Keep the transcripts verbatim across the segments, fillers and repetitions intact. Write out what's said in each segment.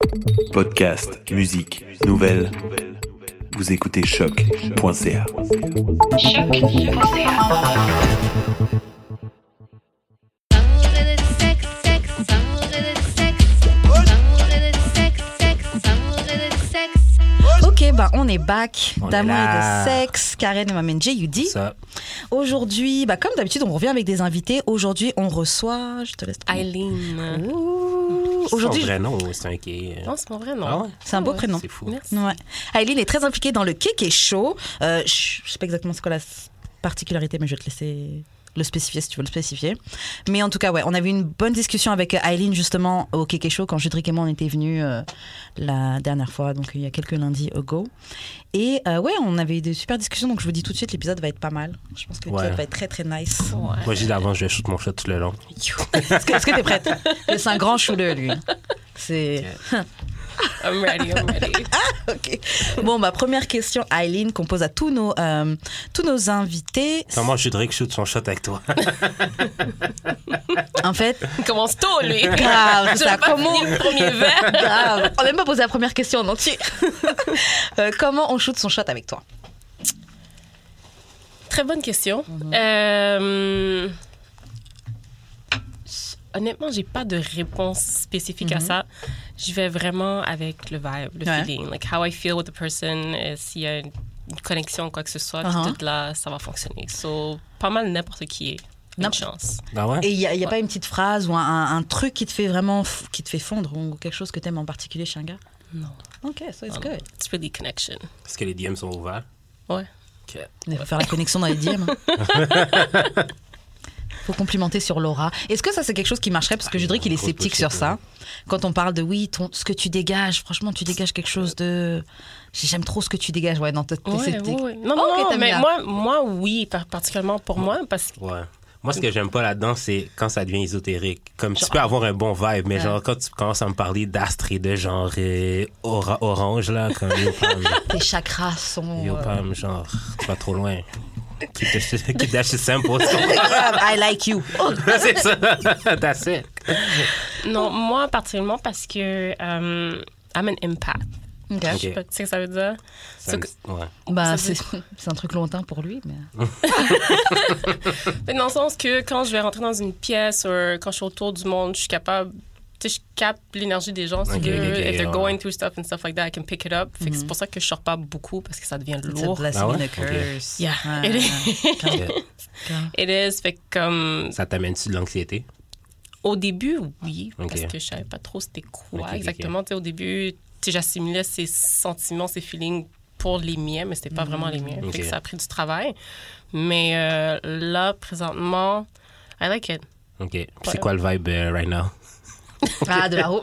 Podcast, musique, nouvelles. Vous écoutez choc point c a. Ok, bah on est back On d'amour est et là. de sexe. Karen et ma main J U D. Ça. Aujourd'hui, bah comme d'habitude, on revient avec des invités. Aujourd'hui, on reçoit. Je te laisse. Eileen. Ouh. C'est Aujourd'hui, son vrai nom ou c'est un qui Non, c'est mon vrai nom. Ah ouais? c'est un beau Ouais, prénom. C'est fou. Merci. Ouais. Aileen est très impliquée dans le Kéké Show. Euh, je je sais pas exactement c'est quoi la s- particularité, mais je vais te laisser le spécifier si tu veux le spécifier. Mais en tout cas, ouais, on avait une bonne discussion avec Aileen justement au Kéké Show quand Judric et moi on était venus euh, la dernière fois, donc il y a quelques lundis ago. Et euh, ouais, on avait eu des super discussions, donc je vous dis tout de suite, l'épisode va être pas mal. Je pense que l'épisode Ouais. va être très très nice. Ouais. Moi, j'ai dit avant, je vais shoot mon shot tout le long. Est-ce que est-ce que t'es prête? C'est un grand shooter, lui. C'est... I'm ready, I'm ready. Ok. Bon, bah, première question, Aileen, qu'on pose à tous nos, euh, tous nos invités. Comment je voudrais que shoot son shot avec toi? En fait, Il commence tôt, lui. grave, Je ça vais pas comment... finir le premier verre. Grave. On n'a même pas posé la première question en entier. Euh, comment on shoot son shot avec toi? Très bonne question. Mm-hmm. Euh, Honnêtement, j'ai pas de réponse spécifique à ça. Je vais vraiment avec le vibe, le Mm-hmm. Ouais. feeling, like how I feel with the person. euh, S'il y a une une connexion ou quoi que ce soit, puis Uh-huh. tout là, ça va fonctionner. So, pas mal n'importe qui est une N'importe- chance. Ah ouais? Et il n'y a, y a Ouais. pas une petite phrase ou un, un- un truc qui te fait vraiment, f- qui te fait fondre ou quelque chose que t'aimes en particulier chez un gars? Non. Ok, so it's non. good. It's really connection. Est-ce que les D M sont ouverts? Ouais. Ok. Il faut faire la connexion dans les D M. Faut complimenter sur l'aura. Est-ce que ça, c'est quelque chose qui marcherait? Parce que Ah, Judric, il est grosse sceptique bullshit, sur ça. ouais. Quand on parle de oui, ton, ce que tu dégages, franchement, tu dégages quelque chose de. J'aime trop ce que tu dégages. Ouais, non, t'es t'es Ouais, sceptique. ouais, ouais. Non, Ok, non, non, t'aimes mais bien. moi, moi, oui, par- particulièrement pour moi, parce que Ouais. Moi, ce que j'aime pas là-dedans, c'est quand ça devient ésotérique. Comme tu peux avoir un bon vibe, mais Ouais. genre, quand tu commences à me parler d'astre et de genre euh, ora- orange, là, comme yo, Pam, Tes chakras sont. yo, euh, Pam, genre, tu vas trop loin. Keep that shit, keep that shit simple. I like you. C'est ça. That's it. non, moi, particulièrement parce que um, I'm an empath. Ok. Je sais pas, tu sais ce que ça veut dire? Ça So me- que- ouais. Bah, Ça c'est veut- c'est un truc lointain pour lui, mais. Mais dans le sens que quand je vais rentrer dans une pièce ou quand je suis autour du monde, je suis capable, tu sais, je capte l'énergie des gens. C'est Ok, que ok, ok, if they're ouais. going through stuff and stuff like that, I can pick it up. Fait que c'est pour ça que je sors pas beaucoup parce que ça devient It's a lourd. blessing Ah ouais? and a Ok. curse. Yeah, Ouais, it ouais, is. ouais. Ok. It is. Fait que comme Ça t'amène-tu de l'anxiété? au début, oui, Ok. parce que je savais pas trop c'était quoi Ok, ok, exactement. Tu sais, au début, tu sais, j'assimilais ces sentiments, ces feelings pour les miens, mais c'était pas vraiment les miens. Ok. Fait que ça a pris du travail. Mais euh, là, présentement, I like it. OK. Puis c'est quoi le vibe euh, right now? Ah, de la roue.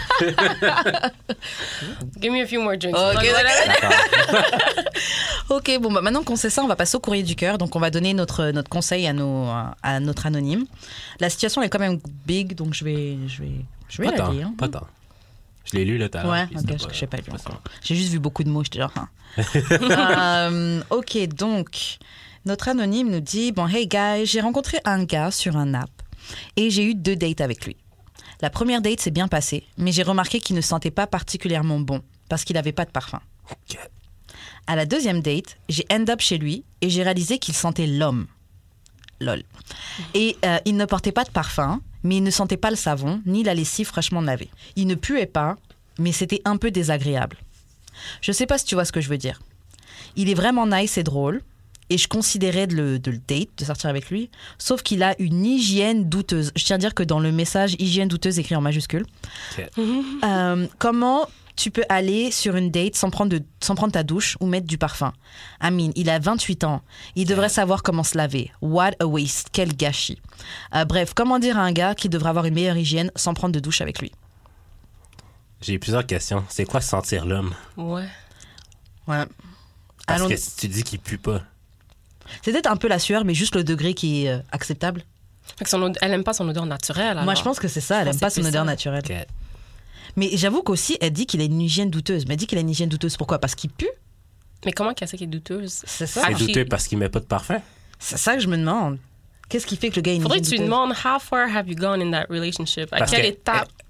Give me a few more drinks. Ok, D'accord. Ok, bon, bah, maintenant qu'on sait ça, on va passer au courrier du cœur. Donc, on va donner notre, notre conseil à, nos, à notre anonyme. La situation est quand même big, donc je vais, je vais, je vais Pas la tant, lire. pas tant. Je l'ai lu là tout à l'heure. Ouais, puis ok, c'était parce que je sais pas lu pas encore. ça. J'ai juste vu beaucoup de mots, j'étais genre... hein. Euh, ok, donc, notre anonyme nous dit, bon, hey guys, j'ai rencontré un gars sur un app et j'ai eu deux dates avec lui. La première date s'est bien passée, mais j'ai remarqué qu'il ne sentait pas particulièrement bon parce qu'il n'avait pas de parfum. Ok. À la deuxième date, j'ai end up chez lui et j'ai réalisé qu'il sentait l'homme. Lol. Et euh, il ne portait pas de parfum, mais il ne sentait pas le savon ni la lessive fraîchement lavée. Il ne puait pas, mais c'était un peu désagréable. Je sais pas si tu vois ce que je veux dire. Il est vraiment nice et drôle, et je considérais de le, de le date, de sortir avec lui, sauf qu'il a une hygiène douteuse. Je tiens à dire que dans le message hygiène douteuse écrit en majuscule, Ok. euh, comment tu peux aller sur une date sans prendre, de, sans prendre ta douche ou mettre du parfum? Amine, il a vingt-huit ans. Il devrait savoir comment se laver. What a waste. Quel gâchis. Euh, bref, comment dire à un gars qu'il devrait avoir une meilleure hygiène sans prendre de douche avec lui? J'ai plusieurs questions. C'est quoi sentir l'homme? Ouais. Ouais. Parce Allons- que si tu dis qu'il pue pas. C'est peut-être un peu la sueur, mais juste le degré qui est euh, acceptable. Fait que son ode- elle aime pas son odeur naturelle. Moi, alors. je pense que c'est ça. Elle Je aime pense pas que son c'est odeur ça. naturelle. Ok. Mais j'avoue qu'aussi, elle dit qu'il a une hygiène douteuse. Mais elle dit qu'il a une hygiène douteuse. Pourquoi? Parce qu'il pue? Mais comment qu'elle sait qu'elle est douteuse? C'est ça. Ah, C'est puis- douteux parce qu'il met pas de parfum? C'est ça que je me demande. Qu'est-ce qui fait que le gars a une Faudrait que hygiène tu lui douteuse? demandes how far have you gone in that relationship? À Parce quelle que- étape?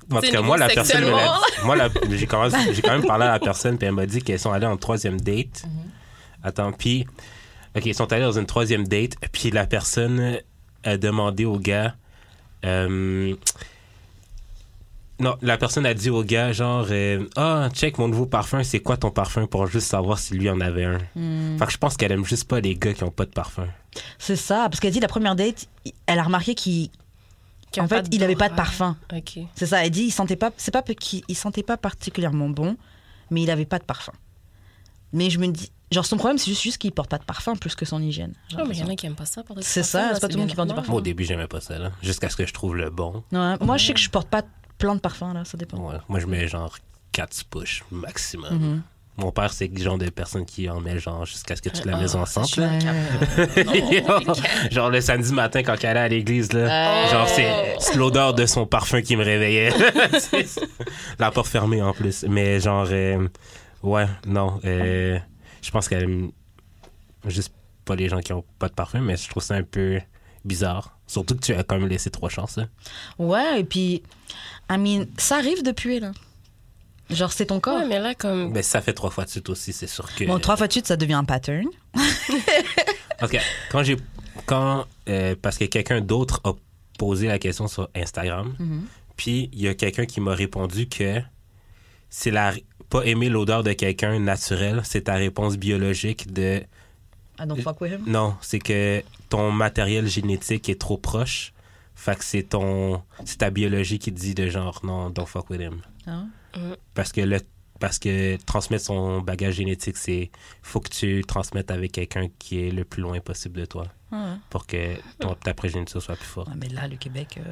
En tout cas, moi, la personne. me l'a- Moi, la- j'ai, commencé- j'ai quand même parlé à la personne, puis elle m'a dit qu'elles sont allées en troisième date. Attends, puis. OK, ils sont allés dans une troisième date, puis la personne a demandé au gars. euh, Non, la personne a dit au gars, genre, euh, ah, check mon nouveau parfum, c'est quoi ton parfum pour juste savoir si lui en avait un. Hmm. Fait que je pense qu'elle aime juste pas les gars qui ont pas de parfum. C'est ça, parce qu'elle dit la première date, elle a remarqué qu'il Qui a en pas fait, il avait pas de d'odorat. parfum. OK. C'est ça, elle dit il sentait pas c'est pas qu'il il sentait pas particulièrement bon, mais il avait pas de parfum. Mais je me dis genre son problème c'est juste, juste qu'il porte pas de parfum plus que son hygiène. j'ai Oh, mais il y en l'impression. a qui aiment pas ça. porter du C'est parfum, ça, là, c'est pas tout le monde bien qui porte du normal. Moi, au début, j'aimais pas ça, là. Jusqu'à ce que je trouve le bon. Ouais, moi je sais que je porte pas plein de parfums là, ça dépend. Ouais. Moi, je mets genre quatre push maximum. Mhm. Mon père, c'est le genre de personne qui en met genre jusqu'à ce que toute la Ah, maison ça, sente. je là. suis incapable. Non, Genre le samedi matin quand elle allait à l'église, là. Oh. Genre c'est, c'est l'odeur de son parfum qui me réveillait. C'est- la porte fermée en plus. Mais genre, euh, ouais, non. euh, je pense qu'elle aime juste pas les gens qui ont pas de parfum, mais je trouve ça un peu bizarre. Surtout que tu as quand même laissé trois chances. Hein. Ouais, et puis I mean, ça arrive de puer là. Genre c'est ton corps. Ouais, mais là, comme. Mais ça fait trois fois de suite aussi, c'est sûr que. Bon, trois fois de suite ça devient un pattern. Ok, quand j'ai. Quand. euh, parce que quelqu'un d'autre a posé la question sur Instagram, Mhm. puis il y a quelqu'un qui m'a répondu que c'est la. Pas aimer l'odeur de quelqu'un naturel, c'est ta réponse biologique de. I don't fuck with him. Non, c'est que ton matériel génétique est trop proche. Fait que c'est ton. C'est ta biologie qui te dit de genre, non, don't fuck with him. Ah. Parce que le. Parce que transmettre son bagage génétique, c'est. Faut que tu transmettes avec quelqu'un qui est le plus loin possible de toi. Ah ouais. Pour que ton, ta progéniture soit plus forte. Ouais, mais là le Québec euh,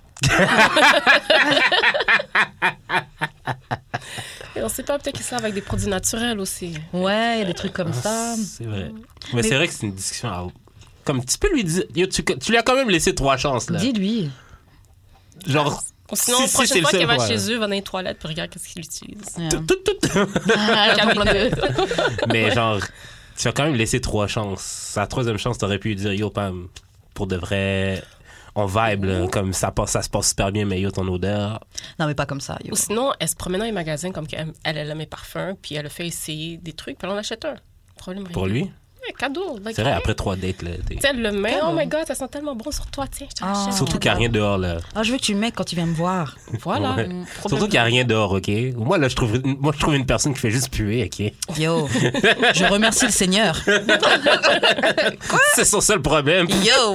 Et on sait pas, peut-être qu'ils savent avec des produits naturels aussi. ouais, il y a des trucs comme ça. Ah, c'est vrai. Mais, c'est vrai que c'est une discussion à... Comme tu peux lui dire... Yo, tu, tu lui as quand même laissé trois chances, là. Dis-lui. Genre... Ou sinon, si- la si prochaine c'est le fois seul qu'elle va problème. chez eux, va dans les toilettes puis regarde qu'est-ce qu'ils utilisent. Yeah. Tout, tout, tout. Ah, elle prend plein de- Mais genre, tu as quand même laissé trois chances. La troisième chance, t'aurais pu lui dire, yo, Pam, pour de vrai... On vibe, là, comme ça, passe, ça se passe super bien, mais yo, ton odeur... Non, mais pas comme ça. Yo. Ou sinon, elle se promène dans les magasins comme qu'elle elle, elle aime mes parfums, puis elle a fait essayer des trucs, puis elle en achète un. Problème Pour réglé. lui? Ouais, cadeau. Like, C'est vrai, après trois dates, là... t'es- Tu sais, elle le met. Cadeau. Oh my god, ça sent tellement bon sur toi, tiens, je te Ah. l'achète. Surtout qu'il n'y a rien dehors, là. Ah, je veux que tu le mettes quand tu viens me voir. Voilà. Ouais. Problème Surtout qu'il n'y a rien dehors, OK? Moi, là, je trouve, moi, je trouve une personne qui fait juste puer, OK? Yo, je remercie le Seigneur. C'est son seul problème. Yo,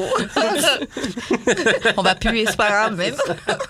on va puer, c'est pas grave même.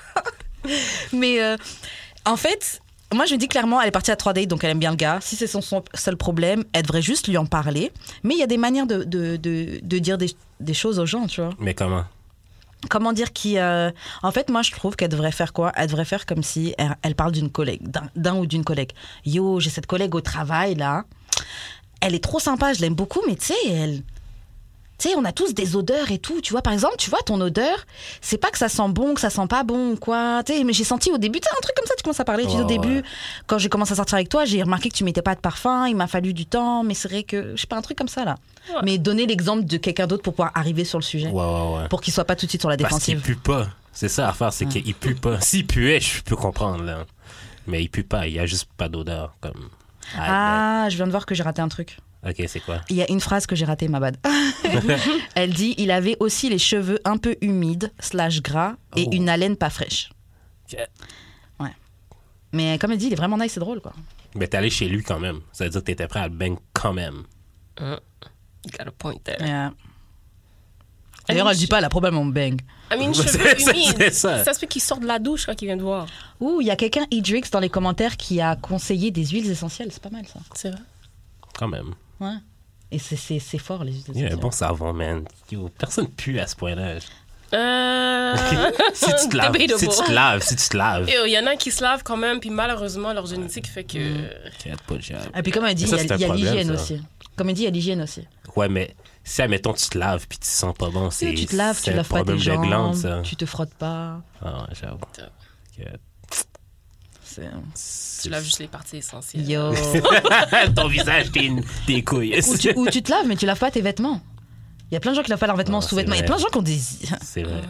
Mais euh, en fait, moi je me dis clairement, elle est partie à trois dates, donc elle aime bien le gars. Si c'est son, son seul problème, elle devrait juste lui en parler. Mais il y a des manières de, de, de, de dire des, des choses aux gens, tu vois. Mais comment? Comment dire qui euh, en fait moi je trouve qu'elle devrait faire quoi, elle devrait faire comme si elle, elle parle d'une collègue, d'un, d'un ou d'une collègue. Yo, j'ai cette collègue au travail là, elle est trop sympa, je l'aime beaucoup, mais tu sais elle tu sais on a tous des odeurs et tout, tu vois, par exemple tu vois ton odeur, c'est pas que ça sent bon, que ça sent pas bon ou quoi, tu sais, mais j'ai senti au début, tu sais, un truc comme ça, tu commences à parler, tu dis Ouais, au début ouais. quand j'ai commencé à sortir avec toi, j'ai remarqué que tu mettais pas de parfum, il m'a fallu du temps, mais c'est vrai que je sais pas, un truc comme ça là. Ouais. Mais donner l'exemple de quelqu'un d'autre pour pouvoir arriver sur le sujet, Ouais, ouais, ouais. pour qu'il soit pas tout de suite sur la Parce qu'il défensive. pue pas. C'est ça l'affaire, c'est qu'il pue pas. S'il puait, je peux comprendre, là. Mais il pue pas, il y a juste pas d'odeur. Comme... Ah, je viens de voir que j'ai raté un truc. Ok, c'est quoi? Il y a une phrase que j'ai ratée, ma bad. Elle dit « Il avait aussi les cheveux un peu humides, slash gras, et Oh. une haleine pas fraîche. Ok. » Ouais. Mais comme elle dit, il est vraiment nice et drôle, quoi. Mais t'es allé chez lui quand même. Ça veut dire que t'étais prêt à le bang quand même. You got a point there. Yeah. D'ailleurs, elle dit pas, elle a probablement bang. I mean, C'est- cheveux c'est- humides. c'est ça. Ça se peut qu'il sorte de la douche quand il vient de voir. Ouh, il y a quelqu'un, Idrix, dans les commentaires, qui a conseillé des huiles essentielles. C'est pas mal, ça. C'est vrai. Quand même. Ouais. Et c'est, c'est, c'est fort, les huiles Il y a essentielles. un bon savon, man. Yo, personne pue à ce point-là. Euh... Si tu te laves, Debatable. si tu te laves, si tu te laves. Il y en a qui se lavent quand même, puis malheureusement, leur génétique fait que... Arrête pas de jab. Et puis, comme elle dit, Mais il ça, y a, c'est un il y a problème, l'hygiène ça. aussi. Comme elle dit, il y a l'hygiène aussi. Ouais, mais si, admettons, tu te laves puis tu te sens pas bon, c'est tu te laves, c'est tu un laves pas tes problème de jambes, glande, ça. tu te frottes pas. Ah, ouais, j'avoue. Ok. C'est... Tu laves juste les parties essentielles. Yo. Ton visage, tes, tes couilles. ou, tu, ou tu te laves, mais tu laves pas tes vêtements. Il y a plein de gens qui lavent pas leurs vêtements Ah, sous-vêtements. Il y a c'est plein de gens qui ont des... C'est vrai. Ouais.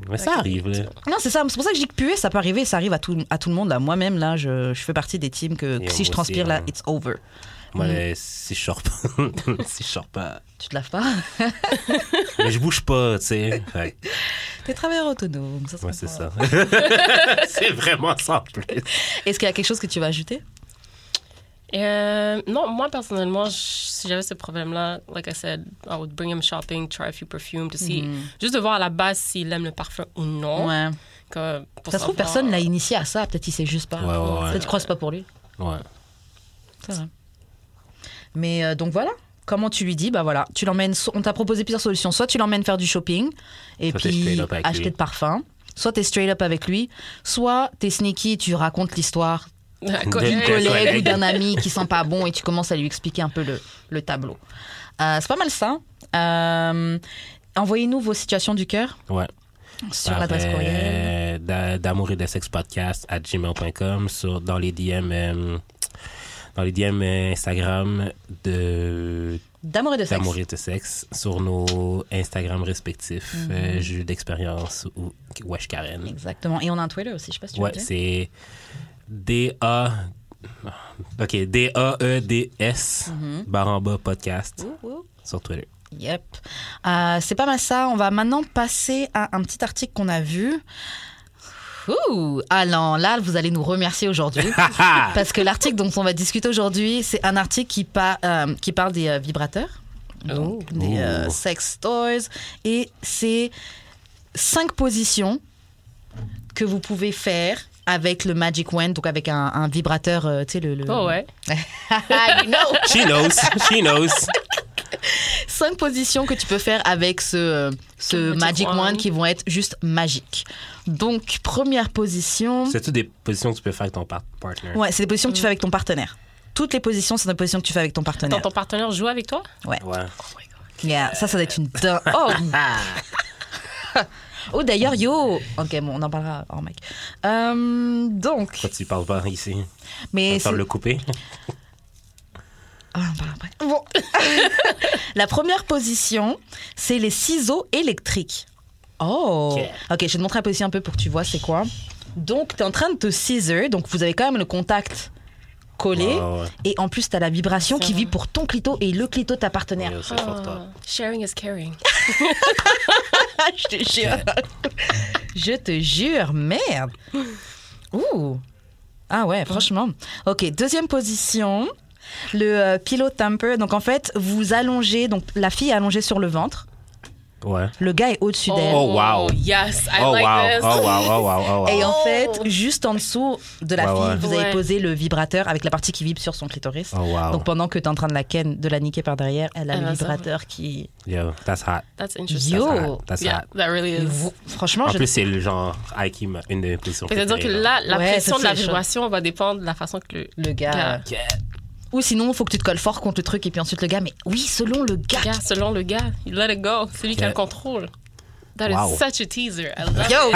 Mais ça arrive, là. Non, c'est ça. C'est pour ça que je dis que puer, ça peut arriver. Ça arrive à tout, à tout le monde. Là. Moi-même, là, je, je fais partie des teams que, que si je transpire, aussi, là, hein. It's over. Moi, mm. là, si je sors pas... si je sors pas... Tu te laves pas? Mais je bouge pas, tu sais. Ouais. T'es travailleur autonome. Ça ouais, c'est ça. C'est vraiment ça, en plus. Est-ce qu'il y a quelque chose que tu vas ajouter? Euh, non, moi, personnellement, je, si j'avais ce problème-là, like I said, I would bring him shopping, try a few perfumes to see... Mm. Juste de voir à la base s'il aime le parfum ou non. Ouais. Que, ça se trouve, personne l'a initié à ça. Peut-être qu'il sait juste pas. Ouais, ouais, ouais. Peut-être qu'il croise pas pour lui. Ouais. C'est vrai. Mais euh, donc voilà, comment tu lui dis, bah voilà, tu l'emmènes, on t'a proposé plusieurs solutions. Soit tu l'emmènes faire du shopping et soit puis acheter de parfum. Soit t'es straight up avec lui. Soit t'es sneaky, tu racontes l'histoire d'un collègue ou d'un ami qui sent pas bon et tu commences à lui expliquer un peu le, le tableau. Euh, c'est pas mal ça. Euh, envoyez-nous vos situations du cœur. Ouais. Sur l'adresse courriel. Euh, d'amour et de sexe podcast à gmail point com, sur, dans les D M... Euh, dans les D M Instagram de D'amour et de sexe. D'amour et de sexe sur nos Instagram respectifs, mm-hmm. euh, Jeux d'expérience ou Wesh Karen. Exactement. Et on a un Twitter aussi, je sais pas si tu veux ouais, dire. c'est D A OK, D A E D S mm-hmm. barre en bas podcast ouh, ouh. Sur Twitter. Yep. Euh, c'est pas mal ça. On va maintenant passer à un petit article qu'on a vu. Ouh, alors là, vous allez nous remercier aujourd'hui parce que l'article dont on va discuter aujourd'hui, c'est un article qui, par, euh, qui parle des euh, vibrateurs, donc, oh. des euh, sex toys, et c'est cinq positions que vous pouvez faire avec le Magic Wand, donc avec un, un vibrateur, euh, tu sais, le, le... Oh ouais. You know. She knows, she knows. Cinq positions que tu peux faire avec ce, ce Magic Wand. Wand qui vont être juste magiques. Donc, première position... C'est toutes des positions que tu peux faire avec ton par- partner. Ouais, c'est des positions que tu fais avec ton partenaire. Toutes les positions, c'est des positions que tu fais avec ton partenaire. Attends, ton partenaire joue avec toi? Ouais. Ouais. Oh my God. Yeah, ça, ça doit être une... Oh! Oh, d'ailleurs, yo! OK, bon, on en parlera hors mic. Euh, donc... Pourquoi tu ne parles pas ici? Mais on va le couper. Oh, on parle après. Bon. La première position, c'est les ciseaux électriques. Oh! Okay. OK, je vais te montrer la position un peu pour que tu vois c'est quoi. Donc, tu es en train de te scissor, donc vous avez quand même le contact collé. Oh, ouais. Et en plus, tu as la vibration c'est qui vrai. Vit pour ton clito et le clito de ta partenaire. Oui, c'est oh. Sharing is caring. Je te jure. Je te jure, merde. Ouh. Ah ouais, franchement. OK, deuxième position, le euh, pillow tamper. Donc en fait, vous allongez, donc la fille est allongée sur le ventre. Ouais. Le gars est au-dessus d'elle. Oh wow. Yes, I oh, like wow. this. Oh wow, oh wow, oh wow. Et en fait, juste en dessous de la ouais, fille, ouais. vous avez ouais. posé le vibrateur avec la partie qui vibre sur son clitoris. Oh wow. Donc pendant que tu es en train de la ken, de la niquer par derrière, elle a elle le a vibrateur qui... Yo, that's hot. That's interesting. Yo. That's hot. That's yeah, hot. that really is. Franchement, en je... plus, c'est le genre Ike, une de mes positions. C'est-à-dire que là, la ouais, pression de la vibration va dépendre de la façon que le, le gars... gars... Ou sinon, il faut que tu te colles fort contre le truc et puis ensuite le gars. Mais oui, selon le gars. gars selon le gars. You let it go. C'est lui yeah. qui a le contrôle. That wow. is such a teaser. I love Yo!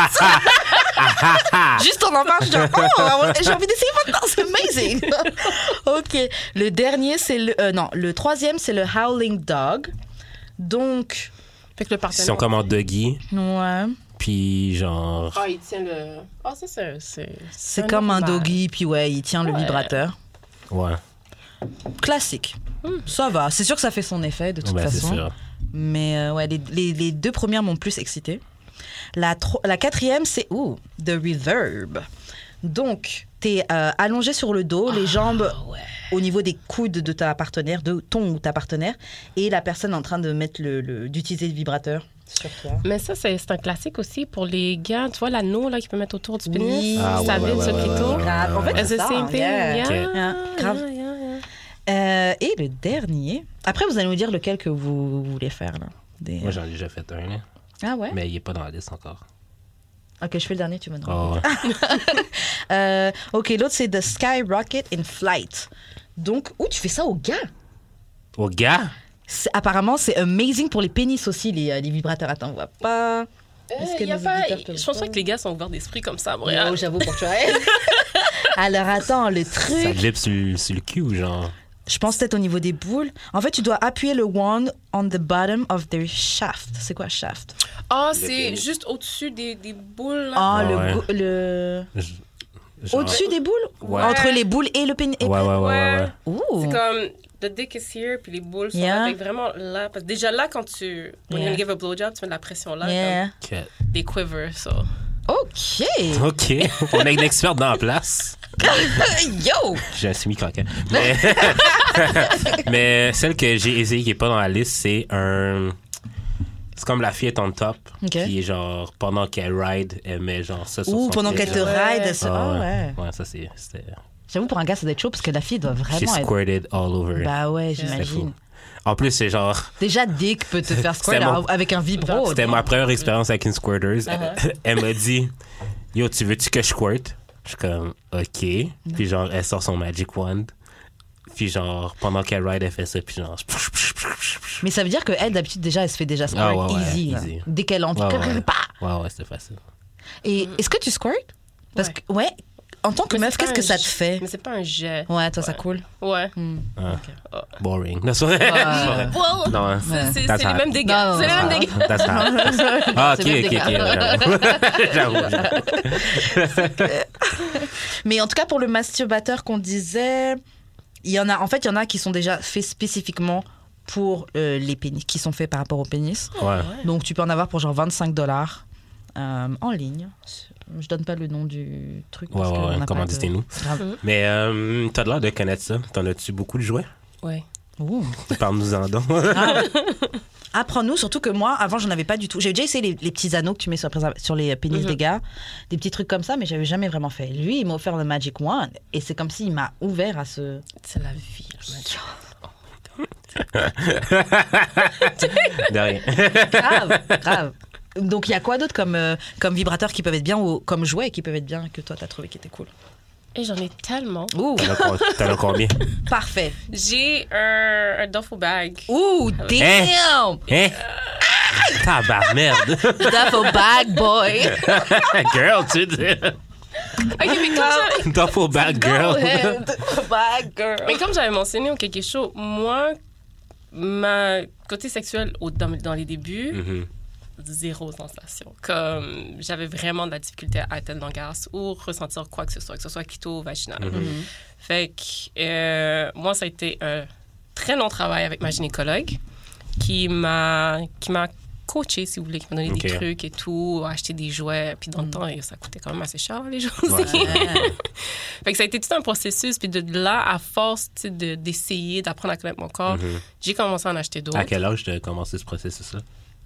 Juste on en parle, je dis, oh, j'ai envie d'essayer maintenant, c'est amazing! OK. Le dernier, c'est le... Euh, non, le troisième, c'est le Howling Dog. Donc... Fait que le partenaire... Ils sont comme en doggy. Ouais. Puis genre... Ah, oh, il tient le... Ah, oh, ça, c'est... C'est, c'est, c'est comme un doggy, puis ouais, il tient ouais. le vibrateur. Ouais. Classique. Mm. Ça va. C'est sûr que ça fait son effet, de toute ouais, façon. C'est sûr. Mais euh, ouais, les, les, les deux premières m'ont plus excitée. La, tro- la quatrième, c'est ouh, The Reverb. Donc, t'es euh, allongé sur le dos, les jambes oh, ouais. au niveau des coudes de ta partenaire, de ton ou ta partenaire, et la personne en train de mettre le, le, d'utiliser le vibrateur sur toi. Mais ça, c'est, c'est un classique aussi pour les gars. Tu vois l'anneau là, qu'ils peuvent mettre autour du pénis? Oui. Ah, ça ouais, vibre ouais, sur le ouais, clito. ouais, ouais, ouais, en fait, c'est ça. Thing. Yeah. Yeah. Okay. Yeah. Grave. Yeah, yeah, yeah. Euh, et le dernier... Après, vous allez nous dire lequel que vous voulez faire, là. Des... Moi, j'en ai déjà fait un, là. Ah ouais? Mais il n'est pas dans la liste encore. OK, je fais le dernier, tu me demandes. Oh. euh, OK, l'autre, c'est The Skyrocket in Flight. Donc, où tu fais ça aux gars? Aux gars? C'est, apparemment, c'est amazing pour les pénis aussi, les, les vibrateurs. Attends, on voit pas... Est-ce euh, y a pas... Je pense pas que les gars sont ouverts d'esprit comme ça à Montréal. Oh, j'avoue, pour toi. Alors, attends, le truc... Ça vibre sur, sur le cul ou genre... Je pense peut-être au niveau des boules. En fait, tu dois appuyer le wand on the bottom of their shaft. C'est quoi shaft? Ah, oh, c'est juste au-dessus des, des boules. Là. Ah, Ah, le, ouais. go- le... Genre- Au-dessus des boules? Ouais. Entre les boules et le pénis. Ouais, ouais, ouais, ouais. ouais. Ouh. C'est comme the dick is here, puis les boules sont Yeah. là. Fait que vraiment là, parce que déjà là, quand tu when Yeah. you give a blowjob, tu mets de la pression là, Yeah. comme Ok. des quivers. So. OK. OK. On a une experte dans la place. Yo! J'ai un semi-coquin. Mais... Mais celle que j'ai essayée qui n'est pas dans la liste, c'est un... C'est comme la fille est on top. OK. Qui est genre, pendant qu'elle ride, elle met genre ça sur Ou son pendant pied, qu'elle te genre. ride. c'est- Ah, Ah ouais. Ouais, ça c'est... c'était- J'avoue, pour un gars, ça doit être chaud parce que la fille doit She vraiment être... squirted all over. Bah ouais, C'était j'imagine. fou. En plus, c'est genre... Déjà, Dick peut te faire squirt C'était mon- avec un vibro. C'était ma première expérience avec une squirters. Uh-huh. Elle m'a dit, yo, tu veux-tu que je squirt? Je suis comme, OK. Puis genre, elle sort son magic wand. Puis genre, pendant qu'elle ride, elle fait ça. Puis genre... Mais ça veut dire qu'elle, d'habitude, déjà, elle se fait déjà squirt Ah ouais, ouais, easy. là. easy. Dès qu'elle entre. Ouais, ouais. Bah. Ouais, ouais, c'était facile. Et est-ce que tu squirt? Parce Ouais. que, ouais, en tant que Mais meuf, c'est pas qu'est-ce que un ça te jet. fait? Mais c'est pas un jet. Ouais, toi, ça Ouais. coule. Ouais. Hmm. Ah, boring. Non, c'est vrai. Ouais. Well, Non, hein. Ouais. c'est That's c'est les hot. mêmes dégâts. Non, non, C'est les non, mêmes non. dégâts. That's hot. Ah, ok, C'est ok, bien ok. J'avoue. J'avoue. Mais en tout cas, pour le masturbateur qu'on disait, il y en a, en fait, il y en a qui sont déjà faits spécifiquement pour euh, les pénis, qui sont faits par rapport au pénis. Ouais. Donc, tu peux en avoir pour genre vingt-cinq dollars euh, en ligne. Je donne pas le nom du truc. Ouais, parce ouais, qu'on ouais. n'a Comment pas de- dites-nous? Grave. Mais euh, t'as l'air de connaître ça. T'en as-tu beaucoup de jouets? Ouais. Ouh. Parle-nous-en donc. Ah. Apprends-nous, surtout que moi, avant, j'en avais pas du tout. J'avais déjà essayé les, les petits anneaux que tu mets sur, sur les pénis Mhm. des gars, des petits trucs comme ça, mais j'avais jamais vraiment fait. Lui, il m'a offert le Magic Wand, et c'est comme s'il m'a ouvert à ce. C'est la vie. De rien. Grave, grave. Donc, il y a quoi d'autre comme, euh, comme vibrateurs qui peuvent être bien ou comme jouets qui peuvent être bien que toi, t'as trouvé qui était cool? Et j'en ai tellement. Ouh, T'en as com- T'en as combien? parfait. J'ai un, un duffel bag. Ouh, damn! Hein? Tabarnak! Duffel bag, boy! Girl, tu dis. Ok, mais comme, j'a- Duffel bag girl. Duffel bag, girl. mais comme j'avais mentionné au quelque chose, moi, ma côté sexuel au, dans, dans les débuts, Mhm. zéro sensation. Comme j'avais vraiment de la difficulté à atteindre l'orgasme ou ressentir quoi que ce soit, que ce soit clito ou vaginal. Mhm. Fait que euh, moi, ça a été un très long travail avec ma gynécologue qui m'a qui m'a coaché, si vous voulez, qui m'a donné Ok. des trucs et tout, acheté des jouets. Puis dans le temps, ça coûtait quand même assez cher, les jouets Ouais. aussi. Fait que ça a été tout un processus. Puis de là, à force tu sais, de, d'essayer, d'apprendre à connaître mon corps, Mhm. j'ai commencé à en acheter d'autres. À quel âge t'as commencé ce processus-là?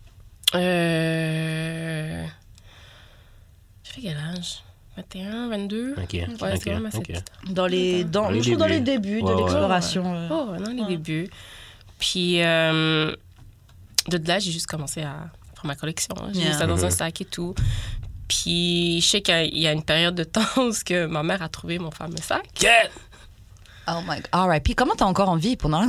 Euh... J'ai fait quel âge? vingt et un, vingt-deux? Ok. Ouais, ok, c'est vraiment assez ok. petit. Dans les, dans, Dans les je trouve dans les débuts. débuts Ouais, de ouais. l'exploration. euh. Oh, dans les Ouais. débuts. Puis, euh, de là, j'ai juste commencé à prendre ma collection. J'ai Yeah. mis ça dans Mhm. un sac et tout. Puis, je sais qu'il y a une période de temps où ce que ma mère a trouvé mon fameux sac. Get! Oh my god. R I P. Comment t'es encore en vie pendant la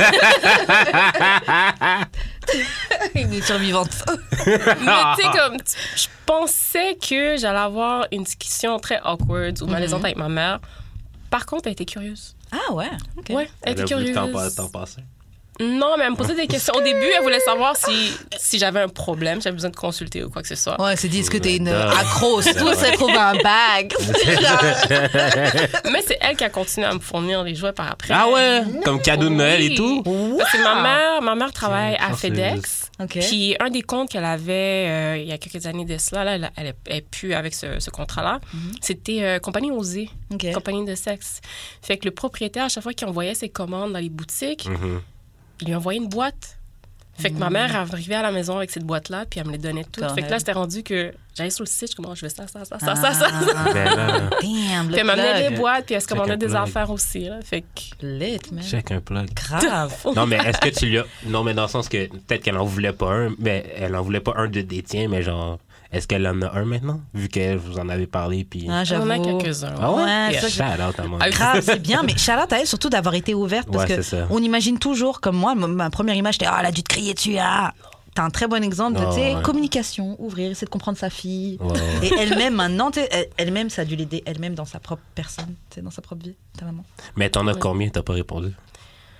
Une survivante. Mais tu sais, comme, tu- je pensais que j'allais avoir une discussion très awkward ou malaisante avec ma mère. Par contre, elle était curieuse. Ah ouais. Ok. Ouais, elle était Elle a voulu curieuse. t'en pa- t'en passer. Non, mais elle me posait des questions. Au début, elle voulait savoir si, si j'avais un problème, j'avais besoin de consulter ou quoi que ce soit. Ouais, c'est dit, est-ce que t'es une Duh. accro? Tout s'est trouvé un bag. Mais c'est elle qui a continué à me fournir les jouets par après. Ah ouais? Comme cadeau de Noël et Oui. tout? Parce que ma mère, ma mère travaille Tiens, à chanceuse. FedEx. Ok. Puis un des comptes qu'elle avait euh, il y a quelques années de cela, là, elle, elle, elle est plus avec ce, ce contrat-là, c'était euh, Compagnie Osée, Ok. compagnie de sexe. Fait que le propriétaire, à chaque fois qu'il envoyait ses commandes dans les boutiques, Mhm. il lui envoyait une boîte. Fait que ma mère arrivait à la maison avec cette boîte-là, puis elle me les donnait toutes. Correct. Fait que là, c'était rendu que j'allais sur le site, je commence, je veux ça, ça, ça, ça, ça, ça. Ah, Ben là, damn, Puis le elle m'amenait plug. les boîtes, puis elle se Check commandait un des plug. affaires aussi. Là. Fait que... Lit, man. check un plug. Grave. Non, mais est-ce que tu lui as. Non, mais dans le sens que peut-être qu'elle en voulait pas un, mais elle en voulait pas un de des tiens, mais genre, est-ce qu'elle en a un maintenant? Vu que vous en avez parlé, puis. Ah, On j'avoue. en a quelques-uns. Ah ouais? Ouais, Yeah, ça, shout out à moi. Ah, Grave, c'est bien, mais Charlotte à elle surtout d'avoir été ouverte parce Ouais, que c'est ça. on imagine toujours comme moi, ma- ma première image c'était ah elle a dû te crier dessus ah. T'as un très bon exemple de Oh, tu sais, ouais. communication, ouvrir, essayer de comprendre sa fille. Ouais, ouais. Et elle-même maintenant, tu sais, elle- elle-même ça a dû l'aider elle-même dans sa propre personne, tu sais, dans sa propre vie, ta maman. Mais t'en as Ouais. combien? T'as pas répondu?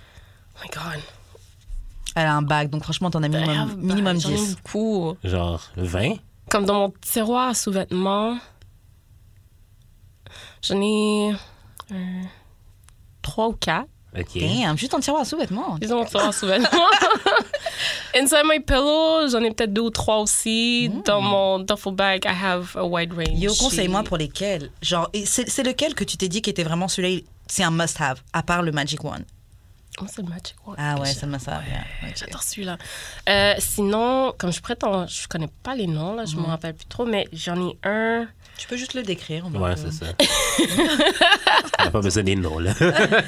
my God. Elle a un bac, donc franchement, t'en as I have minimum, a minimum bag, j'en ai dix. beaucoup. Genre vingt? Comme dans mon tiroir à sous-vêtements, j'en ai euh, trois ou quatre. OK. Damn, juste en tiroir à sous-vêtements. Ils ont tiroir à sous-vêtements. Inside my pillow, j'en ai peut-être deux ou trois aussi. Mm. Dans mon duffel bag, I have a wide range. Yo, conseille-moi pour lesquels. Genre, et c'est, c'est lequel que tu t'es dit qui était vraiment celui-là, c'est un must-have, à part le Magic One. Oh, c'est le Magic One. Ah ouais, J'aime- c'est le must-have. yeah. Ok. J'adore celui-là. Euh, sinon, comme je prétends, je connais pas les noms, là, je me rappelle plus trop, mais j'en ai un. Tu peux juste le décrire. On va Ouais, pas- c'est ça. On n'a pas besoin des noms, là.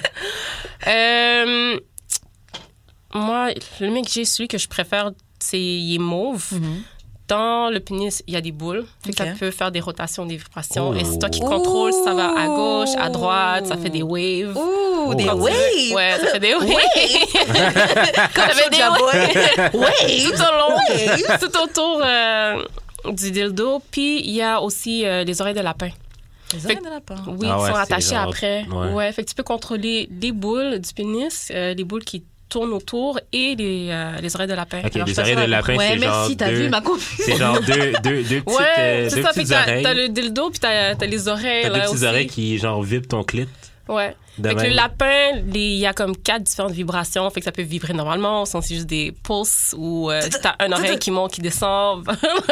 Euh, moi, le mec que j'ai, celui que je préfère, c'est il est mauve. Mhm. Dans le pénis, il y a des boules. Fait que Ok. ça peut faire des rotations, des vibrations. Oh. Et c'est toi qui contrôles si ça va à gauche, à droite, ça fait des waves. Ouh, des Oh. waves! Ouais, ça fait des waves. Comme ça fait des Soulja waves. Boy. Waves! Tout au long, tout autour euh, du dildo. Puis il y a aussi euh, les oreilles de lapin. Les Fait oreilles que- de lapin. Oui, Ah qui ouais, sont c'est attachées genre- après. ouais. Ouais. Fait que tu peux contrôler les boules du pénis, euh, les boules qui tournent autour et les, euh, les oreilles de lapin. OK, Alors, je les passe oreilles à de la- lapin, Ouais, c'est genre merci, t'as deux... vu ma confusion. C'est genre deux, deux, deux petites, Ouais, euh, c'est deux ça. Fait petites que t'as, oreilles. t'as le dildo puis t'as, t'as les oreilles T'as deux là petites aussi. oreilles qui, genre, vibrent ton clit. Ouais. De Fait que même. le lapin, les- il y a comme quatre différentes vibrations. Fait que ça peut vibrer normalement. Sinon, c'est juste des pulses ou euh, t'as une oreille qui monte, qui descend.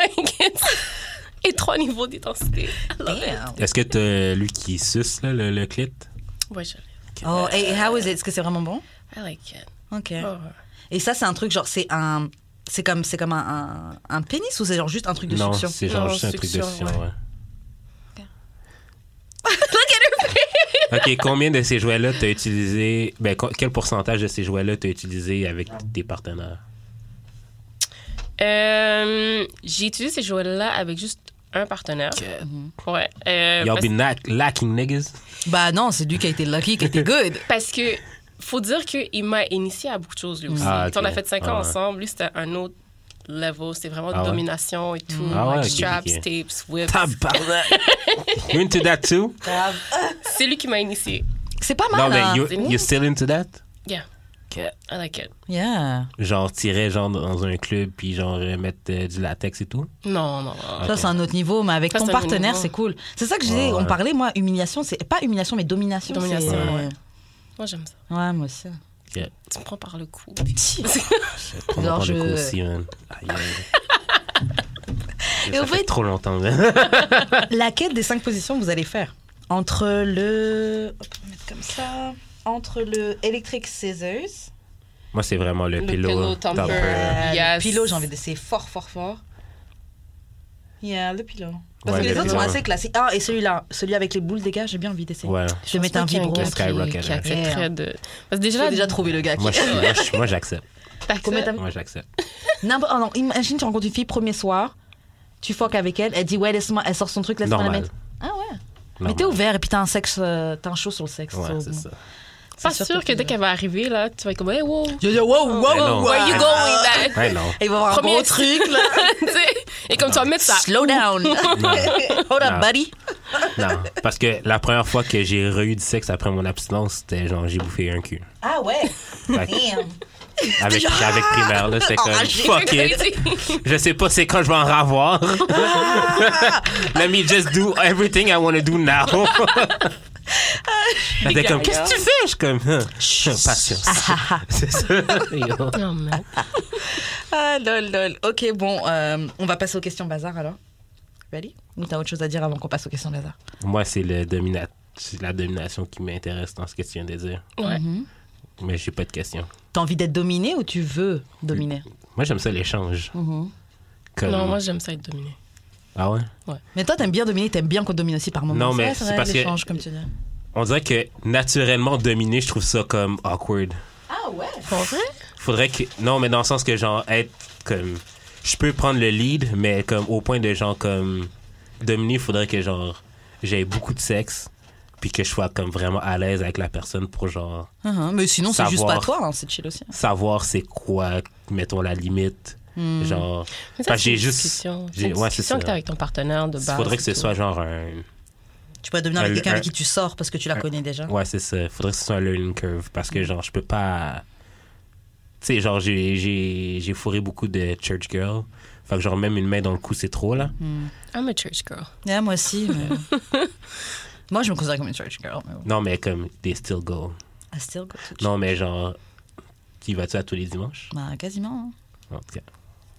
Et trois niveaux d'intensité. I love it. Damn. Est-ce que t'as lui qui suce, là, le, le clit? Ouais, je l'ai. Oh, et how is it? Est-ce que c'est vraiment bon? I like it. OK. Oh. Et ça, c'est un truc, genre, c'est un... C'est comme, c'est comme un, un, un pénis ou c'est genre juste un truc de Non, succión? c'est genre Non, juste un truc de succion, succion, ouais. ouais. OK, combien de ces jouets-là t'as utilisé... Ben, co- quel pourcentage de ces jouets-là t'as utilisé avec tes partenaires? Euh, j'ai utilisé ces jouets-là avec juste un partenaire. Ouais. Euh, Y'all parce, be not lacking niggas? Bah non, c'est lui qui a été lucky, qui a été good. parce que faut dire qu'il m'a initié à beaucoup de choses, lui aussi. Ah, ok. On a fait cinq ans Ah ouais. ensemble. Lui, c'était un autre level. C'était vraiment de Ah ouais? domination et tout. Ah ouais, like ok, straps, ok. tapes, whips. Tabarnak! You into that too? C'est lui qui m'a initié. C'est pas mal, Non, mais hein? you, c'est you nous. still into that? Yeah. I like it. Yeah. Genre, tirer genre dans un club puis genre euh, mettre euh, du latex et tout? Non, non, non. Ça, c'est un autre niveau, mais avec Ça, ton c'est un autre partenaire, niveau. c'est cool. C'est ça que je disais, Ouais. on parlait, moi, humiliation, c'est pas humiliation, mais domination. Domination, c'est... ouais. Moi, j'aime ça. Ouais, moi aussi. Yeah. Tu me prends par le cou. Je prends Genre, pas je- le coup aussi, man. Aïe, aïe. Et Ça au fait fait- trop longtemps, man. Laquelle des cinq positions vous allez faire? Entre le... Hop, on va mettre comme ça. Entre le electric scissors... Moi, c'est vraiment le, Le pillow, pillow thumper. thumper. Euh, Yes. Le pilot, j'ai envie de... C'est fort, fort, fort. Yeah, le pilot. Parce Ouais, que les le autres sont pillow. assez classiques. Ah, et celui-là, celui avec les boules des gars, j'ai bien envie d'essayer. Ouais. Je vais mettre un vibro. Le Skyrocket, qui ouais. accepterait de... Parce que J'ai déjà, déjà trouvé le gars qui... Moi, je- moi, je- moi, j'accepte. Combien t'as- Moi, j'accepte. N'importe- oh non, imagine, tu rencontres une fille premier soir, tu fuck avec elle, elle dit ouais, laisse-moi, elle sort son truc, laisse-moi la Normal. mettre. Ah ouais. Mais Normal. t'es ouvert et puis t'as un sexe, euh, t'as un show sur le sexe. Ouais, so- c'est ça. pas c'est sûr sûr que que tu- dès qu'elle va arriver, là, tu vas être comme, hey, wow. Je dis wow, wow, Mais non. wow, Where you wow. going, man? Ouais, non. Et il va avoir un Premier- gros truc là. Tu sais, et comme tu vas mettre ça. Slow down. Hold up, Non. buddy. Non, parce que la première fois que j'ai re-eu du sexe après mon abstinence, c'était genre j'ai bouffé un cul. Ah ouais. Fait que Damn. avec, avec primaire, là, c'est comme Enragé. fuck it. Je sais pas c'est quand je vais en ravoir. Let me just do everything I want to do now. Elle était comme, qu'est-ce que tu fais? Je suis comme, Huh, patience. C'est ça. Yo. Non, man. Ah lol lol. Ok bon, euh, on va passer aux questions bazar alors. Ready? Ou t'as autre chose à dire avant qu'on passe aux questions bazar? Moi, c'est le domina- c'est la domination qui m'intéresse dans ce que tu viens de dire. Ouais. Mais j'ai pas de questions. T'as envie d'être dominé ou tu veux dominer? Moi, j'aime ça l'échange. Comme- Non, moi, j'aime ça être dominé. Ah ouais? Mais toi t'aimes bien dominer, t'aimes bien qu'on domine aussi par moment. Non, mais vrai, c'est vrai, parce que- l'échange, comme tu dis. On dirait que naturellement dominer, je trouve ça comme awkward. Ah ouais. Pour vrai? Faudrait que. Non, mais dans le sens que, genre, être comme. Je peux prendre le lead, mais comme au point de, genre, comme. Dominer, faudrait que, genre, j'aie beaucoup de sexe, puis que je sois, comme, vraiment à l'aise avec la personne pour, genre, Uh-huh. Mais sinon c'est juste Savoir. pas toi, hein, c'est chill aussi. savoir c'est quoi, mettons, la limite. Hmm. Genre. Mais ça, Parce que c'est j'ai une juste- discussion. j'ai- C'est une ouais, c'est discussion ça. que t'as avec ton partenaire de base. Faudrait que ce et tout. soit, genre, un. Tu pourrais devenir avec Un- quelqu'un avec un- qui tu sors parce que tu la connais déjà. Ouais, c'est ça. Faudrait que ce soit un learning curve, parce que, genre, je peux pas. sais, genre, j'ai, j'ai, j'ai fourré beaucoup de church girl. Fait que genre, même une main dans le cou, c'est trop, là. Mm. I'm a church girl. Yeah, moi aussi. Mais... moi, je me considère comme une church girl. Mais bon. Non, mais comme, they still go. I still go to church. Non, mais genre, tu y vas-tu à tous les dimanches? Bah, quasiment. Hein. En tout cas.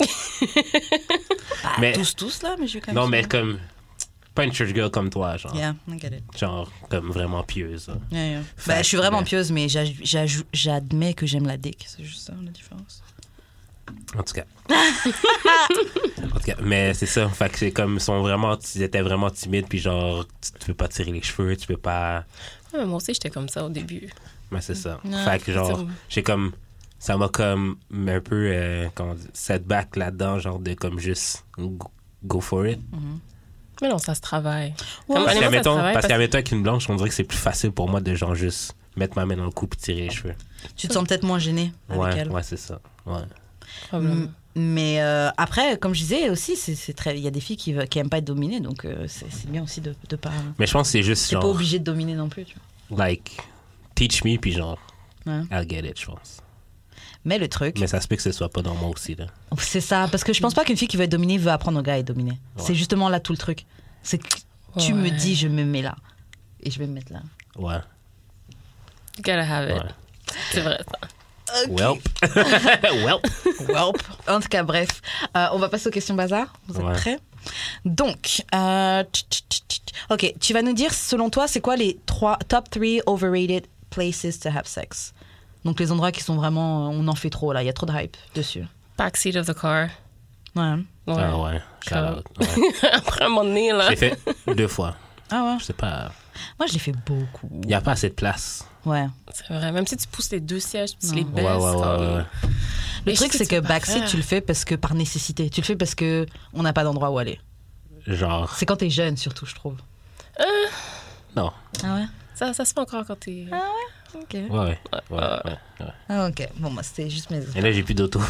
Bah, Mais- tous, tous, là, mais je vais quand même... Non, mais souvent. comme, pas une church girl comme toi, genre. Yeah, I get it. Genre, comme vraiment pieuse. là. Yeah, yeah. Fait Bah, je suis vraiment que- pieuse, mais j'aj- j'aj- j'admets que j'aime la dick. C'est juste ça, la différence. En tout cas. en tout cas, mais c'est ça. Fait que c'est comme, ils sont vraiment, ils étaient vraiment timides, puis genre, tu, tu peux pas tirer les cheveux, tu peux pas. Ouais, moi aussi, j'étais comme ça au début. Mais c'est ça. Ouais. Fait que genre, C'est- j'ai comme, ça m'a comme un peu, euh, comment on dit, setback là-dedans, genre de comme juste go, go for it. Mais non, ça se travaille. Ouais, Comme, Parce honnêtement, ça se qu'admettons, travaille parce parce- qu'admettons avec une blanche, on dirait que c'est plus facile pour moi de genre juste mettre ma main dans le cou puis tirer les cheveux. Tu te sens peut-être moins gênée avec Ouais, elle. ouais, c'est ça. Ouais. Probablement. Mm, Mais euh, après, comme je disais aussi, c'est c'est très. Il y a des filles qui, veulent- qui aiment pas être dominées, donc euh, c'est c'est bien aussi de, de pas. Mais je pense que c'est juste T'es pas genre, obligé de dominer non plus, tu vois. like, teach me, puis genre, Ouais. I'll get it, je pense. Mais le truc, Mais ça se peut que ce soit pas dans moi aussi, là. c'est ça, parce que je pense pas qu'une fille qui veut être dominée veut apprendre au gars à être dominé. C'est justement là tout le truc. C'est que tu me Ouais. dis, je me mets là, et je vais me mettre là. Ouais. You gotta have it. Ouais. C'est vrai, ça. Welp. Welp. Welp. En tout cas, bref, Euh, on va passer aux questions bazar. Vous êtes Ouais. prêts? Donc, euh, tch, tch, tch, tch. ok, tu vas nous dire, selon toi, c'est quoi les trois top three overrated places to have sex? Donc les endroits qui sont vraiment, on en fait trop là, il y a trop de hype dessus. Backseat of the car. Ouais. Ouais. Ah ouais. Shout out. Ouais. Après un moment donné, là. J'ai fait deux fois. Ah ouais. Je sais pas. Moi, je l'ai fait beaucoup. Il n'y a pas assez de place. Ouais. C'est vrai. Même si tu pousses les deux sièges, tu Non. les Ouais, baisses. ouais, ouais, comme- ouais, ouais. Le Mais truc, je sais c'est que tu peux pas backseat, faire. tu le fais parce que par nécessité. Tu le fais parce que on n'a pas d'endroit où aller. Genre, C'est quand t'es jeune, surtout, je trouve. non. Ah ouais. Ça, ça se fait encore quand t'es. Ok. Ouais, ouais. ouais, ouais, ouais. Ah ok. Bon, moi, c'était juste mes. Et là, j'ai plus d'auto.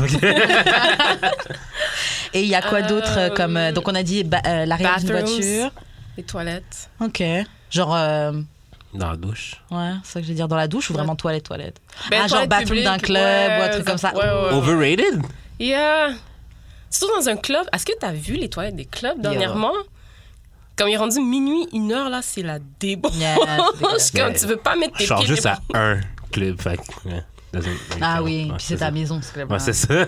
Et il y a quoi Euh, d'autre euh, comme euh, donc on a dit ba- euh, l'arrière d'une Bathrooms. voiture. Les toilettes. Ok. Genre euh, Dans la douche. ouais, c'est ça que je vais dire dans la douche ou vraiment toilette toilette. Ben, ah genre toilette bathroom publique, d'un club ouais, ou un truc comme ça. ouais, ouais, ouais. Overrated? Yeah. Surtout dans un club. Est-ce que t'as vu les toilettes des clubs dernièrement? Comme il est rendu minuit, une heure, là, c'est la débauche. Yeah, c'est dégueulasse. Comme tu veux pas mettre tes Je sors pieds juste à n'importe- un club. Fait que, ouais, doesn't make Ah sense. oui, Ouais, puis c'est ta ça. maison ce club. Ouais, c'est ça.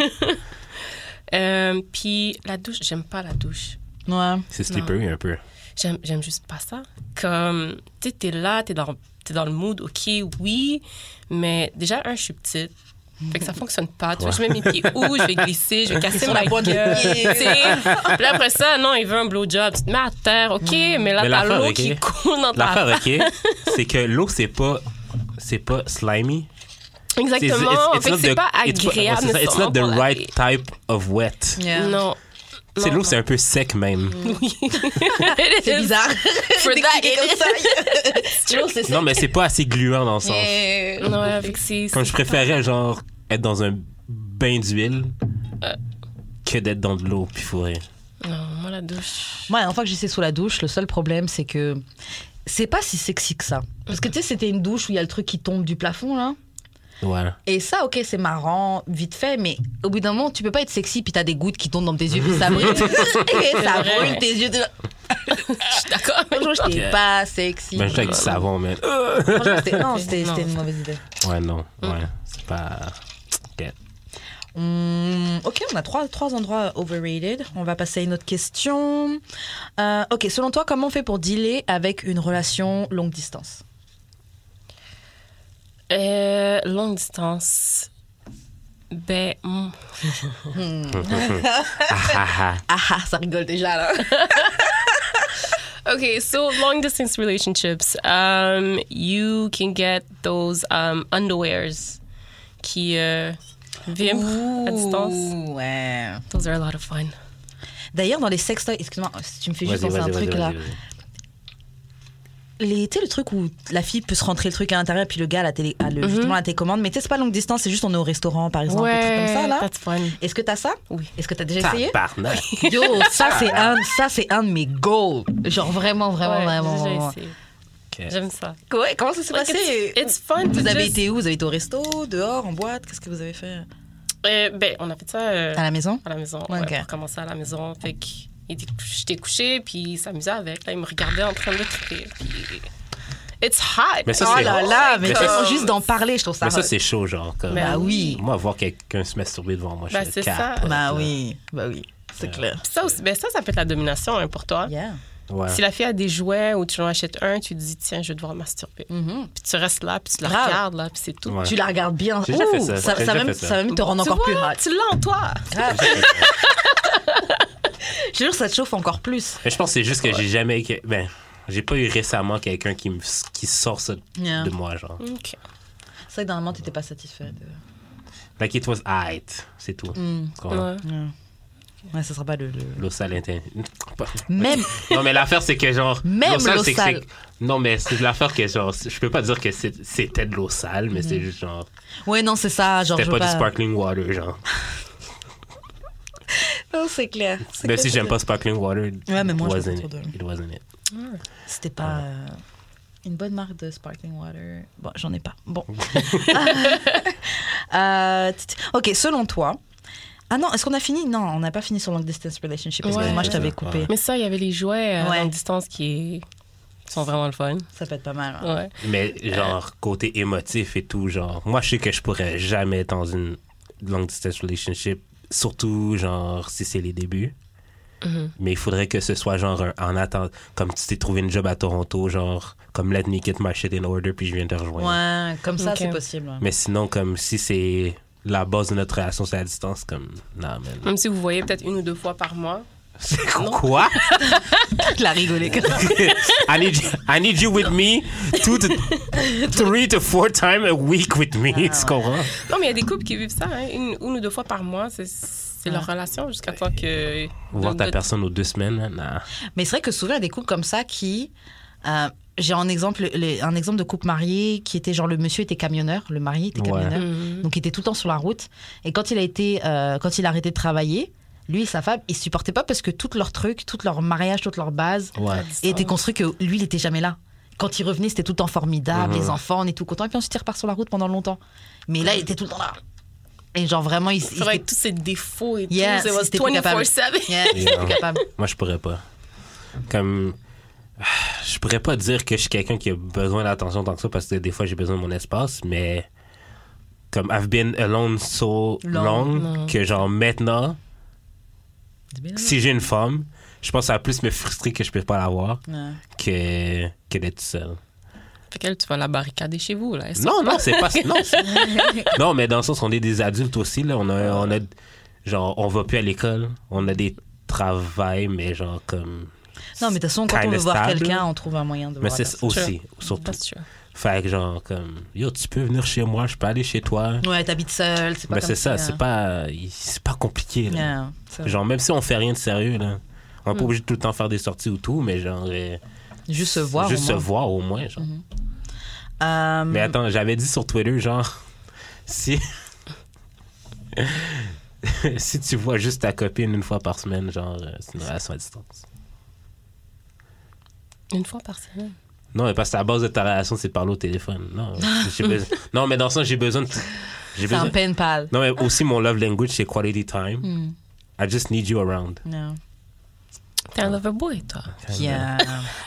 Euh, Puis la douche, j'aime pas la douche. Ouais. C'est slippery un peu. J'aime, j'aime juste pas ça. Comme, tu sais, t'es là, t'es dans, t'es dans le mood, OK, oui, mais déjà, un, je suis petite. Fait que ça fonctionne pas. Tu vois, je mets mes pieds où, je vais glisser, je vais casser Sur ma la pointe de gueule. pied. tu sais. Puis là, après ça, non, il veut un blowjob. Tu te mets à terre, OK, mais là, Mais t'as l'affaire, l'eau ok. qui coule dans ta L'affaire, OK, c'est que l'eau, c'est pas, c'est pas slimy. C'est- Exactement. it's- it's fait que not c'est the- pas it's pas- agréable. c'est ça, It's not the nécessairement pour right laver. type of wet. Yeah. Non. Tu sais, Non, l'eau, c'est un peu sec même. Oui. C'est bizarre. For that, Décliquer comme ça. L'eau, c'est ça. Non, mais c'est pas assez gluant dans le sens. Yeah. Non, ouais, fait que c'est. Comme je c'est préférais, genre, être dans un bain d'huile Euh. que d'être dans de l'eau puis fourré. pas- Non, moi, la douche. Moi, la dernière fois que j'étais sous la douche, le seul problème, c'est que c'est pas si sexy que ça. Parce que tu sais, c'était une douche où il y a le truc qui tombe du plafond, là. Ouais. Et ça, ok, c'est marrant, vite fait, mais au bout d'un moment, tu peux pas être sexy puis t'as des gouttes qui tombent dans tes yeux puis ça brûle. Et ça vrai. brûle tes yeux. T'es là, Je suis d'accord avec Franchement, j'étais Ok. pas sexy. Mais j'étais avec du savon, man. Franchement, c'était- non, c'était Non. c'était une mauvaise idée. Ouais, non. Ouais. C'est pas. Ok. Hum, ok, on a trois, trois endroits overrated. On va passer à une autre question. Euh, ok, selon toi, comment on fait pour dealer avec une relation longue distance? Euh, longue distance. Ben, hmm. Ah, ah, Ah ah, ça rigole déjà là. Okay, so long distance relationships, um, you can get those um, underwears qui euh, vibrent à distance. Ouh, ouais. Those are a lot of fun. D'ailleurs, dans les sextoys, excuse-moi, si tu me fais ah. juste Vas-y, penser à un vas-y, truc vas-y, là. vas-y, vas-y. Les, tu sais, le truc où la fille peut se rentrer le truc à l'intérieur, puis le gars a, la télé, a le, justement la télécommande. Mais tu sais, c'est pas longue distance, c'est juste on est au restaurant, par exemple, un truc comme ça, là. that's fun. Est-ce que t'as ça? Oui. Est-ce que t'as déjà essayé? Tabarnak. Yo, ça, c'est un, ça, c'est un de mes goals. Genre, vraiment, vraiment, Ouais, vraiment. j'ai déjà vraiment. essayé. Okay. J'aime ça. Ouais, comment ça s'est Like, passé? it's, it's fun. Vous to avez just- été où? Vous avez été au resto, dehors, en boîte? Qu'est-ce que vous avez fait? Euh, ben, on a fait ça euh, À la maison? à la maison. Ouais, Ouais, ok. pour commencer à la maison. Fait que il était cou- j'étais couchée, puis il s'amusait avec. Là, il me regardait en train de triper. Puis... It's hot. Mais ça, Oh c'est- là là, mais Mais tellement ça- juste d'en parler, je trouve ça Mais ça, hot. c'est chaud, genre. Comme, Ben Bah oui. Moi, voir quelqu'un se masturber devant moi, je Ben, suis c'est cap. ça. Bah oui, bah oui, c'est clair. Puis ça, aussi, ben, ça, ça peut être la domination hein, pour toi. Yeah. Ouais. Si la fille a des jouets ou tu en achètes un, tu te dis, tiens, je vais devoir masturber. Mhm. Puis tu restes là, puis tu la Grave. regardes, là, puis c'est tout. Ouais. Tu la regardes bien. J'ai déjà fait Ouh, ça. Ça, J'ai ça déjà même, fait ça. ça va même te rendre Tu encore plus vois, hot. tu l'as en toi. Grave. Je jure, ça te chauffe encore plus. Mais je pense que c'est juste que j'ai jamais. que- Ben, j'ai pas eu récemment quelqu'un qui, me... qui sort ça Yeah. de moi, genre. OK. C'est vrai que normalement, t'étais pas satisfait. De... Like it was aight, c'est tout. Mm. Tu comprends? Ouais. Yeah. Ouais, ça sera pas le. le- L'eau sale interne. Même. Non, mais l'affaire, c'est que genre. Même l'eau sale, l'eau c'est que sale. c'est- Non, mais c'est l'affaire que genre. Je peux pas dire que c'est- c'était de l'eau sale, mais c'est juste genre. Ouais, non, c'est ça. Genre, C'était je veux pas, du sparkling water, genre. Non, c'est clair. C'est Même clair, si c'est j'aime pas sparkling water. Ouais, mais moi, it je wasn't fais trop it. de- It wasn't it. clair. C'était pas euh, une bonne marque de sparkling water. Bon, j'en ai pas. Bon. Euh, t- t- ok, selon toi. Ah non, est-ce qu'on a fini? Non, on n'a pas fini sur long distance relationship. Excuse-moi, Ouais. je t'avais Ouais. coupé. Mais ça, il y avait les jouets à Ouais. longue distance qui sont vraiment le fun. Ça peut être pas mal. hein. Ouais. Mais genre, côté émotif et tout, genre. Moi, je sais que je pourrais jamais être dans une long distance relationship. Surtout, genre, si c'est les débuts. Mhm. Mais il faudrait que ce soit genre un- en attente, comme tu t'es trouvé une job à Toronto, genre comme let me get my shit in order puis je viens te rejoindre. Ouais, comme ça, Ok. c'est possible. ouais. Mais sinon, comme si c'est la base de notre relation, c'est à distance, comme non, man. Même si vous voyez peut-être une ou deux fois par mois. C'est quoi? La rigolé. I need you, I need you with me two to three to four times a week with me. Ah, Tu comprends? Non, mais il y a des couples qui vivent ça, hein, une, une ou deux fois par mois. C'est, c'est leur relation jusqu'à temps que. Voir de- ta de- personne aux deux semaines, man, nah. Mais c'est vrai que souvent, il y a des couples comme ça qui. euh, j'ai un exemple, les- un exemple de couple marié qui était genre le monsieur était camionneur, le marié était Ouais. camionneur, Mhm. donc il était tout le temps sur la route. Et quand il a été, euh, quand il a arrêté de travailler, lui et sa femme, ils supportaient pas parce que tout leur truc, tout leur mariage, toute leur base Ouais. était construit que lui, il était jamais là. Quand il revenait, c'était tout le temps formidable, Mhm. les enfants, on est tout contents. Et puis ensuite, il repart sur la route pendant longtemps. Mais là, il était tout le temps là. Et genre vraiment, il, C'est vrai que tous ces défauts et Yeah, tout, it was c'était plus capable. vingt-quatre sept. Yeah, il Yeah. était plus capable. Moi, je pourrais pas. Comme. Je pourrais pas dire que je suis quelqu'un qui a besoin d'attention tant que ça parce que des fois j'ai besoin de mon espace, mais comme I've been alone so Long. long, Non. que genre maintenant, si j'ai une femme, je pense que ça va plus me frustrer que je peux pas l'avoir Ouais. que, que d'être seul. Fait qu'elle, tu vas la barricader chez vous, là. Non, non, c'est pas. Non, c'est- non, mais dans le sens, on est des adultes aussi, là. On a, on a. Genre, on va plus à l'école. On a des travails, mais genre comme. Non, mais de toute façon, quand on kinda veut voir stable. quelqu'un, on trouve un moyen de Mais voir la c'est personne. aussi, surtout. That's true. Fait que genre, comme, yo, tu peux venir chez moi, je peux aller chez toi. Ouais, t'habites seul, c'est pas Mais comme c'est ça, si, c'est euh, pas, c'est pas compliqué, là. yeah, c'est vrai. Genre, même si on fait rien de sérieux, là. On n'est pas Mm. obligé de tout le temps faire des sorties ou tout, mais genre. euh, Juste se voir. Juste au se moins. voir au moins, genre. Euh, Mais attends, j'avais dit sur Twitter, genre, si. si tu vois juste ta copine une fois par semaine, genre, euh, c'est une relation à distance. Une fois par semaine. Non, mais parce que la base de ta relation, c'est de parler au téléphone. Non, j'ai besoin... non mais dans le sens, j'ai besoin de. J'ai c'est un besoin... pen pal. Non, mais aussi, mon love language, c'est quality time. Hmm. I just need you around. Yeah. T'es un lover boy, toi. Yeah.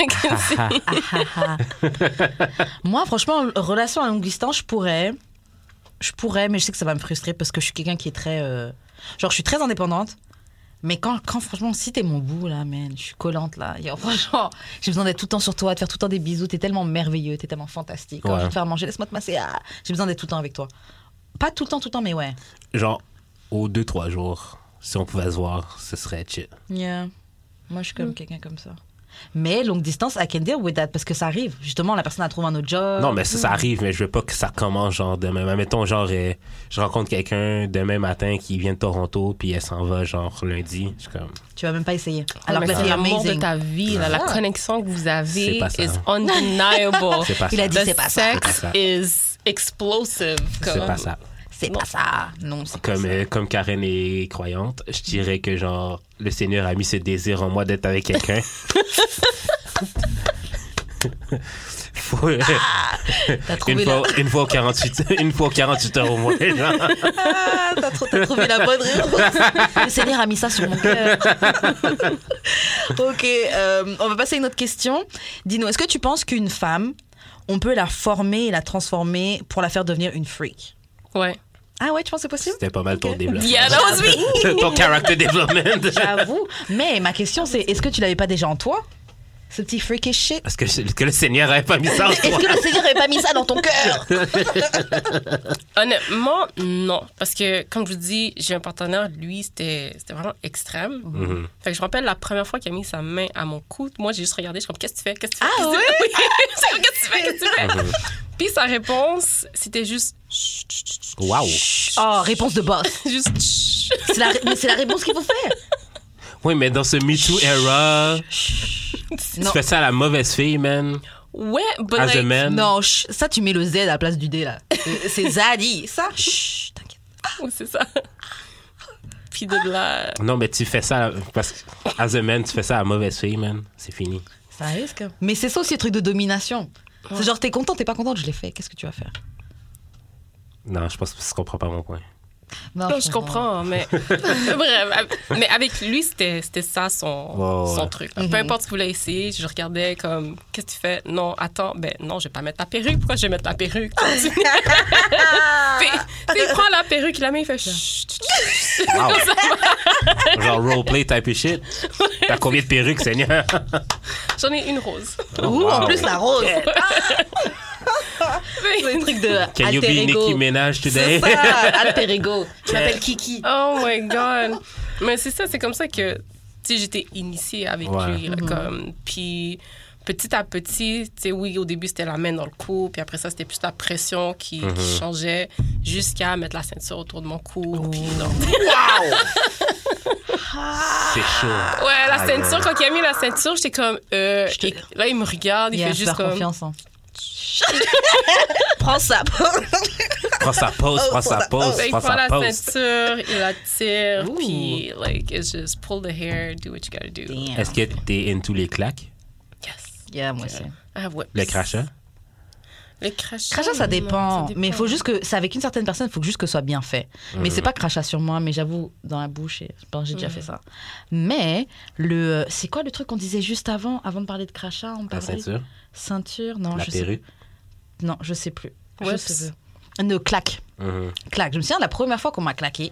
Moi, franchement, relation à longue distance, je pourrais. Je pourrais, mais je sais que ça va me frustrer parce que je suis quelqu'un qui est très. euh, Genre, je suis très indépendante. Mais quand, quand franchement, si t'es mon bout, là, man, je suis collante, là. Yo, franchement, j'ai besoin d'être tout le temps sur toi, de faire tout le temps des bisous. T'es tellement merveilleux, t'es tellement fantastique. Quand Ouais. je vais te faire manger, laisse-moi te masser. Ah, j'ai besoin d'être tout le temps avec toi. Pas tout le temps, tout le temps, mais ouais. Genre, aux deux, trois jours, si on pouvait se voir, ce serait chill. Yeah. Moi, je suis Hmm. comme quelqu'un comme ça. Mais longue distance, I can deal with that parce que ça arrive. Justement, la personne a trouvé un autre job. Non, mais ça, ça arrive, mais je veux pas que ça commence genre demain. Mais mettons, genre, euh, je rencontre quelqu'un demain matin qui vient de Toronto, puis elle s'en va, genre, lundi. Je suis comme. Tu vas même pas essayer. Alors Mais que là, c'est c'est l'amour de amazing. ta vie, là, la Ah. connexion que vous avez C'est pas ça. is undeniable. C'est pas Il ça. a dit The c'est pas ça. C'est pas sex ça. is explosive. C'est Comme... pas ça. C'est pas ça. Non, c'est pas Comme, ça. euh, comme Karen est croyante, je dirais que, genre, le Seigneur a mis ce désir en moi d'être avec quelqu'un. fois, T'as trouvé une, fois, la... une, fois aux quarante-huit, une fois aux quarante-huit heures au moins. Genre. Ah, t'as, trop- t'as trouvé la bonne réponse. Le Seigneur a mis ça sur mon cœur. Ok, euh, on va passer à une autre question. Dis-nous, est-ce que tu penses qu'une femme, on peut la former et la transformer pour la faire devenir une freak? Ouais. Ah ouais, tu penses que c'est possible? C'était pas mal ton Ok. développement. Yeah, that was me. Ton character development. J'avoue. Mais ma question, c'est est-ce que tu l'avais pas déjà en toi? Ce petit freakish shit? Parce que, est-ce que le Seigneur n'avait pas mis ça en Est-ce toi? que le Seigneur n'avait pas mis ça dans ton cœur? Honnêtement, non. Parce que, comme je vous dis, j'ai un partenaire, lui, c'était, c'était vraiment extrême. Mhm. Fait que je me rappelle la première fois qu'il a mis sa main à mon cou, moi, j'ai juste regardé, je suis comme, qu'est-ce que tu fais? Qu'est-ce que tu fais? Ah Qu'est-ce que ouais? tu fais? Oui. C'est comme, qu'est-ce que tu fais? Qu'est-ce que tu fais? Mhm. Puis sa réponse, c'était juste. Chut, chut, chut, chut, Wow. Oh, réponse de boss. Juste. chut. C'est la, ré- mais c'est la réponse qu'il faut faire. Oui, mais dans ce Me Too era, Non. tu fais ça à la mauvaise fille, man. Ouais, but As like, a man. Non, chut, ça, tu mets le Z à la place du D, là. Euh, C'est Zadie. Ça, chut, t'inquiète. Oui, c'est ça. Puis de là. Non, mais tu fais ça parce que, as a man, tu fais ça à la mauvaise fille, man. C'est fini. Ça risque. Mais c'est ça aussi le truc de domination. C'est genre, t'es content, t'es pas contente, je l'ai fait. Qu'est-ce que tu vas faire? Non, je pense que tu comprends pas mon point. Non, je comprends, mais bref, av- mais avec lui, c'était, c'était ça son, Ouais, ouais. son truc. Peu Mhm. importe ce qu'il voulait essayer, je regardais comme, qu'est-ce que tu fais? Non, attends, ben non, je vais pas mettre la perruque. Pourquoi je vais mettre la perruque? Continue. Puis, tu sais, il prend la perruque, il la met, il fait chut, chut, chut. Wow. Genre roleplay type of shit. T'as combien de perruques, Seigneur? J'en ai une rose. Ouh, Wow. en plus, la rose. C'est un truc de Can you alter be ego. Nicki Minaj today? C'est ça, alter ego. Je m'appelle Kiki. Oh my God. Mais c'est ça, c'est comme ça que, tu sais, j'étais initiée avec Ouais. lui. là, comme, puis petit à petit, tu sais, oui, au début, c'était la main dans le cou, puis après ça, c'était plus la pression qui, Mhm. qui changeait jusqu'à mettre la ceinture autour de mon cou. Puis non. C'est chaud. Ouais, la Aïe, ceinture, aïe. quand il a mis la ceinture, j'étais comme, euh, Je te- et là, il me regarde, il Il fait a juste faire comme. confiance. Hein. Prends ça. Prends sa pause, prends sa pause, Fait, il prends prend sa la pause. ceinture, il la tire, Ouh. puis, like, it's just pull the hair, do what you gotta do. Damn. Est-ce que t'es into les claques? Yes. Yeah, moi aussi. Ah ouais. Le crachat? Le crachat. Crachat, ça non, dépend. ça Mais il faut juste que, c'est avec une certaine personne, il faut juste que ce soit bien fait. Mais c'est pas crachat sur moi, mais j'avoue, dans la bouche, et je pense que j'ai déjà fait ça. Mais, le, c'est quoi le truc qu'on disait juste avant, avant de parler de crachat? On La parlait ceinture? Ceinture? Non, La je sais perruque? Non, je sais plus. Je Whoops. sais plus. Ne claque. Mhm. Claque. Je me souviens la première fois qu'on m'a claqué.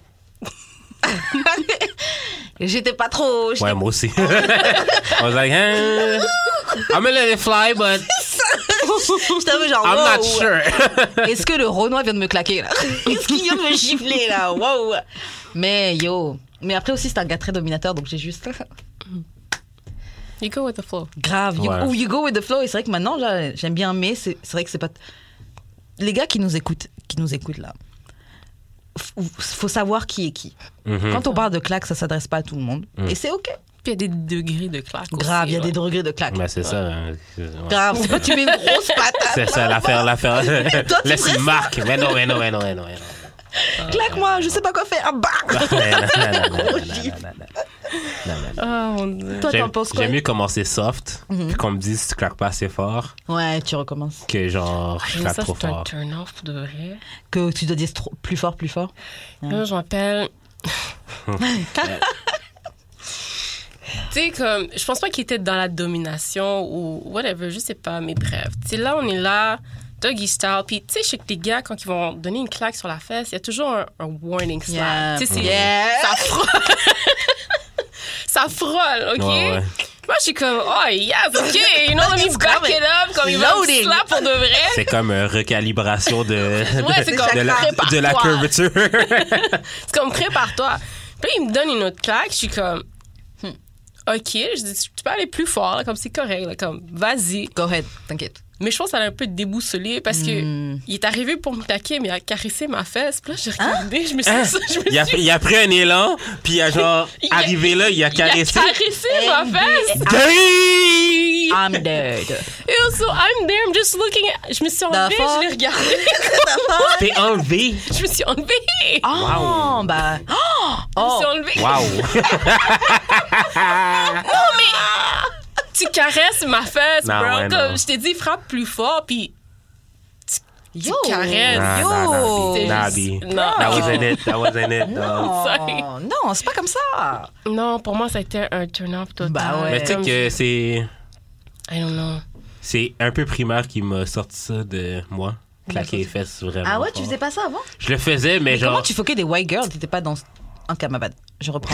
J'étais pas trop. j'étais- Ouais, moi aussi. I was like, hein, I'm gonna let it fly, but J'étais un peu genre. I'm not wow. sure. Est-ce que le Renoir vient de me claquer là? Est-ce qu'il vient de me gifler là? Wow. Mais yo. Mais après aussi, c'est un gars très dominateur, donc j'ai juste. You go with the flow. Grave. You, Ouais. oh, you go with the flow. Et c'est vrai que maintenant, là, j'aime bien, mais c'est c'est vrai que c'est pas. Les gars qui nous écoutent, qui nous écoutent là, f- faut savoir qui est qui. Mhm. Quand on parle de claque, ça s'adresse pas à tout le monde. Mm. Et c'est ok. Puis il y a des degrés de claque aussi. Grave, il y a ouais. des degrés de claque. Ben, c'est ça. hein. C'est- ouais. Grave, c'est pas tu mets une grosse patate. C'est ça, l'affaire, l'affaire. Toi, tu Laisse ferais une ça? marque. Mais non, mais non, mais non, mais non. mais non. Claque-moi, je sais pas quoi faire. Bah. Non, non, non, non, non, non, non, non. Non, non, non. Oh mon Dieu. Toi, t'en J'aime penses quoi? j'aime mieux commencer soft, Mhm. puis qu'on me dise si tu claques pas assez fort, Ouais, tu recommences. que genre, je Mais claque ça, trop c'est un fort. turn off pour de vrai. Que tu dois dire trop- plus fort, plus fort. Là, je m'appelle. Tu sais, comme, je pense pas qu'il était dans la domination ou whatever, je sais pas, mais bref. Tu sais, là, on est là, doggy style, puis tu sais, je sais que les gars, quand ils vont donner une claque sur la fesse, il y a toujours un, un warning slap. Yeah. Tu sais, c'est. Yeah. Ça frôle. Ça frôle, OK? Ouais, ouais. Moi, je suis comme, oh, yes, OK, you know, let me back it up, comme il va me Loading. slap pour de vrai. C'est comme une recalibration de, Ouais, c'est comme, de, la, prépare-toi. de la curvature. C'est comme, prépare-toi. Puis là, il me donne une autre claque. Je suis comme, hmm, OK. Je dis, tu peux aller plus fort, là, comme c'est correct. Là, comme, vas-y. Go ahead, t'inquiète. Mais je pense que ça l'a un peu déboussolé parce que Hmm. il est arrivé pour me claquer, mais il a caressé ma fesse. Puis là, j'ai regardé, je me suis, Hein? je me Il a, suis- il a pris un élan, puis il a genre, Il a- arrivé là, il a caressé. Il a caressé ma fesse. Damn! I'm dead. Et so I'm there, I'm just looking at... Je me suis enlevée, fuck? je l'ai regardé. T'es enlevé. Je me suis enlevée. Oh, bah. Oh, Je me suis enlevée. Wow. tu caresses ma fesse, Non, bro. ouais, Comme non. je t'ai dit, frappe plus fort, puis Yo! caresses. Nah, Yo! nah, nah, C'est nah, juste- B. Non. That wasn't it. That wasn't it. No. Sorry. Non, non, c'est pas comme ça. Non, pour moi, ça a été un turn-off total. Bah ouais. Mais tu sais Comme que c'est... I don't know. C'est un peu primaire qui m'a sorti ça de moi. Claquer les fesses vraiment Ah ouais, tu fort. faisais pas ça avant? Je le faisais, mais, Mais genre... comment tu foquais des white girls? T'étais pas dans... Ok, ma bad. Je reprends.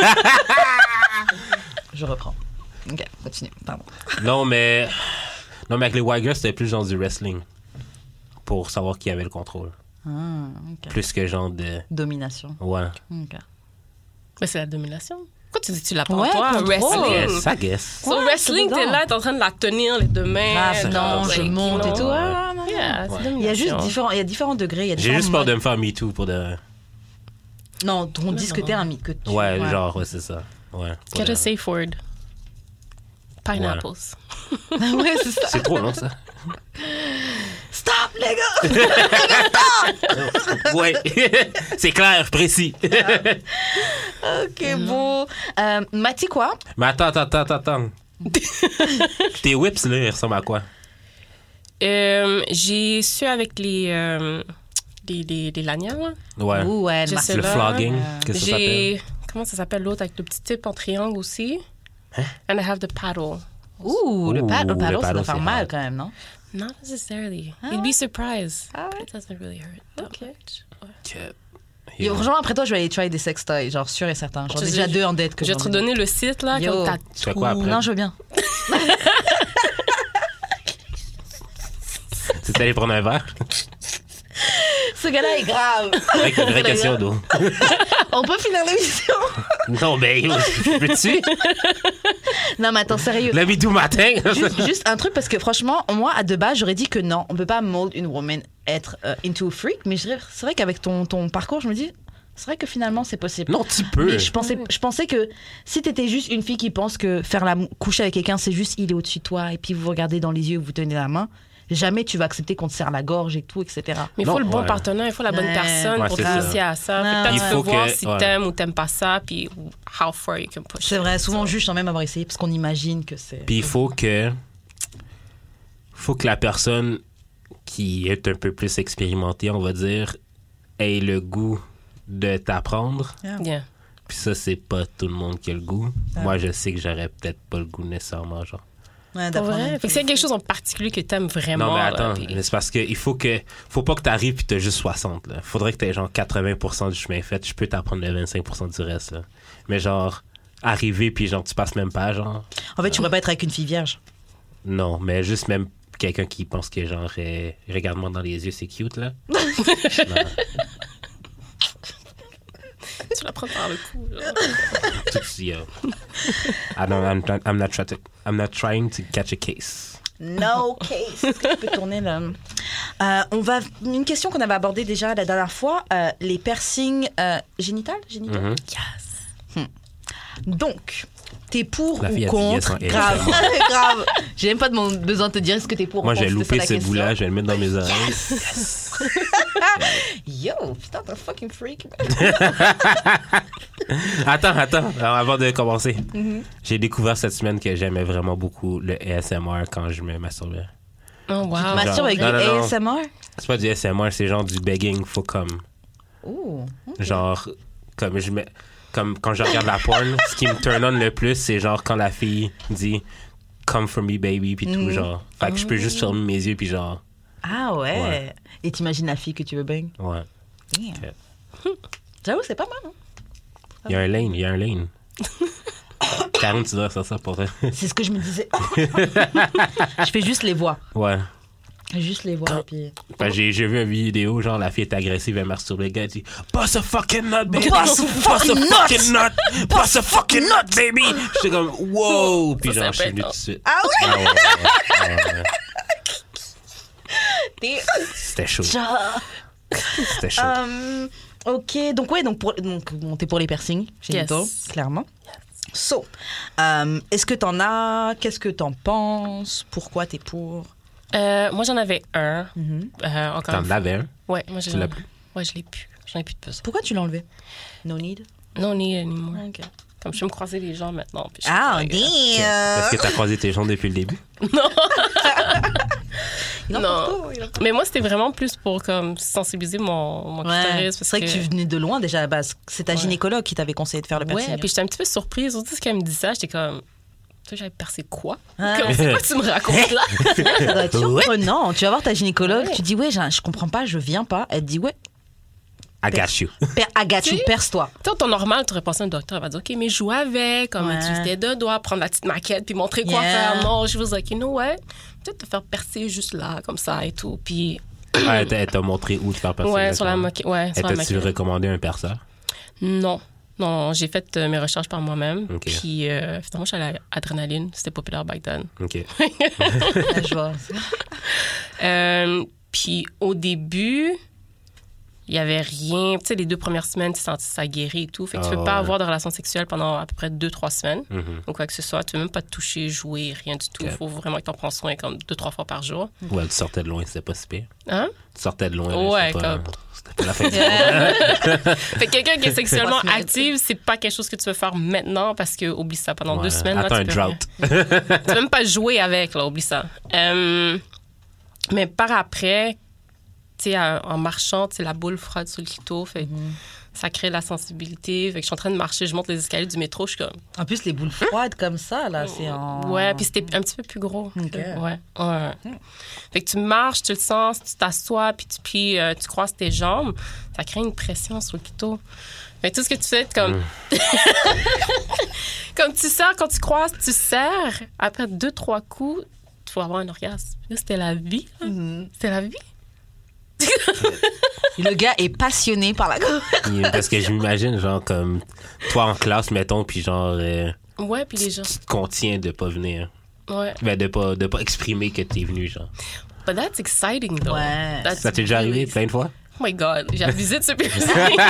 Je reprends. Ok, continue. Pardon. Non, mais... Non, mais avec les white girls, c'était plus genre du wrestling. Pour savoir qui avait le contrôle. Ah, ok. Plus que genre de... Domination. Ouais. Ok. Mais c'est la domination. Pourquoi tu dis que tu l'apprends Ouais, toi? contrôle. Wrestling. Yes, I guess. So, Ouais, wrestling, c'est t'es dedans. là, t'es en train de la tenir les deux mains. Grave, non, like, je monte et you tout. know. Ah, non, non. Yeah, c'est Ouais. domination. Il y a juste différents, il y a différents degrés. Il y a J'ai différents juste peur de modes. me faire me too pour de... Non, on dit non, que t'es non. un mythe. Que tu... Ouais, genre, ouais, c'est ça. Ouais. pour Get de- a safe word. Pineapples. ouais, c'est ça. C'est trop long, ça. Stop, les gars! Ouais. C'est clair, précis. Ok, bon. Euh, Mathie, quoi? Mais attends, attends, attends, attends. Tes whips, là, ils ressemblent à quoi? Euh, j'ai su avec les, euh, les, les, les lanières, là. Ouais. Ouh, ouais, Je le sais Le là. flogging, Euh, qu'est-ce que ça s'appelle? J'ai... Comment ça s'appelle l'autre avec le petit type en triangle aussi? Hein? And I have the paddle. Ouh, le Ouh, pad, le le paddle, ça paddle, doit faire c'est mal hard. quand même, non? Not necessarily. Ah You'd ouais? be surprised. Ah ouais? But it doesn't really hurt that Ok. much. Ouais. Que- Yo, franchement, après toi, je vais aller try des sextoys, genre sûr et certain. J'en ai Je- déjà je- deux en dette que Je vais j'ai te envie de- redonner le site, là, Yo. comme t'as Tu fais quoi tout. après? Non, je veux bien. Tu es allé prendre un verre? Ce gars-là est grave. Avec une vraie question d'eau. On peut finir l'émission? Non, mais yo, peux-tu? Non, mais attends, sérieux. L'ami du matin? Juste, juste un truc, parce que franchement, moi, à de base, j'aurais dit que non, on peut pas mold une woman être euh, into a freak, mais je dirais- c'est vrai qu'avec ton, ton parcours, je me dis, c'est vrai que finalement, c'est possible. Non, tu peux. Mais je pensais, je pensais que si t'étais juste une fille qui pense que faire la mou- coucher avec quelqu'un, c'est juste il est au-dessus de toi, et puis vous vous regardez dans les yeux, vous tenez la main, jamais tu vas accepter qu'on te serre la gorge et tout, et cetera. Mais il Non, faut le bon ouais. partenaire, il faut la bonne Ouais. personne Ouais, pour c'est ça. t'initier à ça. Ouais. Fait que Peut-être Il tu peux faut voir que- si ouais. t'aimes ou t'aimes pas ça, puis how far you can push. C'est vrai, souvent on So- juge sans même avoir essayé, parce qu'on imagine que c'est... Puis il faut que... faut que la personne qui est un peu plus expérimentée, on va dire, ait le goût de t'apprendre. Yeah. Puis ça, c'est pas tout le monde qui a le goût. Ah. Moi, je sais que j'aurais peut-être pas le goût nécessairement, genre. Ouais, Pour d'apprendre vrai? une Fait que s'il y a quelque chose en particulier que t'aimes vraiment. Non, mais là, attends, puis- mais c'est parce que il faut que faut pas que t'arrives puis t'as juste soixante, là. Faudrait que t'aies genre quatre-vingts pour cent du chemin fait. Je peux t'apprendre le vingt-cinq pour cent du reste, là. Mais genre, arriver puis genre, tu passes même pas, genre. En fait, tu pourrais pas être avec une fille vierge. Non, mais juste même quelqu'un qui pense que genre, euh, regarde-moi dans les yeux, c'est cute, là. Non. Tu la prends par le cou. là. Tout de suite, yo. I don't, I'm, try- I'm, not try to, I'm not trying to catch a case. No case. Est-ce que tu peux tourner là? Euh, on va une question qu'on avait abordée déjà la dernière fois, euh, les piercings euh, génitales, génitaux. Mhm. Yes. Donc, t'es pour La fille ou a dit yes contre? en Grave, grave. J'ai même pas demandé- besoin de te dire est-ce que t'es pour Moi, ou contre. j'ai c'était ça loupé la ce question. bout-là, je vais le mettre dans mes oreilles. Yo, putain, t'es un fucking freak. Attends, attends, alors, avant de commencer. Mhm. J'ai découvert cette semaine que j'aimais vraiment beaucoup le A S M R quand je me masturbais. Oh, wow. Masturbe avec du Non, non, non. A S M R? C'est pas du A S M R, c'est genre du begging, faut comme. Ouh. Genre, comme je me. Comme quand je regarde la porn, ce qui me turn on le plus, c'est genre quand la fille dit come for me baby, puis tout, Mhm. genre. Fait que je peux juste fermer mes yeux, puis genre. Ah ouais. Ouais. Et t'imagines la fille que tu veux bang? Ouais. Damn. Ok. J'avoue, c'est pas mal. Hein? Il y a un lane, il y a un lane. Karen, tu dois faire ça pour toi. C'est ce que je me disais. Je fais juste les voix. Ouais. Juste les voix. Et puis... Fait que j'ai, j'ai vu une vidéo, genre la fille est agressive, elle masturbe, le gars dit Boss a fucking nut, baby! Boss a fucking nut! fucking nut! Boss a fucking nut, baby! J'étais comme wow! Puis Ça, genre, c'est je suis venu pétant. tout de suite. Ah ouais? Ah ouais, ouais, ouais, ouais. T'es- C'était chaud. Ja. C'était chaud. Euh, ok, donc ouais, donc, pour, donc bon, t'es pour les piercings génitaux, Yes. clairement. So, euh, est-ce que t'en as? Qu'est-ce que t'en penses? Pourquoi t'es pour? Euh, moi, j'en avais un. Mhm. Euh, encore T'en une avais un? Ouais, moi, j'ai Tu l'as plus? Ouais, je l'ai plus. J'en ai plus de besoin. Pourquoi tu l'as enlevé? No need? Non, ni anymore. Ok. Comme je vais me croiser les jambes maintenant. Puis je suis Ah, comme, damn! Est-ce que t'as croisé tes jambes depuis le début? Il en Non. partout, il en partout. Mais moi, c'était vraiment plus pour comme sensibiliser mon, mon Ouais. clitoris. C'est vrai que tu venais de loin déjà à la base. C'est ta Ouais. gynécologue qui t'avait conseillé de faire le Ouais, piercing. puis j'étais un petit peu surprise. Surtout quand elle me dit ça, j'étais comme... Toi, j'avais percé quoi? Ah. Comme, c'est quoi que tu me racontes là? Ça doit être surprenant. Tu vas voir ta gynécologue, Ouais. tu dis ouais, j'ai un- je comprends pas, je viens pas. Elle te dit ouais, I got you. per, agachu, Si. perce-toi. Tu sais, en temps normal, tu aurais pensé à un docteur, elle va dire, OK, mais joue avec, comme Ouais. utiliser deux doigts, prendre la petite maquette, puis montrer quoi Yeah. faire. Non, je was like, you know what? Peut-être te faire percer juste là, comme ça et tout. Puis, Ah, elle t'a- elle t'a montré où te faire passer. ouais, sur la exactement. maquette. Ouais, Elle sur la t'a-tu maquette. recommandé un perceur? Non. Non, j'ai fait euh, mes recherches par moi-même. OK. Puis, euh, finalement, je suis allée à Adrénaline. C'était populaire back then. OK. Ouais, je vois. Euh, puis, au début, il y avait rien. Tu sais, les deux premières semaines, tu sens ça guérit et tout. Fait que tu Ah, peux pas ouais. avoir de relations sexuelles pendant à peu près deux, trois semaines. Mhm. ou quoi que ce soit. Tu veux même pas te toucher, jouer, rien du tout. Il Ok. faut vraiment que tu en prends soin comme deux, trois fois par jour. Ouais, tu sortais de loin, c'était pas si pire. Hein? Tu sortais de loin. Ouais, c'était pas, comme- c'était pas la fin du monde. Fait que quelqu'un qui est sexuellement Trois semaines. actif, c'est pas quelque chose que tu veux faire maintenant parce que oublie ça pendant Ouais, deux semaines. attends là, un tu peux rien. drought. Tu peux même pas jouer avec, là, oublie ça. Euh, mais par après, tu sais, en en marchant, tu sais, la boule froide sur le clito, fait que ça crée de la sensibilité. Fait que je suis en train de marcher, je monte les escaliers du métro, je suis comme... En plus, les boules froides comme ça, là, c'est en. Ouais, puis c'était un petit peu plus gros. Ok. Ouais, ouais. Fait que tu marches, tu le sens, tu t'assois, puis tu, puis, euh, tu croises tes jambes, ça crée une pression sur le clito. Fait que tout ce que tu fais, c'est comme... comme tu serres, quand tu croises, tu serres. Après deux, trois coups, tu vas avoir un orgasme. Là, c'était la vie. là. Mhm. C'était la vie. Et le gars est passionné par la. Parce que je m'imagine, genre, comme toi en classe, mettons, puis genre, euh, Ouais, puis les gens... tu te contiens de pas venir. Ouais. Ben, de pas, de pas exprimer que t'es venu, genre. But that's exciting, though. Ouais. That's Ça t'est déjà arrivé really- plein de fois? Oh my God, j'ai abusé de ce piercing.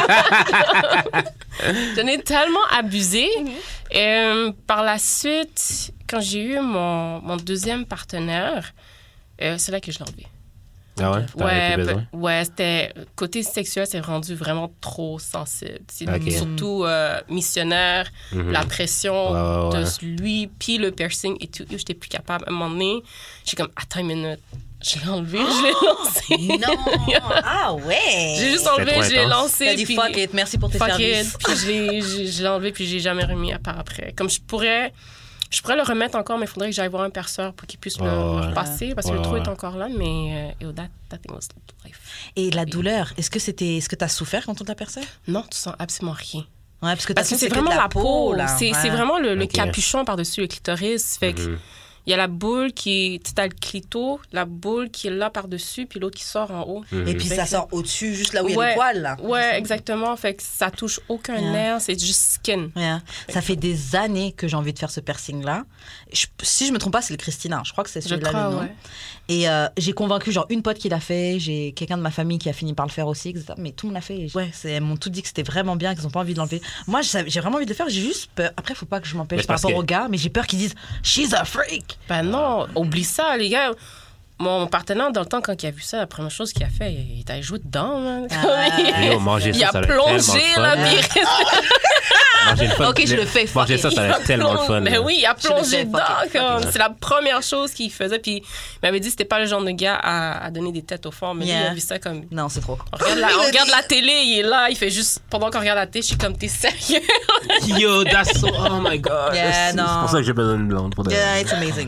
J'en ai tellement abusé. Euh, par la suite, quand j'ai eu mon, mon deuxième partenaire, euh, c'est là que je l'ai enlevé. Ah ouais? T'en avais Ouais, plus besoin? pe- ouais, c'était... Côté sexuel, c'est rendu vraiment trop sensible. C'est Ok. surtout euh, missionnaire, Mhm. la pression Ouais, ouais, ouais. de lui, puis le piercing et tout. J'étais plus capable. À un moment donné, j'ai comme, attends une minute. Je l'ai enlevé, je l'ai lancé. Non! Ah ouais! J'ai juste C'est enlevé, trop je l'ai intense. lancé. T'as dit puis- fuck it, merci pour tes Fuck services. it. Puis je l'ai, j'ai- je l'ai enlevé, puis j'ai jamais remis à part après. Comme je pourrais, je pourrais le remettre encore, mais il faudrait que j'aille voir un perceur pour qu'il puisse Ouais, le, ouais. le repasser, parce que Ouais, le trou ouais. est encore là, mais euh, yo, that, that thing was life. Et la douleur, est-ce que c'était, est-ce que t'as souffert quand on t'a percé? Non, tu sens absolument rien. Ouais, parce que, Parce que t'as c'est que vraiment de la peau. là. C'est, Ouais. c'est vraiment le, le Ok. capuchon par-dessus le clitoris. Fait que Mhm. il y a la boule qui est... Tu as le clito, la boule qui est là par-dessus, puis l'autre qui sort en haut. Mhm. Et puis Fait ça que- sort au-dessus, juste là où il y a Ouais. les poils, là. Ouais, exactement. Fait que ça touche aucun Yeah. nerf, c'est juste skin. Ouais. Ça fait des années que j'ai envie de faire ce piercing-là. Je- si je me trompe pas, c'est le Christina. Je crois que c'est Je celui-là crois, le nom. ouais. Et euh, j'ai convaincu genre une pote qui l'a fait, j'ai quelqu'un de ma famille qui a fini par le faire aussi, et cetera. Mais tout le monde l'a fait. Et ouais, c'est, elles m'ont tout dit que c'était vraiment bien, qu'ils n'ont pas envie de l'enlever. Moi, je savais- j'ai vraiment envie de le faire, j'ai juste peur. Après, faut pas que je Mais m'empêche c'est par parce rapport que- aux gars, mais j'ai peur qu'ils disent she's a freak. Ben non, oublie ça, les gars. Mon partenaire, dans le temps, quand il a vu ça, la première chose qu'il a fait, il est allé jouer dedans, man. Ah. Yo, manger il ça, a ça doit être plongé, tellement là, le puis fun. il Manger le fun- Ok, je le fais, fuck Manger it. ça, ça doit Il a être tellement le plongé- fun. Ben là. oui, il a Je le plongé fais, dedans. fuck it, fuck comme, it. c'est la première chose qu'il faisait. Puis il m'avait dit que c'était pas le genre de gars à, à donner des têtes au fond. Mais lui, Yeah. il a vu ça comme. Non, c'est trop. On regarde, la, on regarde la télé, il est là, il fait juste. Pendant qu'on regarde la télé, je suis comme, t'es sérieux? Yo, that's so... Oh my God. Yeah, c'est non. c'est pour ça que j'ai besoin d'une blonde. Pour de- Yeah, it's amazing.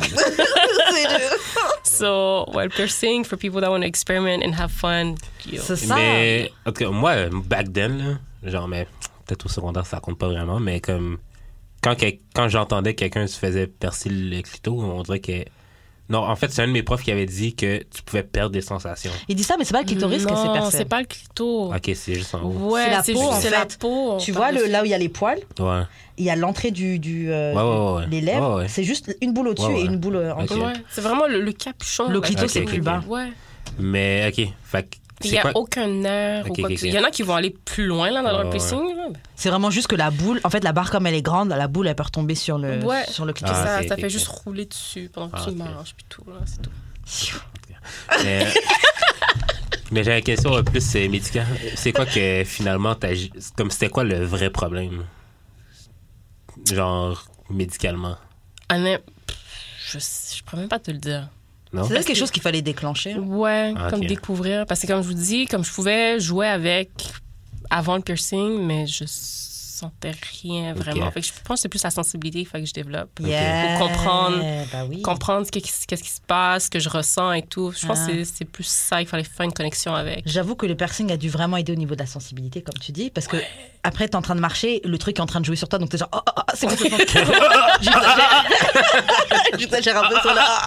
So, well, piercing for people that want to experiment and have fun. Yo. C'est ça. Mais, en tout cas, moi, back then, là, genre, mais peut-être au secondaire, ça compte pas vraiment, mais comme, quand, quel- quand j'entendais quelqu'un se faisait percer le clito, on dirait que. Non, en fait, c'est un de mes profs qui avait dit que tu pouvais perdre des sensations. Il dit ça, mais c'est pas le clitoris que c'est Non, percé. c'est pas le clito. Ok, c'est juste en haut. Ouais, C'est la c'est peau, juste en c'est la fait. peau. Tu vois le, là où il y a les poils, Ouais. il y a l'entrée du, du euh, Ouais, ouais, ouais. les lèvres. Ouais, ouais. C'est juste une boule au-dessus Ouais, ouais. et une boule euh, en Ok. dessous. Ouais, c'est vraiment le, le capuchon. Le là, clito, Ok, c'est ok, plus ok. bas. Ouais. Mais, ok. Fait que, Il c'est n'y a quoi? aucun nerf Ok, ou quoi ok, que ce soit. ok. Il y en a qui vont aller plus loin là, dans Ouais, leur ouais. piercing. là. C'est vraiment juste que la boule, en fait, la barre comme elle est grande, la boule elle peut retomber sur le, Ouais. sur le clitoris. Ah, ça ok, ça ok, fait ok. juste rouler dessus pendant que Ah, tu ok. manges puis tout. Là, c'est tout. Mais, mais j'ai une question un plus euh, médicale. C'est quoi que finalement, t'as, comme c'était quoi le vrai problème? genre, médicalement? Honnêtement, je, je pourrais même pas te le dire. Non? C'est quelque chose qu'il fallait déclencher. Ouais, Ah, comme ok. découvrir. Parce que comme je vous dis, comme je pouvais jouer avec avant le piercing, mais je sentais rien vraiment. Ok. Fait que je pense que c'est plus la sensibilité qu'il faut que je développe. Yeah. Pour comprendre, Bah oui. comprendre qu'est-ce qu'est-ce qui se passe, ce que je ressens et tout. Je pense Ah. que c'est- c'est plus ça, il fallait faire une connexion avec. J'avoue que le piercing a dû vraiment aider au niveau de la sensibilité, comme tu dis, parce que après, t'es en train de marcher, le truc est en train de jouer sur toi, donc t'es genre, oh, oh, oh, c'est bon, c'est bon. J'exagère. J'exagère un peu sur là.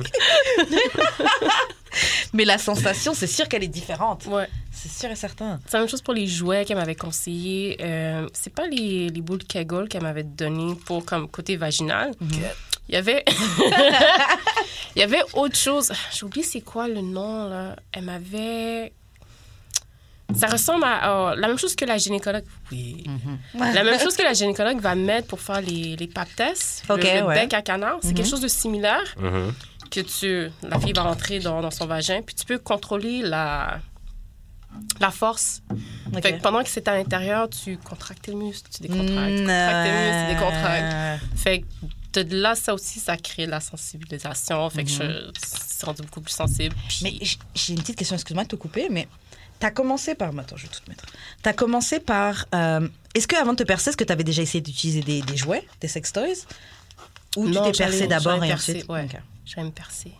Mais la sensation, c'est sûr qu'elle est différente. Ouais. C'est sûr et certain. C'est la même chose pour les jouets qu'elle m'avait conseillé. Euh, c'est pas les, les boules Kegel qu'elle m'avait donné pour comme côté vaginal. Il y avait il y avait autre chose. J'ai oublié c'est quoi le nom là. Elle m'avait ça ressemble à oh, la même chose que la gynécologue. Oui. La même chose que la gynécologue va mettre pour faire les les pap tests. Ok, le, le ouais. bec à canard, c'est quelque chose de similaire Mhm. que tu la fille va rentrer dans, dans son vagin puis tu peux contrôler la la force. Ok. Fait que pendant que c'est à l'intérieur, tu contractes tes muscles, tu décontractes, tu Mm, contractes tes muscles, tu décontractes. euh, Fait que de là, ça aussi, ça crée de la sensibilisation. Fait que je suis rendue beaucoup plus sensible. Puis- Mais j- j'ai une petite question, excuse-moi de te couper, mais t'as commencé par... Attends, je vais tout te mettre. T'as commencé par... euh, Est-ce qu'avant de te percer, est-ce que t'avais déjà essayé d'utiliser des, des jouets, des sex toys? Ou tu Non, t'es j'allais- percé d'abord j'allais et percer, ensuite ouais. Ok. J'allais me percer.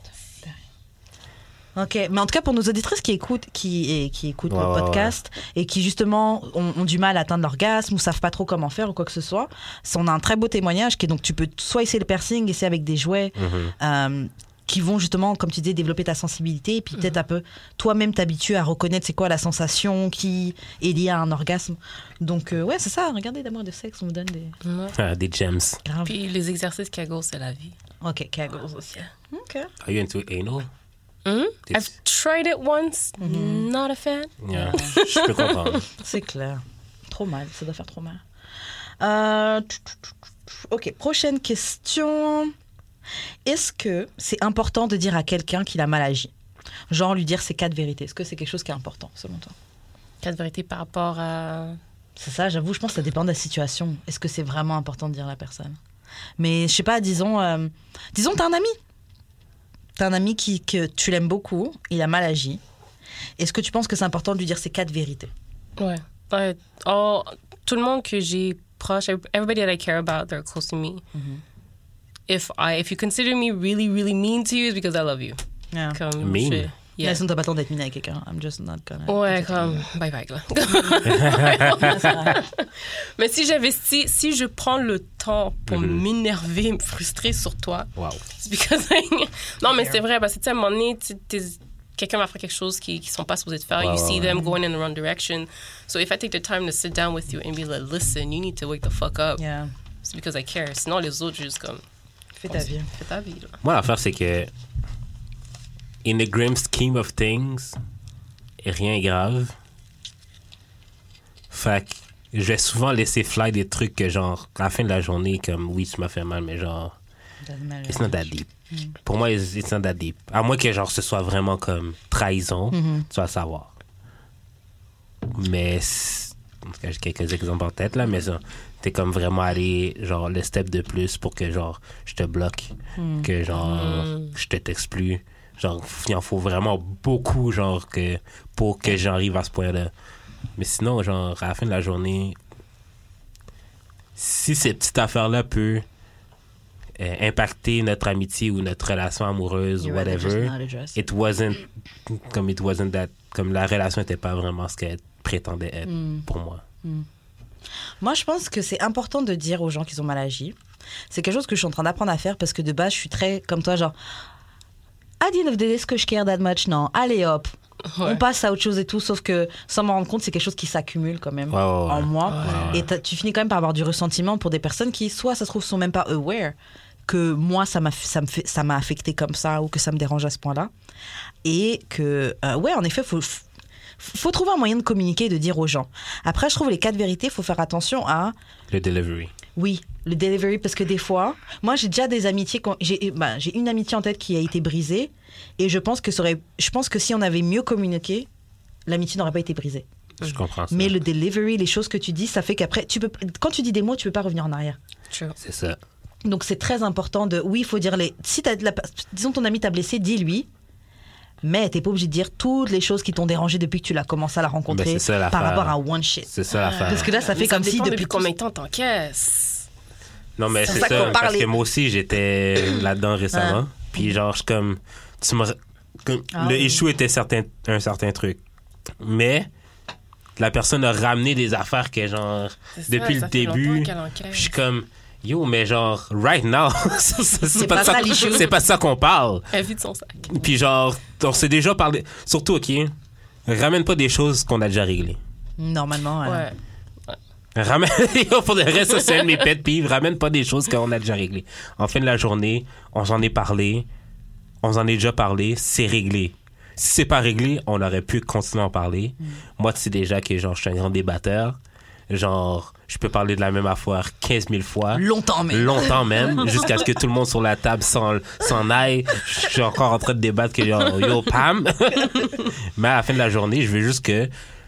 Ok, mais en tout cas pour nos auditrices qui écoutent, qui, et, qui écoutent Ouais, le ouais, podcast et qui justement ont, ont du mal à atteindre l'orgasme ou savent pas trop comment faire ou quoi que ce soit, c'est- on a un très beau témoignage qui est donc tu peux soit essayer le piercing, essayer avec des jouets Mhm. euh, qui vont justement, comme tu disais, développer ta sensibilité et puis peut-être un peu toi-même t'habituer à reconnaître c'est quoi la sensation qui est liée à un orgasme. Donc euh, ouais, c'est ça. Regardez d'amour et de sexe, on vous donne des Ouais. Ah, des gems. graves. Puis les exercices Kegel, c'est la vie. Ok, Kegels aussi. Ok. Are you into anal? Mhm. Des- I've tried it once. Not a fan. Yeah. Je peux comprendre. C'est clair. Trop mal, ça doit faire trop mal. Euh, tch, tch, tch, tch. Ok, prochaine question. Est-ce que c'est important de dire à quelqu'un qu'il a mal agi? Genre lui dire ses quatre vérités. Est-ce que c'est quelque chose qui est important selon toi? Quatre vérités par rapport à. C'est ça, j'avoue, je pense que ça dépend de la situation. Est-ce que c'est vraiment important de dire à la personne? Mais je sais pas, disons, euh, disons t'as un ami. T'as un ami qui, que tu l'aimes beaucoup, il a mal agi. Est-ce que tu penses que c'est important de lui dire ses quatre vérités? Ouais. Ouais. Oh, tout le monde que j'ai proche, everybody that I care about, they're close to me. If I, if you consider me really, really mean to you, it's because I love you. Yeah. Comme Mean? je- Yeah. yeah. Sinon, t'as pas le temps d'être mine avec quelqu'un. I'm just not gonna... Ouais, comme bye bye là. Mais si j'investis, si je prends le temps pour Mhm. m'énerver, me frustrer sur toi, Wow. c'est because I- non mais c'est vrai parce que tu sais à un moment donné, tu- t'es- quelqu'un va faire quelque chose qui qui sont pas supposés de faire. Ouais, you ouais, see ouais. them going in the wrong direction. So if I take the time to sit down with you and be like, listen, you need to wake the fuck up. Yeah. It's because I care. Sinon les autres juste comme Fais ta vie. fais ta vie là. Moi, l'affaire, c'est que, in the grand scheme of things, rien est grave. Fait que je vais souvent laisser fly des trucs que, genre, à la fin de la journée, comme, oui, tu m'as fait mal, mais genre, it's not that deep. Pour moi, it's, it's not that deep. À moins que, genre, ce soit vraiment comme trahison, tu vas le savoir. Mais, c'est- en tout cas, j'ai quelques exemples en tête, là, mais ça, t'es comme vraiment allé, genre, le step de plus pour que, genre, je te bloque, que, genre, je te t'exclus. Genre, il en faut vraiment beaucoup, genre, que, pour que j'arrive à ce point-là. Mais sinon, genre, à la fin de la journée, si cette petite affaire-là peut euh, impacter notre amitié ou notre relation amoureuse ou You rather just whatever, not address. it wasn't, comme it wasn't that, comme la relation n'était pas vraiment ce qu'elle prétendait être pour moi. Moi, je pense que c'est important de dire aux gens qu'ils ont mal agi. C'est quelque chose que je suis en train d'apprendre à faire parce que de base, je suis très comme toi, genre, à the end of the day, est-ce que je care that much? Non. Allez hop, on passe à autre chose et tout. Sauf que sans m'en rendre compte, c'est quelque chose qui s'accumule quand même Ouais, ouais, ouais. en moi. Ouais. Et t'as- tu finis quand même par avoir du ressentiment pour des personnes qui, soit ça se trouve, sont même pas aware que moi, ça m'a, ça me fait, ça m'a affecté comme ça ou que ça me dérange à ce point-là. Et que, euh, ouais, en effet, faut. faut trouver un moyen de communiquer et de dire aux gens. Après, je trouve les quatre vérités, il faut faire attention à, Le delivery. oui, le delivery, parce que des fois, moi, j'ai déjà des amitiés, qu'on- j'ai bah, j'ai une amitié en tête qui a été brisée, et je pense que, ça aurait, je pense que si on avait mieux communiqué, l'amitié n'aurait pas été brisée. Je comprends ça. Mais le delivery, les choses que tu dis, ça fait qu'après, tu peux, quand tu dis des mots, tu peux pas revenir en arrière. True. C'est ça. Donc c'est très important de, oui, il faut dire les, si t'as de la, disons ton ami t'a blessé, dis-lui, mais t'es pas obligé de dire toutes les choses qui t'ont dérangé depuis que tu l'as commencé à la rencontrer Ben, c'est ça, par l'affaire. rapport à one shit. C'est ça l'affaire. Parce que là, ça Mais fait comme si dépend depuis depuis combien de temps t'encaisses. Non, mais C'est c'est ça ça, qu'on parce parlait. que moi aussi, j'étais là-dedans récemment. Puis genre, je suis comme... Tu me... comme, Ah le oui. issue était certain, un certain truc. Mais la personne a ramené des affaires que genre... C'est ça, Depuis ça le fait longtemps début, qu'elle encaisse. je suis comme... Yo, mais genre, right now, c'est, c'est, C'est pas, pas ça, ça, l'issue. c'est pas ça qu'on parle. Elle vide son sac. Puis genre, on s'est déjà parlé... Surtout, OK, ramène pas des choses qu'on a déjà réglées. Normalement, ouais. Ouais. Ramène, pour le reste, ça, c'est un de mes pet peeves. Ramène pas des choses qu'on a déjà réglées. En fin de la journée, on s'en est parlé. On s'en est déjà parlé. C'est réglé. Si c'est pas réglé, on aurait pu continuer à en parler. Mm. Moi, tu sais déjà que genre, je suis un grand débatteur. Genre, je peux parler de la même affaire quinze mille fois. Longtemps, mais. Longtemps même, jusqu'à ce que tout le monde sur la table s'en, s'en aille. Je suis encore en train de débattre que genre, yo, Pam. Mais à la fin de la journée, je veux juste que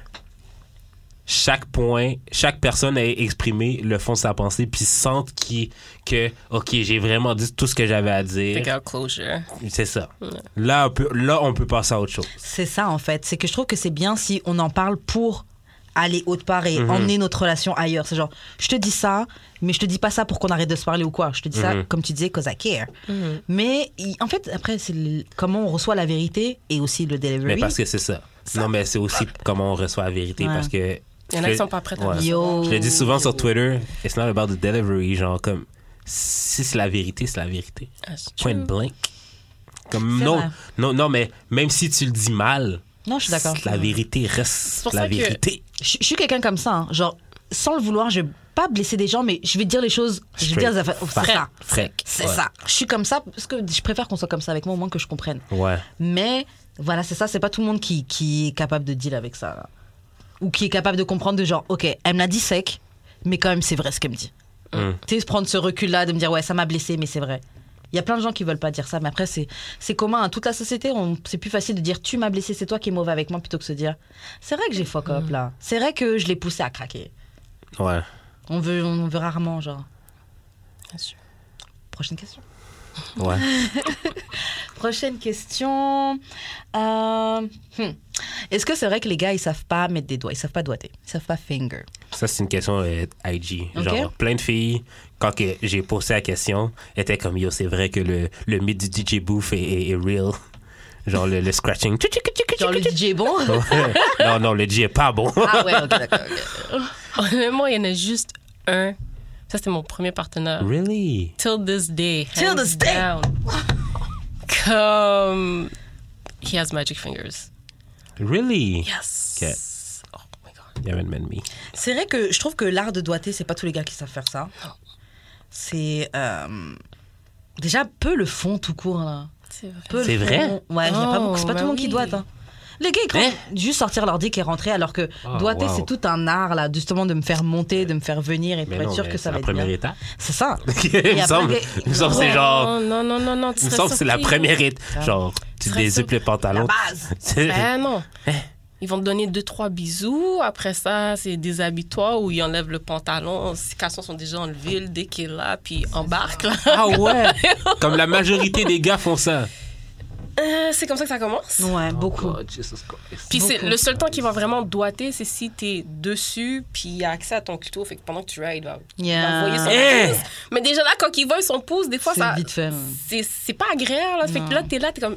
chaque point, chaque personne ait exprimé le fond de sa pensée puis sente qui, que, OK, j'ai vraiment dit tout ce que j'avais à dire. Fait qu'un closure. C'est ça. Là, on peut, là, on peut passer à autre chose. C'est ça, en fait. C'est que je trouve que c'est bien si on en parle pour aller autre part et Mhm. emmener notre relation ailleurs. C'est genre, je te dis ça, mais je te dis pas ça pour qu'on arrête de se parler ou quoi. Je te dis ça, Mhm. comme tu disais, cause I care. Mais il- en fait, après, c'est le- comment on reçoit la vérité et aussi le delivery. Mais parce que c'est ça. Non, mais c'est aussi comment on reçoit la vérité. Ouais. Parce que. Il y en a qui sont pas prêts à Ouais. le Yo. recevoir. Je le dis souvent sur Twitter, it's not about the delivery. Genre, comme, si c'est la vérité, c'est la vérité. That's Point true. blank. Comme, C'est non, vrai. non, non, mais même si tu le dis mal, Non, je suis d'accord. la vérité reste pour la ça que- vérité. Je, je suis quelqu'un comme ça. hein. Genre, sans le vouloir, je vais pas blesser des gens, mais je vais dire les choses. Je vais dire, Straight. ça- c'est Fact. ça. Frec. C'est Ouais. ça. Je suis comme ça parce que je préfère qu'on soit comme ça avec moi, au moins que je comprenne. Ouais. Mais voilà, c'est ça. C'est pas tout le monde qui, qui est capable de deal avec ça. là. Ou qui est capable de comprendre de genre, OK, elle me l'a dit sec, mais quand même, c'est vrai ce qu'elle me dit. Mm. Tu sais, prendre ce recul-là, de me dire, ouais, ça m'a blessé, mais c'est vrai. Il y a plein de gens qui veulent pas dire ça, mais après, c'est, c'est commun. à toute la société, on, c'est plus facile de dire, tu m'as blessé, c'est toi qui es mauvais avec moi, plutôt que de se dire, c'est vrai que j'ai fuck up là. C'est vrai que je l'ai poussé à craquer. Ouais. On veut, on veut rarement, genre. Bien sûr. Prochaine question. Ouais. Prochaine question. Euh, hmm. Est-ce que c'est vrai que les gars, ils savent pas mettre des doigts, ils savent pas doigter, ils savent pas finger? Ça, c'est une question euh, I G. Ok. Genre, plein de filles, quand que j'ai posé la question, étaient comme, yo, c'est vrai que le, le mythe du D J Booth est, est, est real. Genre, le, le scratching. Genre le D J est bon? non, non, le D J est pas bon. Ah ouais, ok, d'accord. ok. Honnêtement, il y en a juste un. Ça, c'était mon premier partenaire. Really? Till this day. Till hands this day. down. Comme. He has magic fingers. Really? Yes. Ok. Oh my God. You haven't met me. C'est vrai que je trouve que l'art de doigter, c'est pas tous les gars qui savent faire ça. C'est euh, déjà peu le fond tout court là. C'est vrai. Peu le C'est fond. vrai? Ouais, y a pas Oh, beaucoup, c'est pas tout bah le monde qui oui. doite. Hein. Les gars, ils croient Hein? juste sortir leur dick et rentrer, alors que Oh, doigter, wow. c'est tout un art là, justement de me faire monter, de me faire venir et pour Mais être non, sûr mais que c'est ça va la être première bien. étape. C'est ça. il y a me semble, plein de- il me semble que c'est genre. Non, non, non, non, non. Tu Il me serais semble que c'est la surpris. première étape. Genre, tu serais dézippes les La pantalons. base. C'est- Ben non. Ils vont te donner deux, trois bisous. Après ça, c'est déshabille-toi ou ils enlèvent le pantalon. Ses caleçons sont déjà enlevés, le dick est là, puis embarque là. Ah ouais! Comme la majorité des gars font ça. Euh, c'est comme ça que ça commence. Ouais, beaucoup. Oh, Jesus Christ. Puis c'est Beaucoup. le seul temps qu'il va vraiment doigter, c'est si t'es dessus, puis il a accès à ton clito. Fait que pendant que tu rides, il va, il va Yeah. envoyer son Eh! pouce. Mais déjà là, quand il vole son pouce, des fois, C'est ça. vite fait. hein. C'est, c'est pas agréable. Là. Fait Non. que là, t'es là, t'es comme.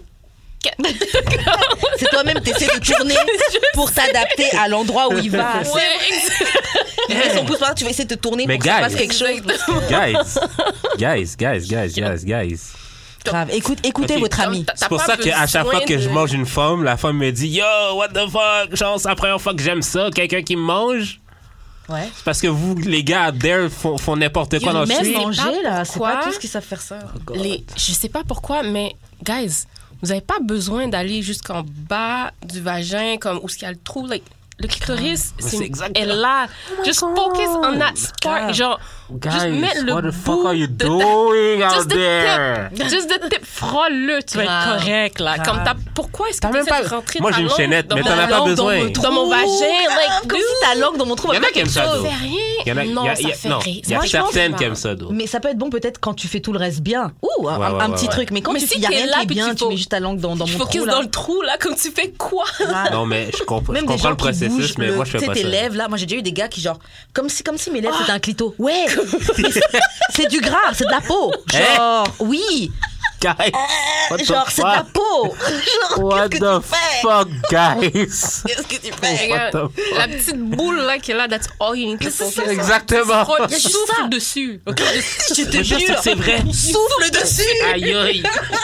C'est toi-même, t'essaies de tourner pour t'adapter à l'endroit où il va. Ouais, Il met son pouce par là, tu vas essayer de te tourner Mais pour qu'il se passe guys. quelque chose. Guys, guys, guys, guys, guys, guys. Grave. Écoute, écoutez Ok. votre ami. T'as C'est pour pas ça qu'à chaque fois besoin que je de- mange une femme, la femme me dit Yo, what the fuck? Genre, c'est la première fois que j'aime ça, quelqu'un qui me mange. Ouais. C'est parce que vous, les gars, there, font, font n'importe quoi dans le Même street. manger, là, c'est pourquoi. pas tous qui savent faire ça. Les, je sais pas pourquoi, mais guys, vous avez pas besoin d'aller jusqu'en bas du vagin, comme où il y a le trou. Like, le clitoris, c'est c'est exactement- est là. Oh Just God. focus on that part. God. Genre, juste Guys, mettre le what the bout fuck are you de ta- doing out Just the there? tip. Just the tip. Frôle-le, tu vas être Grave. correct, là. Comme t'as... Pourquoi est-ce que T'as tu même essaies pas- de rentrer Moi, ta j'ai une langue chaînette, dans mais mon- t'en as pas langue besoin. Dans, mon- dans mon vagin, like, Comme dude. si ta langue dans mon trou. Il y en a qui aiment ça, chose. d'eau. Ça fait rien. Il y en a, non, il y a- ça il y a- fait non, rien. il y a Moi, je pense- certaines qui aiment ça, d'eau. Mais ça peut être bon peut-être quand tu fais tout le reste bien. Ouh, un, Ouais, un- ouais, un ouais, petit ouais. truc. Mais quand Mais tu si fais, y a t'es rien là, qui est puis bien, tu tu fo- mets juste ta langue dans, dans Tu mon focuses trou. dans Là. le trou, là, comme tu fais quoi? Ah. Non, mais je, comp- je Même des comprends gens le qui processus, bougent mais le- moi, je fais tu sais, pas tes ça. lèvres là. Moi, j'ai déjà eu des gars qui genre comme si comme si mes lèvres c'était un clito. Ouais. Mais c'est- c'est du gras, c'est de la peau. Genre oui. Guys, what the Genre c'est de la fuck? peau. Genre What qu'est-ce que the tu fais? fuck, guys? Qu'est-ce que tu fais? Regarde, What the fuck? la petite boule là qui est là, that's all you need to c'est focus ça. on. Exactement. Frôle, Y a juste souffle ça. dessus. Ok, Je te Mais je sais jure. que c'est vrai. Souffle dessus. Aïe, aïe.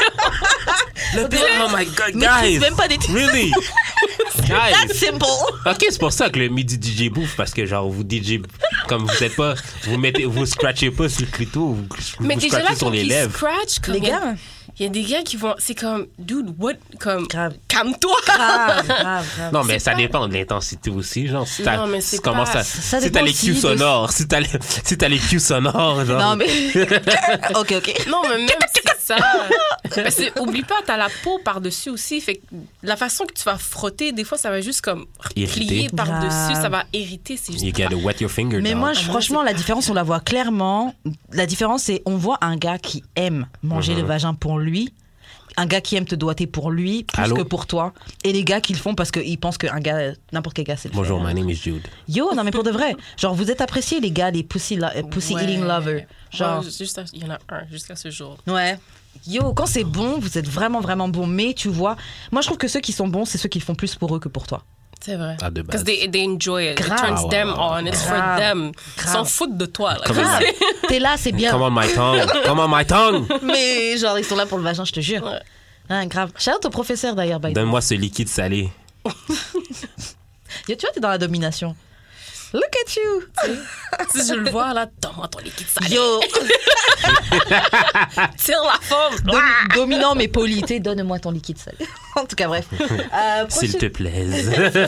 Le pire, oh my god, Mais guys. c'est même pas des trucs. Really? That's Guys. simple. Ok, c'est pour ça que le midi D J bouffe, parce que genre, vous D J, comme vous êtes pas, vous mettez, vous scratchez pas sur le clito, vous, Mais vous déjà là, scratchez sur quand les ils lèvres. scratch, comme Les il y a- gars. il y a des gars qui vont, c'est comme, dude, what, comme, Grave. calme-toi. Grave, grave, grave. Non, mais C'est ça pas- dépend de l'intensité aussi, genre, si t'as, Non, mais si c'est comment pas- ça, Ça si dépend t'as les aussi cues de- sonores, si t'as les, si t'as les cues sonores, genre. Non mais. ok ok. Non, mais même c'est ça. Parce que, oublie pas, t'as la peau par-dessus aussi. Fait que la façon que tu vas frotter, des fois, ça va juste comme Irriter. plier par-dessus. Grave. Ça va irriter. C'est juste. You gotta wet your finger. Mais dog. moi, je- franchement, la différence, on la voit clairement. La différence, c'est on voit un gars qui aime manger Mhm. le vagin pour lui, un gars qui aime te doigter pour lui, plus Allô? que pour toi, et les gars qui le font parce qu'ils pensent qu'un gars, n'importe quel gars, c'est le Bonjour, faire. my name is Jude. Yo, non mais pour de vrai, genre vous êtes appréciés les gars, les pussy, lo- euh, pussy Ouais. eating lovers. Genre, Ouais, juste à- il y en a un jusqu'à ce jour. ouais. Yo, quand c'est bon, vous êtes vraiment vraiment bon. Mais tu vois, moi je trouve que ceux qui sont bons, c'est ceux qui le font plus pour eux que pour toi. C'est vrai. Ah, de base. Parce they, they enjoy it. Grave. It turns Ah, ouais, them ouais, on. It's for Grave. them. Ils Grave. s'en foutent de toi. Là. Comme Ah, t'es là, c'est bien. Come on my tongue. Come on my tongue. Mais genre ils sont là pour le vagin, je te jure. Ouais. Hein, grave. Shout out au professeur d'ailleurs. by the way. Donne-moi ce liquide salé. Yo, tu vois, t'es dans la domination. Look at you. Si je le vois, là, donne-moi ton liquide salé. Yo, Tire la forme. Dom- dominant mais poli. Tu sais, donne-moi ton liquide salé. En tout cas, bref. Euh, S'il prochaine, te plaise.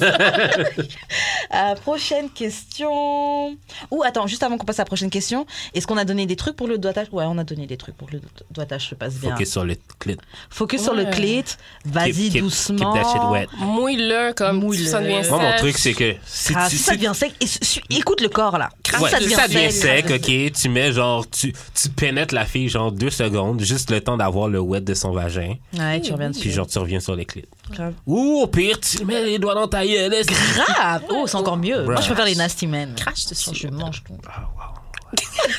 euh, prochaine question. Ou attends, juste avant qu'on passe à la prochaine question, est-ce qu'on a donné des trucs pour le doigtage? Ouais, on a donné des trucs pour que le do- doigtage se passe bien. Focus sur le clit. Focus sur le Ouais. clit. Vas-y Keep- keep- doucement. Keep that shit wet. Mouille-le comme Mouille-le. ça devient Moi, mon sèche. truc, c'est que si, Ah, tu- si ça si- devient sec, et su- écoute le corps là. Si Ouais, ça si devient ça devient sec, sec, ok, tu mets genre, tu, tu pénètres la fille genre deux secondes, juste le temps d'avoir le wet de son vagin, Ouais, tu reviens puis dessus. genre tu reviens sur les clits. Grave. Ou au pire, tu mets les doigts dans ta gueule. est-ce que- Grave. Oh, c'est encore mieux. Moi, je préfère les nasty men. Crache dessus. Je mange tout. Ah, wow.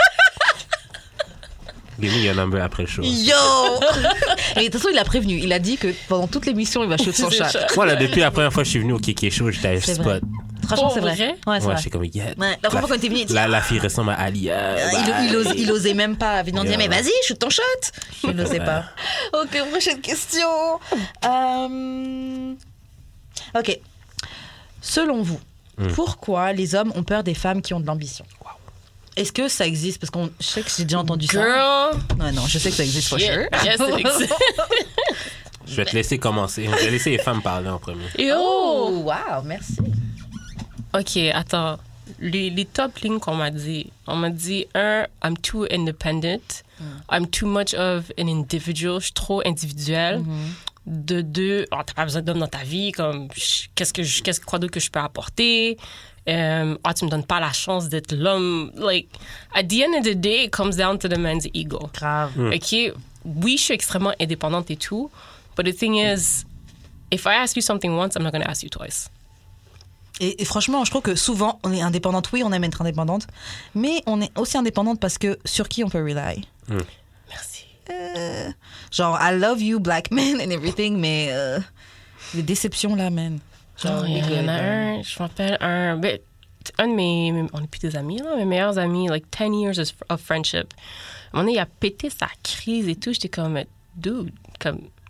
Give me your number après le show. Yo! Et de toute façon, il a prévenu. Il a dit que pendant toute l'émission, il va shoot son chat. Moi, là, depuis la première fois que je suis venu au Kéké Show, j'étais à C'est spot. vrai. Franchement, Pour c'est vrai. vrai? Ouais, c'est Ouais, vrai. j'étais comme, yeah. Ouais, la première fois qu'on était venu, il dit, La, la fille ressemble à Ali. Euh, il, il, ose- il osait même pas venir dire, Yeah. mais vas-y, shoot ton shot. Il n'osait pas. Ok, prochaine question. Euh, Ok. Selon vous, Mm. pourquoi les hommes ont peur des femmes qui ont de l'ambition? Est-ce que ça existe? Parce que je sais que j'ai déjà entendu ça. Girl. Ouais, non, je sais que ça existe, for Yeah. sure. Yes, it exists. Je vais te laisser commencer. Je vais laisser les femmes parler en premier. Yo. Oh, wow, merci. OK, attends. Les, les top lignes qu'on m'a dit, on m'a dit, un, I'm too independent. I'm too much of an individual. Je suis trop individuelle. De deux, oh, t'as pas besoin d'homme dans ta vie. Comme, je- qu'est-ce que je, qu'est-ce quoi d'autre que je peux apporter? Euh, ah, tu me donnes pas la chance d'être l'homme. Like, at the end of the day, it comes down to the man's ego. Grave. OK, oui, je suis extrêmement indépendante et tout. But the thing is, if I ask you something once, I'm not going to ask you twice. Et, et franchement, je trouve que souvent, on est indépendante. Oui, on aime être indépendante. Mais on est aussi indépendante parce que sur qui on peut rely? Merci. Euh, genre, I love you, black men and everything, mais euh, les déceptions là, man. Genre, Oh, il y les en a gars, un, je m'appelle un, ben, un de mes, mes- on n'est plus des amis, là, mes meilleurs amis, like ten years of, of friendship. À un moment donné, il a pété sa crise et tout. J'étais comme, dude, comme,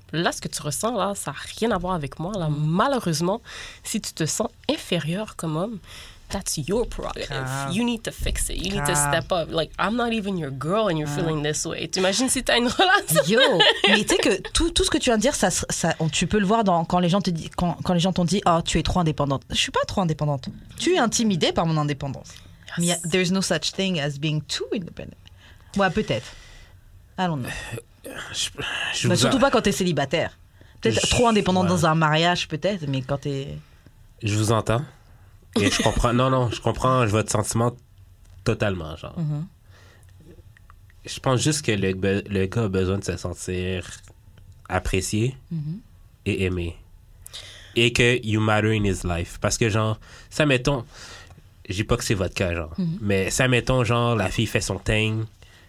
là, ce que tu ressens, là, ça n'a rien à voir avec moi. Là. Malheureusement, si tu te sens inférieur comme homme, that's your prerogative. Grave. You need to fix it. You need to Grave. step up. Like, I'm not even your girl and you're feeling this way. T'imagines si t'as une relation? Yo, mais tu sais que tout, tout ce que tu viens de dire, ça, ça, on- tu peux le voir dans, quand les gens te disent, quand, quand les gens t'ont dit, oh, tu es trop indépendante. Je suis pas trop indépendante. Tu es intimidée par mon indépendance. Mais y a- there's no such thing as being too independent. Ouais, peut-être. I don't know. Je, je Bah, vous surtout en- pas quand t'es célibataire. Peut-être Je- trop indépendante ouais. dans un mariage, peut-être, mais quand t'es. je vous entends. Et je comprends. Non, non, je comprends votre sentiment totalement, genre. Mm-hmm. Je pense juste que le, be- le gars a besoin de se sentir apprécié Mm-hmm. et aimé. Et que you matter in his life. Parce que, genre, ça, mettons... Je dis pas que c'est votre cas, genre. Mm-hmm. Mais ça, mettons, genre, la fille fait son thing.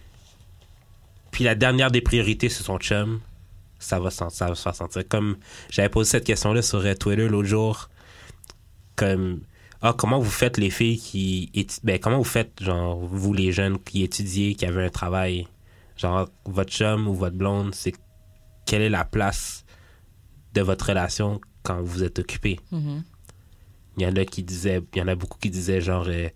Puis la dernière des priorités, c'est son chum. Ça va, sen- ça va se faire sentir. Comme j'avais posé cette question-là sur euh, Twitter l'autre jour. Comme... Ah, comment vous faites les filles qui... étu- Ben, comment vous faites, genre, vous les jeunes qui étudiez, qui avaient un travail? Genre, votre chum ou votre blonde, c'est... Quelle est la place de votre relation quand vous êtes occupé? Mhm. Il y en a qui disaient... Il y en a beaucoup qui disaient, genre... euh,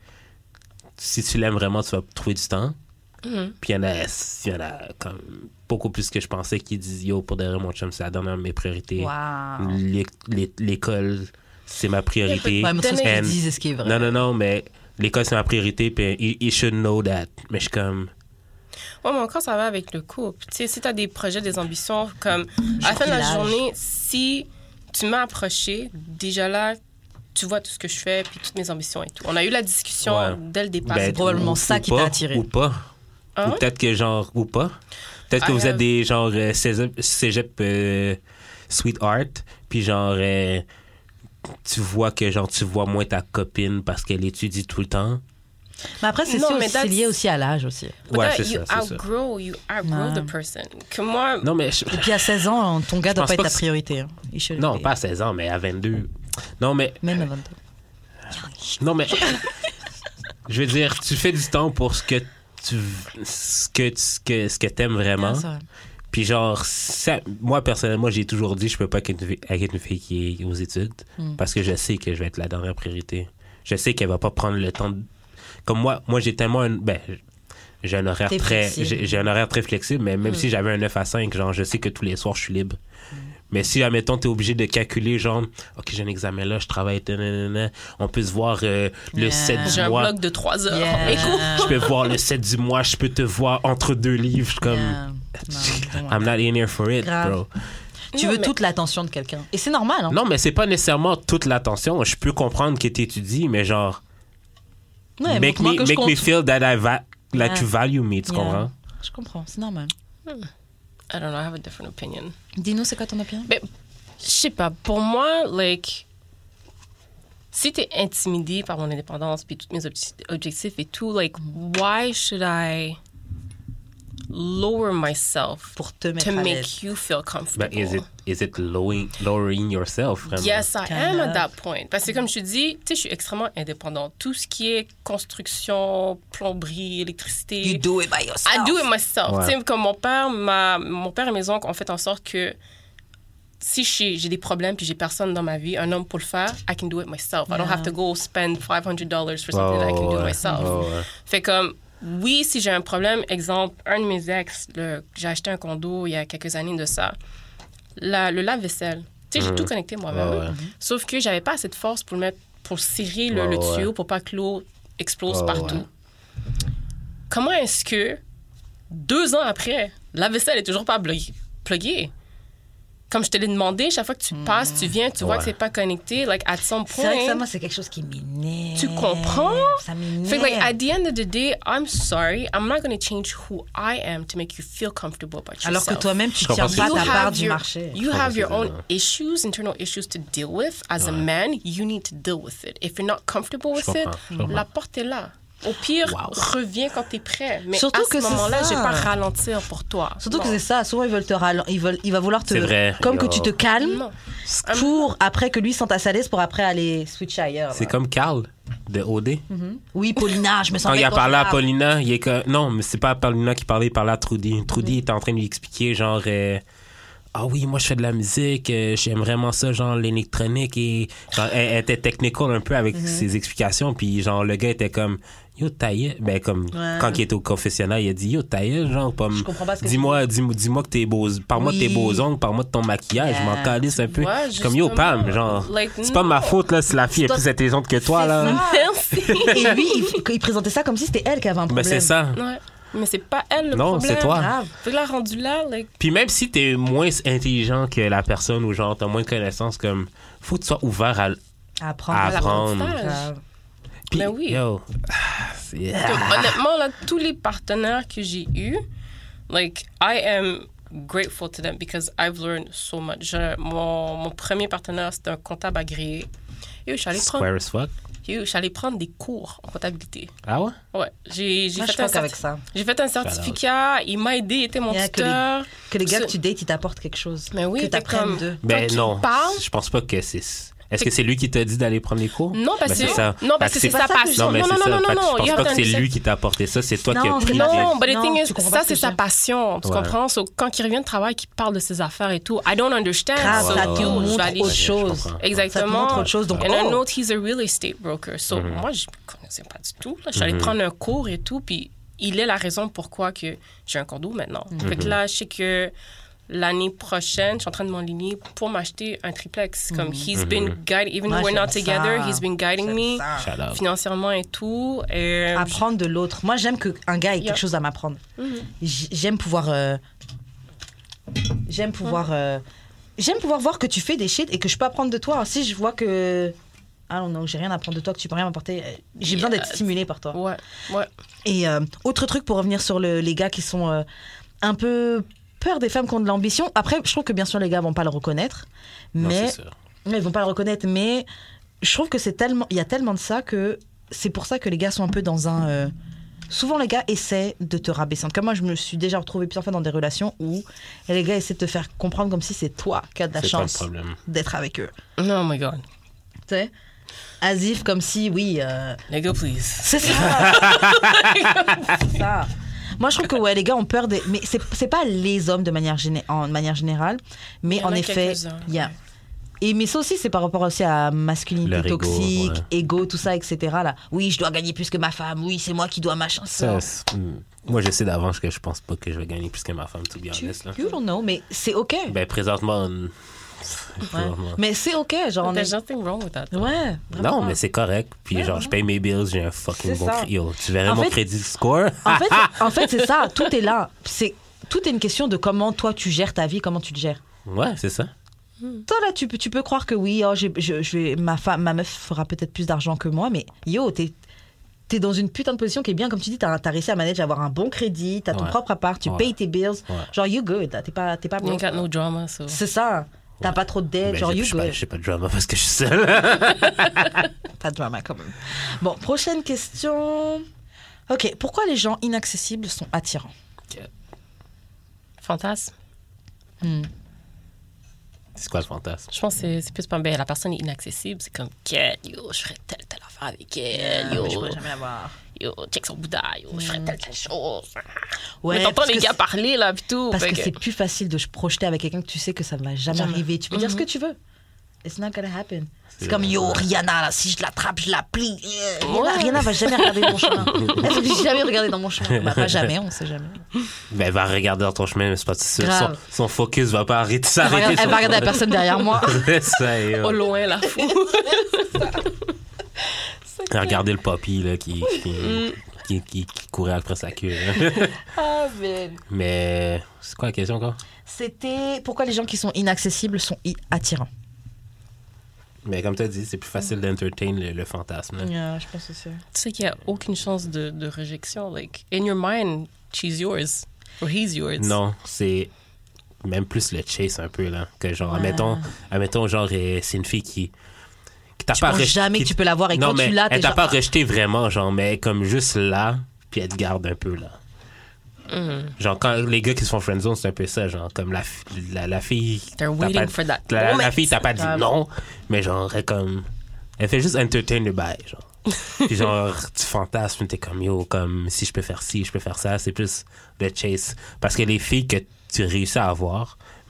si tu l'aimes vraiment, tu vas trouver du temps. Mhm. Puis il y en a... Il y en a comme... Beaucoup plus que je pensais qui disent, yo, pour derrière mon chum, c'est la dernière de mes priorités. Waouh. L'é- l'é- L'école, c'est ma priorité. Ouais, mais tout ce And- qu'ils disent, ce qui est vrai. Non, non, non, mais l'école, c'est ma priorité, puis he, he should know that. Mais je suis comme... Ouais, mais encore, ça va avec le couple. Tu sais, si t'as des projets, des ambitions, comme à la fin de la Jubilage. journée, si tu m'as approché, déjà là, tu vois tout ce que je fais, puis toutes mes ambitions et tout. On a eu la discussion Ouais. dès le départ. Ben, c'est probablement ou- ça ou qui pas, t'a attiré. Ou pas. Hein? Ou peut-être que, genre, ou pas. Peut-être que I vous êtes have- des, genre, euh, cégep, cégep euh, sweetheart, puis genre... euh, tu vois que, genre, tu vois moins ta copine parce qu'elle étudie tout le temps. Mais après, c'est Non, sûr, mais c'est that's- lié aussi à l'âge aussi. But Ouais, that, c'est you ça, c'est ça. outgrow, you outgrow Ouais. the person. Que moi, Non, mais... je- Et puis à seize ans, ton gars doit pense pas être pas ta que c'est- priorité. hein. Il should Non, be. pas à seize ans, mais à vingt-deux. Non, mais... Même à vingt-deux. Non, mais... je veux dire, tu fais du temps pour ce que tu... Ce que, tu- ce que, ce que t'aimes vraiment. Ouais, c'est vrai. Puis genre, ça, moi, personnellement, j'ai toujours dit je peux pas être une fille, avec une fille qui est aux études Mm. parce que je sais que je vais être la dernière priorité. Je sais qu'elle va pas prendre le temps de... Comme moi, moi j'ai tellement un... Ben, j'ai un horaire T'es très... flexible. J'ai, j'ai un horaire très flexible, mais même Mm. si j'avais un neuf à cinq, genre, je sais que tous les soirs, je suis libre. Mais si, admettons, t'es obligé de calculer, genre, OK, j'ai un examen là, je travaille, nanana, on peut se voir euh, le Yeah. sept j'ai du un mois. bloc de trois heures. Yeah. Écoute, Je peux voir le sept du mois, je peux te voir entre deux livres. Je suis comme... Yeah. Non, don't I'm not in here for it, Grave. bro. Tu Non, veux mais- toute l'attention de quelqu'un. Et c'est normal. Hein. Non, mais c'est pas nécessairement toute l'attention. Je peux comprendre que t'étudies, mais genre, Ouais, make montre-moi me, que je make me compte. feel that I va- like Yeah. you value me, tu Yeah. comprends? Je comprends, c'est normal. I don't know, I have a different opinion. Dis-nous, c'est quoi ton opinion? Ben, je sais pas, pour moi, like, si t'es intimidé par mon indépendance puis tous mes obje- objectifs et tout, like, why should I lower myself Pour te mettre to à l'aise. make you feel comfortable? But is it, is it lowering, lowering yourself, vraiment? Yes, I Kind am of. at that point. Parce que comme je te dis, tu sais, je suis extrêmement indépendante. Tout ce qui est construction, plomberie, électricité, You do it by yourself. I do it myself. Ouais. Tu sais, comme mon père, ma, mon père et mes oncles ont fait en sorte que si j'ai j'ai des problèmes puis j'ai personne dans ma vie, un homme pour le faire, I can do it myself. I don't Yeah. have to go spend five hundred dollars for something that I can do ouais. myself. Oh, ouais. Fait comme, oui, si j'ai un problème, exemple, un de mes ex, le- j'ai acheté un condo il y a quelques années de ça, la, le lave-vaisselle, tu sais, j'ai tout connecté moi-même. Ouais, ouais. Sauf que j'avais pas assez de force pour le mettre, pour serrer le, Ouais, le ouais. tuyau pour pas que l'eau explose Ouais, partout. ouais. Comment est-ce que, deux ans après, la vaisselle est toujours pas bloquée- pluguée? Comme je te l'ai demandé, chaque fois que tu passes, tu viens, tu vois Ouais. que c'est pas connecté, like, at some C'est vrai que ça, point... moi, c'est quelque chose qui m'énerve. Tu comprends? Ça m'énerve. Fait que, like, at the end of the day, I'm sorry, I'm not going to change who I am to make you feel comfortable about yourself. Alors que toi-même, tu Je tiens comprends pas ce que ta tu part have du your- marché. You Je have comprends your ce que own tu veux issues, internal issues to deal with. As a man, you need to deal with it. If you're not comfortable with Je it, comprends, je comprends. la porte est là. Au pire, Wow. reviens quand t'es prêt. Mais Surtout à ce que c'est moment-là, ça. je vais pas ralentir pour toi. Surtout que Non. c'est ça. Souvent, ils veulent te ralen- ils veulent, il va vouloir te. C'est vrai. Comme que Yo. tu te calmes Non. pour après que lui sente à l'aise pour après aller switcher ailleurs. C'est là. comme Carl de O D. Oui, Paulina, je me sens Quand il a parlé à responsable. Paulina, il est que... Non, mais c'est pas à Paulina qui parlait, il parlait à Trudy. Trudy était en train de lui expliquer, genre... euh, ah oui, moi je fais de la musique, euh, j'aime vraiment ça, genre l'électronique, et genre, elle, elle était technical un peu avec mm-hmm. ses explications, puis genre le gars était comme yo taille, ben comme ouais. quand il était au confessionnal, il a dit yo taille, genre pas je comprends pas ce que dis-moi dis-moi dis-moi que t'es beau, parle-moi oui. de tes beaux ongles, parle-moi de ton maquillage, yeah. je m'en calisse un peu. Ouais, comme yo Pam, genre like, c'est pas ma faute là si la fille est plus intelligente que toi là. Merci. Et lui il, il présentait ça comme si c'était elle qui avait un problème. Ben c'est ça. Ouais. Mais c'est pas elle le non, problème. Non, c'est toi. Grave. Fait que là, rendu là, like... Puis même si t'es moins intelligent que la personne ou genre t'as moins de connaissances, comme faut que tu sois ouvert à, à apprendre. À apprendre. Puis, mais oui. Yo, yeah. Donc, honnêtement, là, tous les partenaires que j'ai eus, like, I am grateful to them because I've learned so much. Je, mon, mon premier partenaire, c'était un comptable agréé. Et je suis allée prendre... Square as fuck. Je suis allée prendre des cours en comptabilité. Ah ouais? Ouais. J'ai, j'ai, Moi, fait, je un certi- avec ça. j'ai fait un certificat. Il m'a aidé, il était mon yeah, tuteur. Que les, que les gars que tu dates, ils t'apportent quelque chose. Mais oui, que t'apprennes comme, d'eux. Ben non, parle, je pense pas que c'est... Est-ce que c'est lui qui t'a dit d'aller prendre les cours? Non, parce, ben, que, ça. non, parce que c'est, c'est sa passion. Non, mais non, c'est non, ça. non, non, non, non. Je pense pas que c'est lui qui t'a apporté ça, c'est toi non, qui as pris Non, but the non, thing is, ça, c'est sa dire. passion. Tu ouais. comprends? So, quand il revient de travail, qu'il parle de ses affaires et tout, I don't understand. Grave, so, ça yo, te montre je vais aller... autre chose. Exactement. Ça te montre autre chose. Donc, And oh. I know he's a real estate broker. So, mm-hmm. moi, je ne connaissais pas du tout. Là. Je suis allée mm-hmm. prendre un cours et tout, puis il est la raison pourquoi que j'ai un condo maintenant. Mm-hmm. Fait que là, je sais que l'année prochaine, je suis en train de m'enligner pour m'acheter un triplex. Comme, mm-hmm. he's been guiding, even though we're not together, ça. he's been guiding me financièrement et tout. Et apprendre de l'autre. Moi, j'aime qu'un gars ait yeah. quelque chose à m'apprendre. Mm-hmm. J'aime pouvoir... Euh... J'aime pouvoir... Euh... J'aime pouvoir voir que tu fais des shit et que je peux apprendre de toi. Si je vois que... I don't know, j'ai rien à apprendre de toi, que tu peux rien m'apporter. J'ai yeah. besoin d'être stimulée par toi. Ouais, ouais. Et euh, autre truc pour revenir sur le, les gars qui sont euh, un peu... peur des femmes qui ont de l'ambition. Après, je trouve que bien sûr, les gars vont pas le reconnaître. Non, mais c'est sûr. Ils vont pas le reconnaître. Mais je trouve que c'est tellement... Il y a tellement de ça que c'est pour ça que les gars sont un peu dans un... Euh... Souvent, les gars essaient de te rabaisser. Comme moi, je me suis déjà retrouvée plusieurs fois dans des relations où les gars essaient de te faire comprendre comme si c'est toi qui as de la c'est chance d'être avec eux. Oh my God. Tu sais, asif comme si, oui... Euh... Nigga, please. C'est ça. C'est ça. Moi, je trouve que ouais, les gars ont peur des... Mais c'est, c'est pas les hommes de manière, géné... en manière générale, mais en effet... Yeah. Ouais. Et, mais ça aussi, c'est par rapport aussi à masculinité leur toxique, ego, ouais. ego, tout ça, et cetera. Là. Oui, je dois gagner plus que ma femme. Oui, c'est moi qui dois machin. Ça, moi, je sais d'avance que je pense pas que je vais gagner plus que ma femme, to be honest. You don't know, mais c'est OK. Ben, présentement... Ouais. Mais c'est OK, genre... There's nothing wrong with that. Ouais. Non, mais c'est correct. Puis ouais, genre, ouais. je paye mes bills, j'ai un fucking c'est bon crédit. Tu verrais en mon fait, crédit score? En fait, en fait, c'est ça. Tout est là. C'est, tout est une question de comment toi, tu gères ta vie, comment tu le gères. Ouais, c'est ça. Toi, là, tu peux, tu peux croire que oui, oh, j'ai, je, je vais, ma, femme, ma meuf fera peut-être plus d'argent que moi, mais yo, t'es, t'es dans une putain de position qui est bien. Comme tu dis, t'as, t'as réussi à manager, à avoir un bon crédit, t'as ton ouais. propre appart, tu ouais. payes tes bills. Ouais. Genre, you good. T'es pas, t'es pas you got no drama, so. C'est ça. T'as ouais. pas trop de dettes, genre you good. J'ai pas de drama parce que je suis seule. Pas de drama quand même. Bon, prochaine question. Ok, pourquoi les gens inaccessibles sont attirants? Okay. Fantasme. Hmm. C'est quoi le fantasme? Je pense que c'est, c'est plus pas ben, la personne est inaccessible. C'est comme, quelle, yo, je ferais telle, telle affaire avec elle. Yo, je pourrais jamais avoir. Yo, check son bouddha, yo, je ferais telle, telle chose. Ouais, mais t'entends les gars parler, là, pis tout. Parce que, que c'est plus facile de se projeter avec quelqu'un que tu sais que ça ne va jamais, jamais. arriver. Tu peux mm-hmm. dire ce que tu veux. It's not gonna happen. C'est, c'est comme, yo, Rihanna, là, si je l'attrape, je la plie. Ouais. Rihanna, Rihanna va jamais regarder mon chemin. Elle va jamais regarder dans mon chemin. Bah, pas jamais, on sait jamais. Ben, elle va regarder dans ton chemin, mais c'est pas sûr. Son, son focus va pas arrêter, s'arrêter. Elle va, elle va regarder la personne derrière moi. ça, yo. Au loin, là, fou. Regardez le papy, là, qui, qui, mm. qui, qui, qui courait après sa queue. Ah, ben. Mais, c'est quoi la question encore? C'était pourquoi les gens qui sont inaccessibles sont attirants. Mais comme tu as dit, c'est plus facile d'entertain le, le fantasme. Yeah, je pense aussi. Tu sais qu'il n'y a aucune chance de, de réjection. Like, in your mind, she's yours. Or he's yours. Non, c'est même plus le chase un peu, là. Que genre, ouais. admettons, admettons, genre, c'est une fille qui... qui t'a tu pas penses rejeté, jamais qui... que tu peux la voir et non, quand mais tu l'as, elle t'a genre... pas rejeté vraiment, genre, mais comme juste là, puis elle te garde un peu, là. Mm-hmm. Genre, quand les gars qui se font friendzone, c'est un peu ça, genre, comme la, la, la fille... They're waiting for that la, la fille t'a pas dit non, mais genre, elle comme... Elle fait juste entertain le bail, genre. Puis genre, tu fantasmes, t'es comme, yo, comme, si je peux faire ci, je peux faire ça, c'est plus le chase. Parce que les filles que tu réussis à avoir,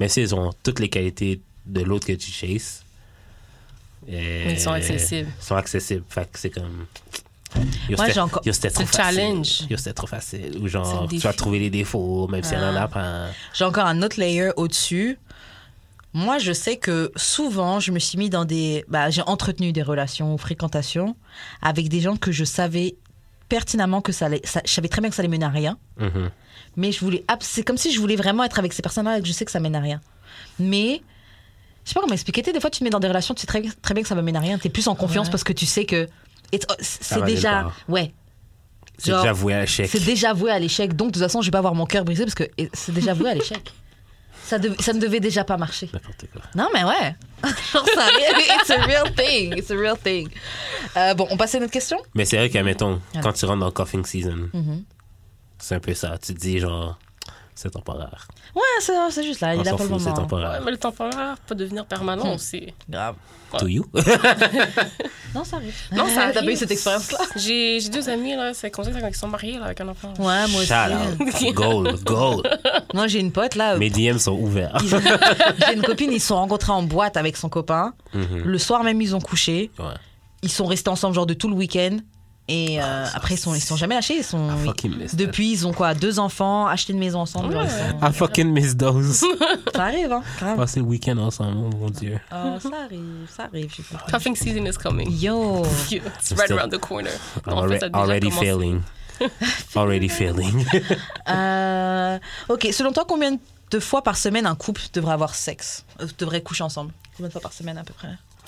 Mais s'ils ont toutes les qualités de l'autre que tu chases, Ils sont accessibles. Ils sont accessibles. Fait que c'est comme. Yo, Moi, c'était, j'ai encore- yo, c'était trop C'est facile. challenge. Yo, c'était trop facile. Ou C'est genre, le tu défi. vas trouver les défauts, même si elle en a pas. J'ai encore un autre layer au-dessus. Moi, je sais que souvent, je me suis mis dans des... Bah, j'ai entretenu des relations ou fréquentations avec des gens que je savais pertinemment que ça allait... Ça, je savais très bien que ça allait mener à rien. Mhm. Mais je voulais... abs- C'est comme si je voulais vraiment être avec ces personnes-là et que je sais que ça mène à rien. Mais... Je sais pas comment expliquer. Tu sais, des fois, tu te mets dans des relations, tu sais très, très bien que ça va mener à rien. Tu es plus en confiance Ouais. parce que tu sais que... it's- C'est va nulle déjà... part. Ouais. C'est Genre, déjà voué à l'échec. C'est déjà voué à l'échec. Donc, de toute façon, je vais pas avoir mon cœur brisé parce que c'est déjà voué à l'échec. Ça, dev- ça ne devait déjà pas marcher. N'importe quoi. Non, mais ouais. Genre, ça arrive. It's a real thing. It's a real thing. Euh, bon, on passe à notre question? Mais c'est vrai qu'admettons, Ah. quand tu rentres dans le coughing season, Mhm. c'est un peu ça. Tu te dis, genre, c'est temporaire. Ouais, c'est, c'est juste là. On Il a s'en pas le fout, c'est moment. Ouais, temporaire. mais le temporaire peut devenir permanent Hmm. aussi. Grave. To you? Non, ça arrive. Non, ça T'as arrive. pas eu cette expérience-là? J'ai, j'ai deux amis, là, c'est comme ça qu'ils sont mariés là, avec un enfant. Ouais, moi aussi. Shout out. Goal, goal. Moi, j'ai une pote là. Mes D M sont ouverts. Ils- J'ai une copine, ils se sont rencontrés en boîte avec son copain. Mhm. Le soir même, ils ont couché. Ouais. Ils sont restés ensemble genre de tout le week-end. Et euh, après, ils sont, ils sont jamais lâchés. Ils sont, I fucking miss that. depuis, ils ont quoi? Deux enfants, acheté une maison ensemble. Ouais. Ils sont- I fucking miss those. Ça arrive, hein? Grave. Passer le week-end ensemble, oh mon Dieu. Oh, ça arrive, ça arrive. j'ai compris. Coughing season is coming. Yo. Yeah, it's right Still- around the corner. I'm En fait, ça a already, déjà already commencé. failing. Already failing. Euh, ok, selon toi, combien de fois par semaine un couple devrait avoir sexe? Euh, devrait coucher ensemble? Combien de fois par semaine à peu près?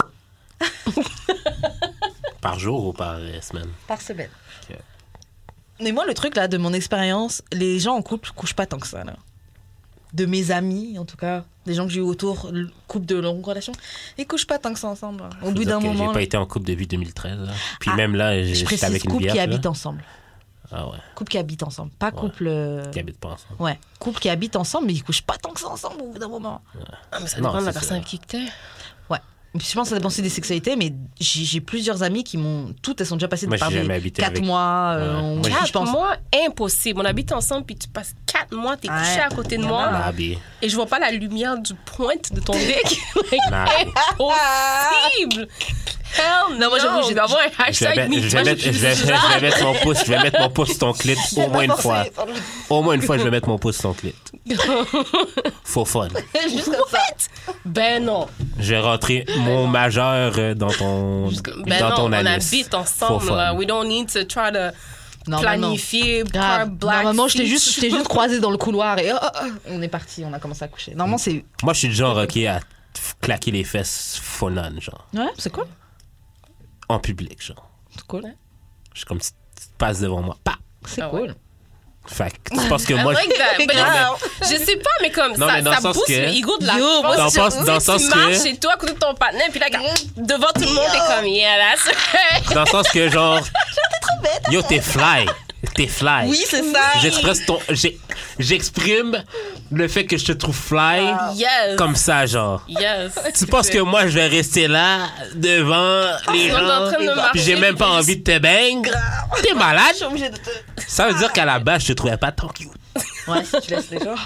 Par jour ou par euh, semaine? Par semaine. Ok. Mais moi, le truc là, de mon expérience, les gens en couple couchent pas tant que ça là. De mes amis, en tout cas, des gens que j'ai eu autour, le couple de longue relation, ils couchent pas tant que ça ensemble. là. Au Faut bout dire d'un que moment, J'ai pas là, été en couple depuis deux mille treize. Là. Puis Ah, même là, je j'étais précise avec une couple vierge. qui là. habitent ensemble. Ah ouais, Couple qui habitent ensemble, pas Ouais. couple. euh, qui habitent pas ensemble. Ouais, couple qui habitent ensemble, mais ils couchent pas tant que ça ensemble au bout d'un moment. Ah, mais ça Non, dépend de la c'est personne ça. avec qui que t'es. Ouais. Je pense que ça dépend aussi des sexualités, mais j'ai j'ai plusieurs amis qui m'ont. Toutes, elles sont déjà passées Moi, par j'ai des jamais habité quatre avec- mois. euh, Ouais. on- Moi, j'ai- je Quatre pense. mois, impossible. On habite ensemble, puis tu passes quatre mois, t'es couché Ouais. à côté de Y en moi, a. Nabi. et je vois pas la lumière du pointe de ton dick. Nabi. Impossible! Hell Non, moi, j'avoue, no. j'ai- Il va y avoir un Je vais, hashtag mettre, je, vais MeToo, mettre, je, vais, je vais mettre mon pouce, je vais mettre mon pouce sur ton clit au moins une fois. Au moins une fois, je vais mettre mon pouce sur ton clit. Faux fun. Juste comme ça. Ben non. Je vais rentrer mon majeur euh, dans ton, Ben dans non, ton on anus. habite Faux ensemble. fun. Là. We don't need to try to Non, non, non. planifier. Grave. car black Normalement, je t'ai feet. juste, je t'ai juste croisé dans le couloir et oh, oh, oh, on est parti, on a commencé à coucher. Normalement, c'est. Moi, je suis du genre, OK, à f- claquer les fesses full-on, genre. Ouais, c'est cool. En public, genre. C'est cool. Je suis comme, tu tu passes devant moi. Pa! C'est Ah ouais. cool. Fait que tu penses que I moi... like that. But Grave. je sais pas, mais comme Non, ça, mais dans ça le sens booste que- l'ego de la Yo, femme. moi, Dans le Tu sens- sais, dans le tu sens marches que- chez toi à côté de ton partenaire, puis là, comme, devant tout le monde, t'es comme, yeah, that's right. Dans le sens que, genre... Yo, t'es fly. T'es fly. Oui, c'est ça. J'expresse ton... j'ai- J'exprime le fait que je te trouve fly Yes. comme ça, genre. Yes. Tu penses que moi, je vais rester là, devant les On est en gens, train de marcher, puis j'ai même pas puis envie de te bang? T'es malade? Je suis obligée de te. Ça veut dire qu'à la base, je te trouvais pas tant cute. Ouais, si tu laisses les gens.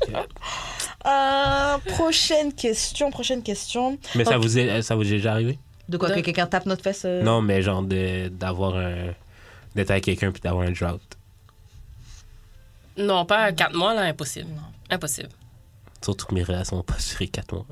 Euh, prochaine question, prochaine question. Mais ça Ok. vous est, ça vous est déjà arrivé? De quoi De- que quelqu'un tape notre fesse euh, Non, mais genre de, d'avoir un... d'être avec quelqu'un puis d'avoir un drought. Non, pas quatre mois, là, impossible. Impossible. Surtout que mes relations n'ont pas duré quatre mois.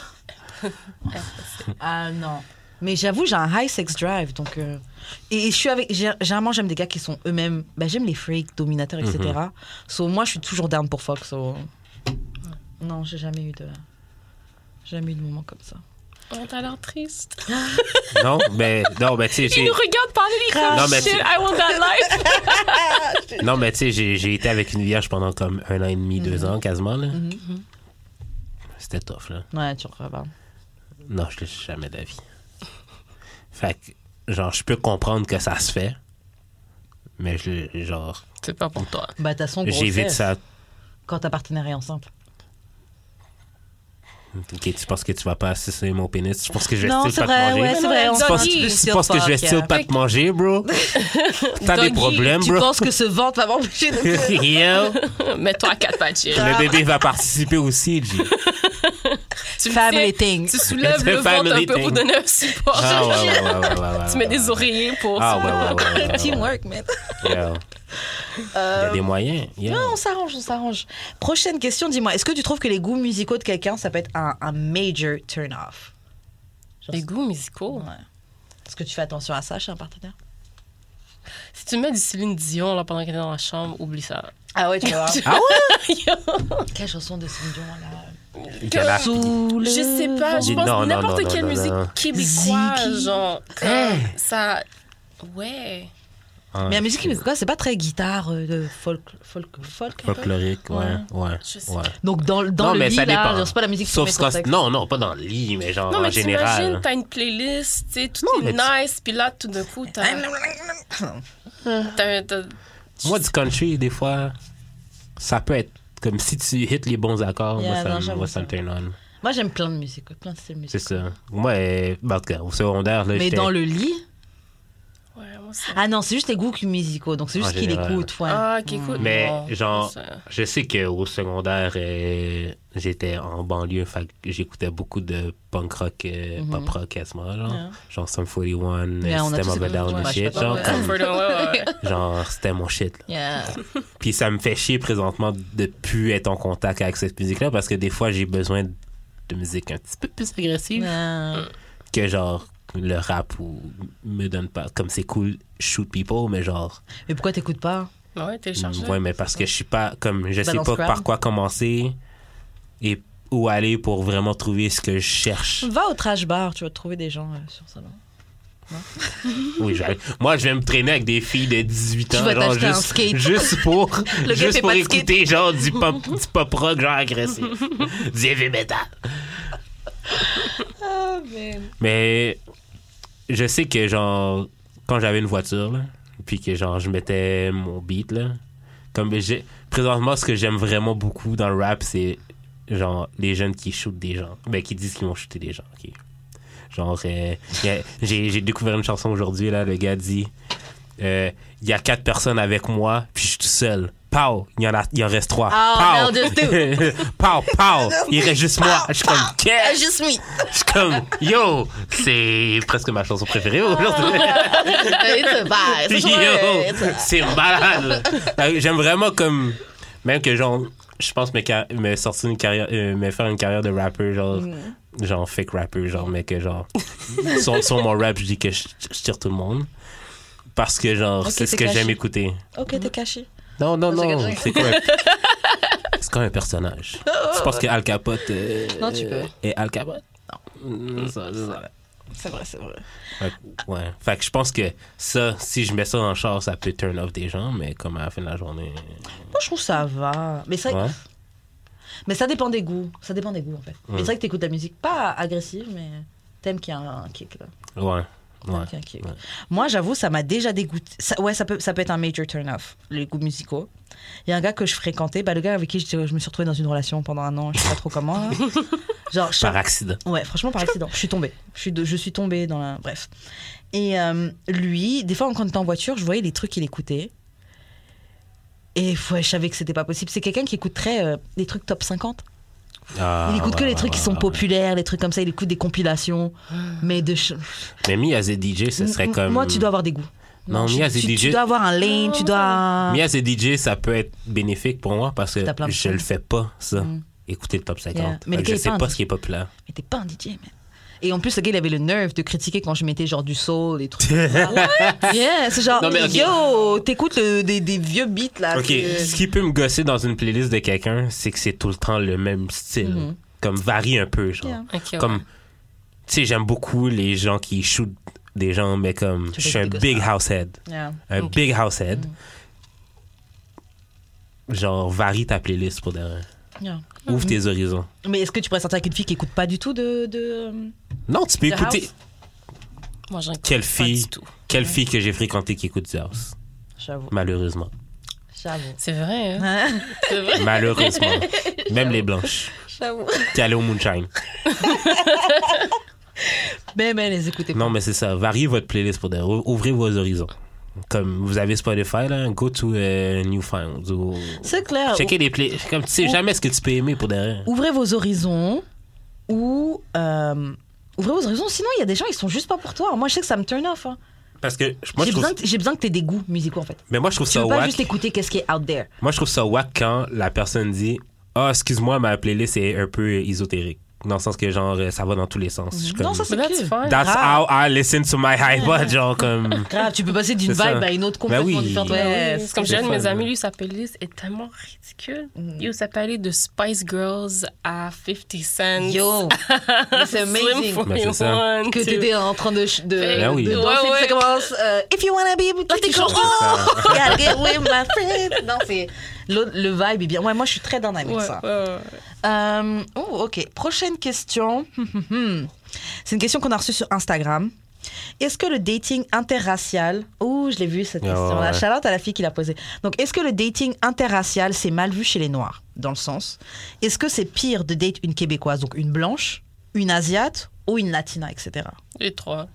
Ah non. Mais j'avoue, j'ai un high sex drive, donc. euh, Et je suis avec. gé- Généralement, j'aime des gars qui sont eux-mêmes. Ben, j'aime les freaks, dominateurs, et cetera. So, moi, je suis toujours down pour fuck. So... Non, j'ai jamais eu de. Jamais eu de moment comme ça. Oh, t'as l'air triste. Non, mais, non, mais tu sais, Il j'ai... nous regarde parler, il est comme, Non, mais shit, tu- I want that life. Non, mais tu sais, j'ai, j'ai été avec une vierge pendant comme un an et demi, deux ans, quasiment, là. C'était tough, là. Ouais, tu reviens. Non, je l'ai jamais d'avis. Fait que, genre, je peux comprendre que ça se fait, mais je, genre, C'est pas pour toi. Bah, t'as son gros j'évite fesse ça. quand ta partenaire est enceinte. Ok, tu penses que tu vas pas sucer mon pénis? Je pense que je vais Non, still c'est pas vrai, te manger. ouais, c'est vrai. Non, On Tu Doggy. penses, pense tu penses que je vais still pas te manger, bro? T'as des Doggy, problèmes, Tu bro? penses que ce ventre va m'empêcher de... Yo, Mets-toi à quatre pattes, Jill. le bébé va participer aussi, G. Tu le Family tiens, thing. Tu soulèves C'est le ventre un family peu pour thing. donner un support. Ah, ouais, ouais, ouais, ouais, ouais, ouais, Tu mets ouais, des ouais. oreillers pour... Ah, ouais, ouais, ouais, ouais, ouais, ouais. Teamwork, man. Yo. Il y a des moyens. Yo. Non, on s'arrange, on s'arrange. Prochaine question, dis-moi, est-ce que tu trouves que les goûts musicaux de quelqu'un, ça peut être un, un major turn-off? Genre, Les goûts musicaux. Ouais. Est-ce que tu fais attention à ça chez un partenaire? Si tu mets du Céline Dion là, pendant qu'elle est dans la chambre, oublie ça. Ah ouais, tu vois. Ah ouais? Quelle chanson de Céline Dion, là? Il y en a- Sous le Je sais pas, je Non, non, pense non, n'importe non, quelle non, musique non. québécoise, Ziggy. genre, comme ça... Ouais. Ah, Mais la musique québécoise, c'est pas très guitare euh, de folk, folk, folk. un peu? folklorique, ouais, ouais, Je sais. ouais. Donc dans, dans Non, le mais lit, ça là, dépend. genre, c'est pas la musique qui Sauf met quand contexte. non, non, pas dans le lit, mais genre Non, mais en t'imagines, général. t'as une playlist, tu sais, tout Non, est mais nice, puis là, tout d'un coup, t'as... t'as, t'as- Moi, du country, des fois, ça peut être comme si tu hits les bons accords, Yeah, moi, ça, non, me- j'avoue moi, ça me ça. turn on. Moi, j'aime plein de musique, plein de styles C'est musicaux. ça. Moi, euh, ben, en tout cas, au secondaire, là, Mais j'étais- dans le lit... Ouais, moi, c'est... Ah non, c'est juste les goûts musicaux, donc c'est juste En qu'il général. écoute, ouais. Ah, ok, écoute. Mais non, genre, ça- je sais qu'au secondaire, euh, j'étais en banlieue, fait que j'écoutais beaucoup de punk rock, euh, Mhm. pop rock à ce moment-là. Genre, Yeah. genre Sum forty-one, Yeah, euh, on a System tous of a écouté, Down ouais, et je sais shit. pas Genre, quoi, comme- For the- ouais, ouais, ouais. genre, c'était mon shit. Là. Yeah. Puis ça me fait chier présentement de plus être en contact avec cette musique-là parce que des fois, j'ai besoin de musique un petit peu plus agressive Yeah. que genre le rap ou me donne pas. Comme c'est cool, shoot people, mais genre. Mais pourquoi t'écoutes pas? Ouais, télécharge. Ouais, mais parce que je suis pas comme je sais Balance pas crowd. par quoi commencer et où aller pour vraiment trouver ce que je cherche. Va au trash bar, tu vas trouver des gens euh, sur ça. Là. Oui, je vais aller- moi je vais me traîner avec des filles de dix-huit ans Tu vas genre t'acheter un juste, skate. juste pour Le gars juste fait pour pas de skate. écouter genre du pop du pop rock genre agressif. Du heavy metal. Ah, mais... Mais je sais que genre quand j'avais une voiture là, puis que genre je mettais mon beat là, comme j'ai présentement ce que j'aime vraiment beaucoup dans le rap c'est genre les jeunes qui shootent des gens, ben qui disent qu'ils vont shooter des gens, ok. Genre euh, y a- j'ai j'ai découvert une chanson aujourd'hui là, le gars dit euh, il y a quatre personnes avec moi puis je suis tout seul. Pow, il y en a il en reste trois. Oh, Pow. they'll just Pow, pow, il reste juste moi. Je suis comme Ah, qu'est-ce? juste me. Je suis comme, yo, c'est presque ma chanson préférée aujourd'hui. It's a vibe. It's a Yo, vibe. It's a- c'est malade. là. J'aime vraiment comme, même que genre, je pense me, car- me sortir une carrière, euh, me faire une carrière de rappeur, genre, Mm. genre fake rappeur, genre, mais que genre, sur, sur mon rap, je dis que je, je tire tout le monde. Parce que genre, Ok, c'est ce t'es que j'aime caché. écouter. Ok, t'es caché. Non, non, C'est non, caché. c'est comme un, c'est comme un personnage. Tu penses que Al Capote euh, Non, tu peux. est Al Capote? Non. Ça, ça. C'est vrai, c'est vrai. Fait que, ouais. Fait que je pense que ça, si je mets ça dans le char, ça peut turn off des gens, mais comme à la fin de la journée. Moi, je trouve ça va. Mais ça, Ouais. mais ça dépend des goûts. Ça dépend des goûts, en fait. Mais Mm. c'est vrai que t'écoutes de la musique pas agressive, mais t'aimes qu'il y a un, un kick, là. Ouais. T'aimes Ouais. qu'il y a un kick. Ouais. Moi, j'avoue, ça m'a déjà dégoûté. Ça- ouais, ça peut, ça peut être un major turn-off, les goûts musicaux. Il y a un gars que je fréquentais, bah, le gars avec qui je, je me suis retrouvée dans une relation pendant un an, je sais pas trop comment. Là. Genre, chaque- Par accident. Ouais, franchement, par accident. Je suis tombée. Je suis, de- je suis tombée dans la. Bref. Et euh, lui, des fois, quand on était en voiture, je voyais les trucs qu'il écoutait. Et ouais, je savais que c'était pas possible. C'est quelqu'un qui écouterait euh, des trucs top cinquante. Ah, Il écoute que ouais, les trucs ouais, qui sont ouais. populaires, les trucs comme ça. Il écoute des compilations. Mais de. ch- Mais me as a D J, ce serait M- comme. Moi, tu dois avoir des goûts. Non, je- me as a tu, D tu J. dois avoir un lane, tu dois. Me as a D J, ça peut être bénéfique pour moi parce que T'as plein de je sons. le fais pas, ça. Mm. Écouter le top cinquante. Yeah. Mais Fait le que gars je est sais pas pas un- ce qui est populaire. Mais t'es pas un D J, man. Et en plus, le gars, il avait le nerve de critiquer quand je mettais genre du soul et trucs comme ça. Yeah, c'est genre, Non, mais ok. yo, t'écoutes le- des, des vieux beats là. Ok, que- ce qui peut me gosser dans une playlist de quelqu'un, c'est que c'est tout le temps le même style. Mhm. Comme varie un peu, genre. Yeah. Ok, ouais. Comme, tu sais, j'aime beaucoup les gens qui shootent des gens, mais comme, Tu je fais suis un des big gosses. househead. Yeah. Un Ok. big househead. Mm. Genre, varie ta playlist pour derrière. Yeah. Ouvre tes horizons. Mais est-ce que tu pourrais sortir avec une fille qui écoute pas du tout de. de... Non, tu peux The écouter. house? Moi, j'en écoute Quelle pas fille, du tout. quelle fille que j'ai fréquentée qui écoute du house? J'avoue. Malheureusement. J'avoue. C'est vrai, hein? Hein? C'est vrai. Malheureusement. Même les blanches. J'avoue. T'es allé au Moonshine. Mais, mais, les écoutez pas. Non, mais c'est ça. Variez votre playlist pour de... Ouvrez vos horizons. Comme vous avez Spotify, là, go to uh, Newfound. Ou... C'est clair. Checker des playlists. Comme tu sais Ou... jamais ce que tu peux aimer pour derrière. Ouvrez vos horizons ou... Euh... Ouvrez vos horizons. Sinon, il y a des gens, ils sont juste pas pour toi. Moi, je sais que ça me turn off. Hein. Parce que moi, j'ai, je besoin trouve... que, j'ai besoin que t'aies des goûts musicaux, en fait. Mais moi, je trouve tu ça peux pas wack. juste écouter qu'est-ce qui est out there. Moi, je trouve ça wack quand la personne dit « Ah, oh, excuse-moi, ma playlist est un peu ésotérique. » Dans le sens que, genre, ça va dans tous les sens. Je suis Non, comme, ça, c'est But cool. that's fine. That's Grave. how I listen to my iPod. Genre, comme... Grave, tu peux passer d'une C'est vibe ça. à une autre complètement Ben oui. différente. Ben Ouais, Oui, c'est c'est comme c'est j'ai un de mes fun. amis, lui, sa playlist est tellement ridicule. Yo, ça peut aller de Spice Girls à fifty Cent. Yo, c'est amazing. Slim Ben, c'est ça. forty-one, Que to- t'étais en train de, de, Ben oui. de danser, Ouais, puis ouais. ça commence euh, If you wanna be, là t'es comme oh, gotta get with my friend. Non, c'est le, le vibe est bien. Ouais, moi je suis très dans avec Ouais, ça. ouais, ouais. Euh, oh, ok. Prochaine question. C'est une question qu'on a reçue sur Instagram. Est-ce que le dating interracial... Oh, je l'ai vu cette Oh, question-là. ouais. Shout-out à la fille qui l'a posée. Donc, est-ce que le dating interracial, c'est mal vu chez les Noirs? Dans le sens, est-ce que c'est pire de date une Québécoise, donc une blanche, une Asiate ou une Latina, et cetera. Les trois.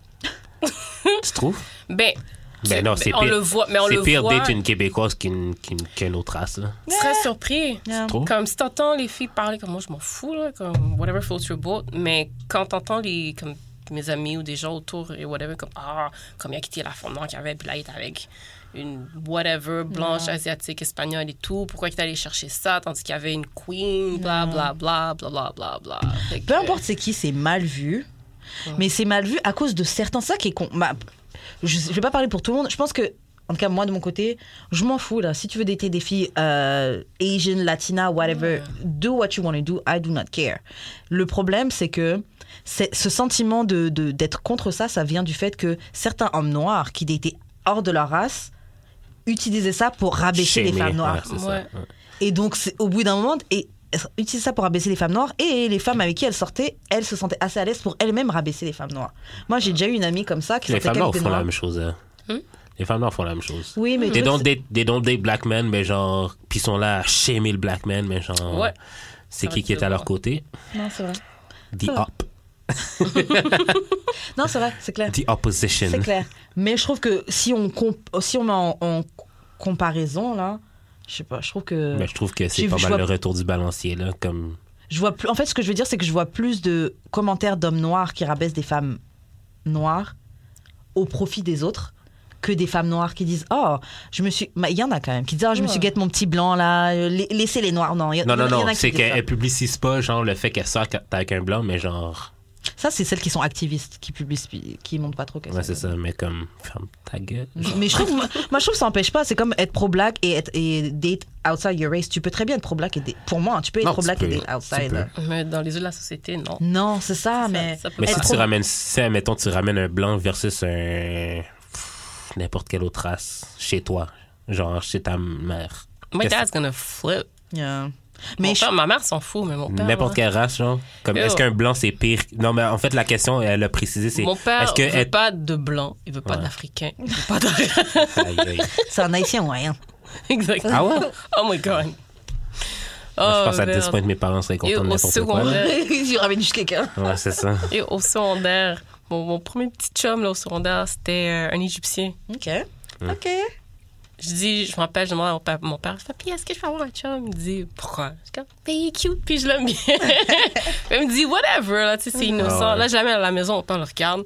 Tu trouves? Ben, Ben non, c'est on pire. le voit, mais on c'est le pire voit. d'être une Québécoise qu'une, qu'une, qu'une autre race. Là. Tu serais surpris. Yeah. Trop? Comme si t'entends les filles parler comme moi, je m'en fous, là, comme whatever floats your boat. Mais quand t'entends les, comme mes amis ou des gens autour et whatever, comme ah, comme il a quitté la femme noire qu'il y avait, puis là, il est avec une whatever, blanche, Yeah. asiatique, espagnole et tout. Pourquoi il est allé chercher ça, tandis qu'il y avait une queen, bla, bla, bla, bla, bla, bla, bla. Fait que- Peu importe c'est qui, c'est mal vu. Mais c'est mal vu à cause de certains... Ça qui est con. Bah, je, je vais pas parler pour tout le monde. Je pense que, en tout cas, moi, de mon côté, je m'en fous, là. Si tu veux dater des filles euh, Asian, Latina, whatever, do what you want to do, I do not care. Le problème, c'est que c'est, ce sentiment de, de, d'être contre ça, ça vient du fait que certains hommes noirs qui étaient hors de leur race utilisaient ça pour rabaisser les Shamer, femmes noires. ouais, c'est ça, Ouais. ouais. Et donc, c'est, au bout d'un moment, et utiliser ça pour rabaisser les femmes noires, et les femmes avec qui elles sortaient, elles se sentaient assez à l'aise pour elles-mêmes rabaisser les femmes noires. Moi, j'ai déjà eu une amie comme ça qui Les sortait femmes noires qu'avec des font la noirs. même chose. Hein. Hmm? Les femmes noires font la même chose. Oui, mais They tu vois, don't date, they don't date black men, mais genre, puis ils sont là à shamer le black man, mais genre, Ouais. c'est Ça qui va qui est te à leur voir. côté? c'est- Non, c'est vrai. The Ça va. op, Non, c'est vrai, c'est clair. the opposition. C'est clair. Mais je trouve que si on, comp- si on met en, en comparaison, là, je sais pas, je trouve que... Mais je trouve que c'est J'ai- pas je mal vois- le retour du balancier, là, comme... Je vois plus... En fait, ce que je veux dire, c'est que je vois plus de commentaires d'hommes noirs qui rabaissent des femmes noires au profit des autres que des femmes noires qui disent oh je me suis bah, il y en a quand même qui disent oh je me Ouais. suis guette mon petit blanc là euh, la- laissez les noirs non il y a- Non, non, il y en a non, qui c'est disent ça. qu'elle publicise pas, genre, le fait qu'elle sort quand t'es avec un blanc, mais genre... Ça c'est celles qui sont activistes qui publient qui montrent pas trop qu'elles Ouais, sont- c'est ça, mais comme, ferme ta gueule. mais je trouve moi, moi, je trouve que ça empêche pas c'est comme être pro black et être et date outside your race tu peux très bien être pro black et date, pour moi hein, tu peux être Non, pro tu black et peux, date tu outside peux. là. Mais dans les yeux de la société, non. Non c'est ça, Ça- mais ça peut Mais pas. si être tu pro- ramènes, si, admettons, tu ramènes un blanc versus un... pff, n'importe quelle autre race chez toi, genre chez ta mère. My Qu'est-ce- dad's gonna flip. Yeah. Mais mais je- ma mère s'en fout, mais mon père. N'importe ouais. quelle race, genre. Comme, Yo. est-ce qu'un blanc, c'est pire? Non, mais en fait, la question, elle a précisé, c'est... Mon père est-ce que veut être- pas de blanc, il veut pas Ouais. d'africain, il veut pas de. Aïe, aïe. c'est un haïtien ou rien Exactement. Ah ouais? Oh my god. Moi, je pense à merde. dix points de mes parents seraient Et contents de au n'importe quoi. là. secondaire, je ramène juste quelqu'un Ouais, c'est ça. et au secondaire, mon, mon premier petit chum là, au secondaire, c'était euh, un Égyptien. ok ok Je dis, je me rappelle, je demande à mon père, mon père, Papi, est-ce que je peux avoir un chum? Il me dit, pourquoi? Je dis, comme, ben, il est cute, puis je l'aime bien. Il me dit, whatever, là, tu sais, c'est innocent. Ah ouais. Là, je l'amène à la maison, mon père le regarde.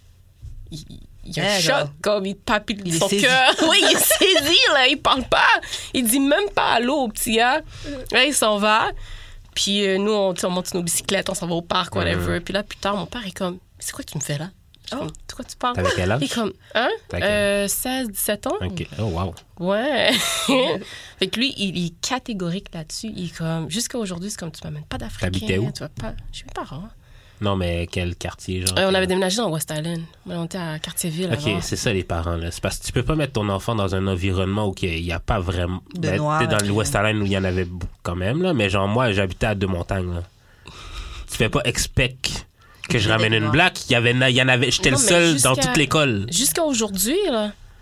Il, il y a un Eh, choc, genre. comme il papille Il est son saisi. cœur. Oui, il est saisi, là, il parle pas. Il dit même pas allô au petit gars. Là, il s'en va. Puis euh, nous, on, tu sais, on monte sur nos bicyclettes, on s'en va au parc, whatever. Puis là, plus tard, mon père est comme, c'est quoi que tu me fais là? Je suis comme, de quoi tu parles? T'avais quel âge? Il est comme, hein? T'as quel Euh, seize, dix-sept ans? OK. Oh, wow. Ouais. Fait que lui, il, il est catégorique là-dessus. Il est comme, jusqu'à aujourd'hui, c'est comme, tu m'amènes pas d'Africain. T'habitais où? Tu vas pas. Chez mes parents. Non, mais quel quartier, genre? Euh, on avait déménagé dans West Island. On était à Cartierville. OK, avant. c'est ça, les parents, là. C'est parce que tu peux pas mettre ton enfant dans un environnement où il n'y a pas vraiment... De Ben, noirs, t'es dans ok. le West Island où il y en avait beaucoup quand même, là. Mais genre, moi, j'habitais à Deux-Montagnes, là. Tu fais pas expect que je Il y a ramène des une noirs. black. Il y, avait, il y en avait... J'étais le Non, mais seul dans jusqu'à- toute l'école. Jusqu'à aujourd'hui, là.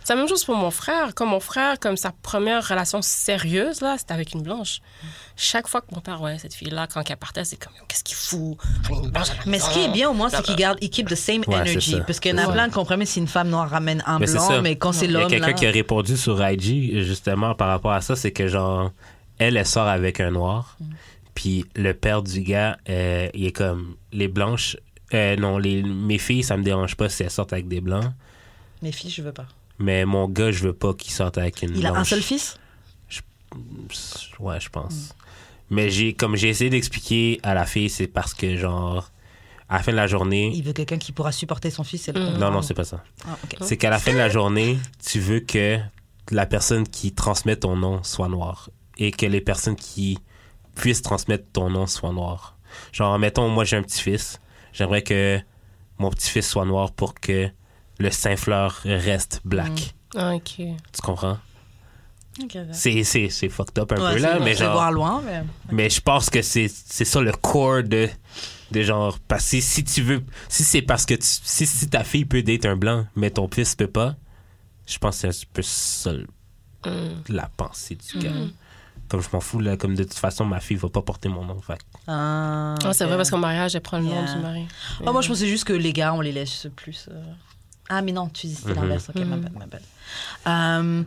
C'est la même chose pour mon frère. Comme mon frère, comme sa première relation sérieuse, là, c'était avec une blanche. Chaque fois que mon père voyait cette fille-là, quand elle partait, c'est comme, qu'est-ce qu'il fout? Une blanche à la Mais ce qui est bien au moins, c'est qu'il garde, il keep the same Ouais, energy. c'est ça. Parce qu'il y en a C'est plein ça. qui comprennent si une femme noire ramène un Mais c'est blanc, ça. mais quand c'est Il y a l'homme. quelqu'un là... qui a répondu sur I G, justement, par rapport à ça, c'est que, genre, elle, elle sort avec un noir, Mm. puis le père du gars, euh, il est comme, les blanches, euh, non, les, mes filles, ça me dérange pas si elles sortent avec des blancs, Mes filles, je veux pas. mais mon gars, je veux pas qu'il sorte avec une Il blanche. a un seul fils? Ouais, je pense. Mais j'ai, comme j'ai essayé d'expliquer à la fille, c'est parce que, genre, à la fin de la journée... Il veut quelqu'un qui pourra supporter son fils et le Mm. comprendre. Non, non, c'est pas ça. Ah, ok. C'est qu'à la fin de la journée, tu veux que la personne qui transmet ton nom soit noire et que les personnes qui puissent transmettre ton nom soient noires. Genre, mettons, moi, j'ai un petit-fils. J'aimerais que mon petit-fils soit noir pour que le Saint-Fleur reste black. Ah, OK. Tu comprends? Ok, d'accord. C'est, c'est, c'est fucked up un Ouais, peu, c'est là, bon, mais je vais genre... voir loin, mais... Mais je pense que c'est, c'est ça le core de, de genre... Parce que si tu veux... Si c'est parce que... Tu, si, si ta fille peut date un blanc, mais ton fils peut pas, je pense que c'est un peu ça le- Mm. la pensée du gars. Comme je m'en fous, là, comme de toute façon, ma fille va pas porter mon nom. Fait. que- Ah, Ah, c'est ok. vrai, parce qu'au mariage, elle prend le nom Yeah. du mari. Oh, moi, je pensais juste que les gars, on les laisse plus... euh, Ah, mais non, tu dis c'était Mhm. l'inverse. Ok, ma bad, ma bad. Euh,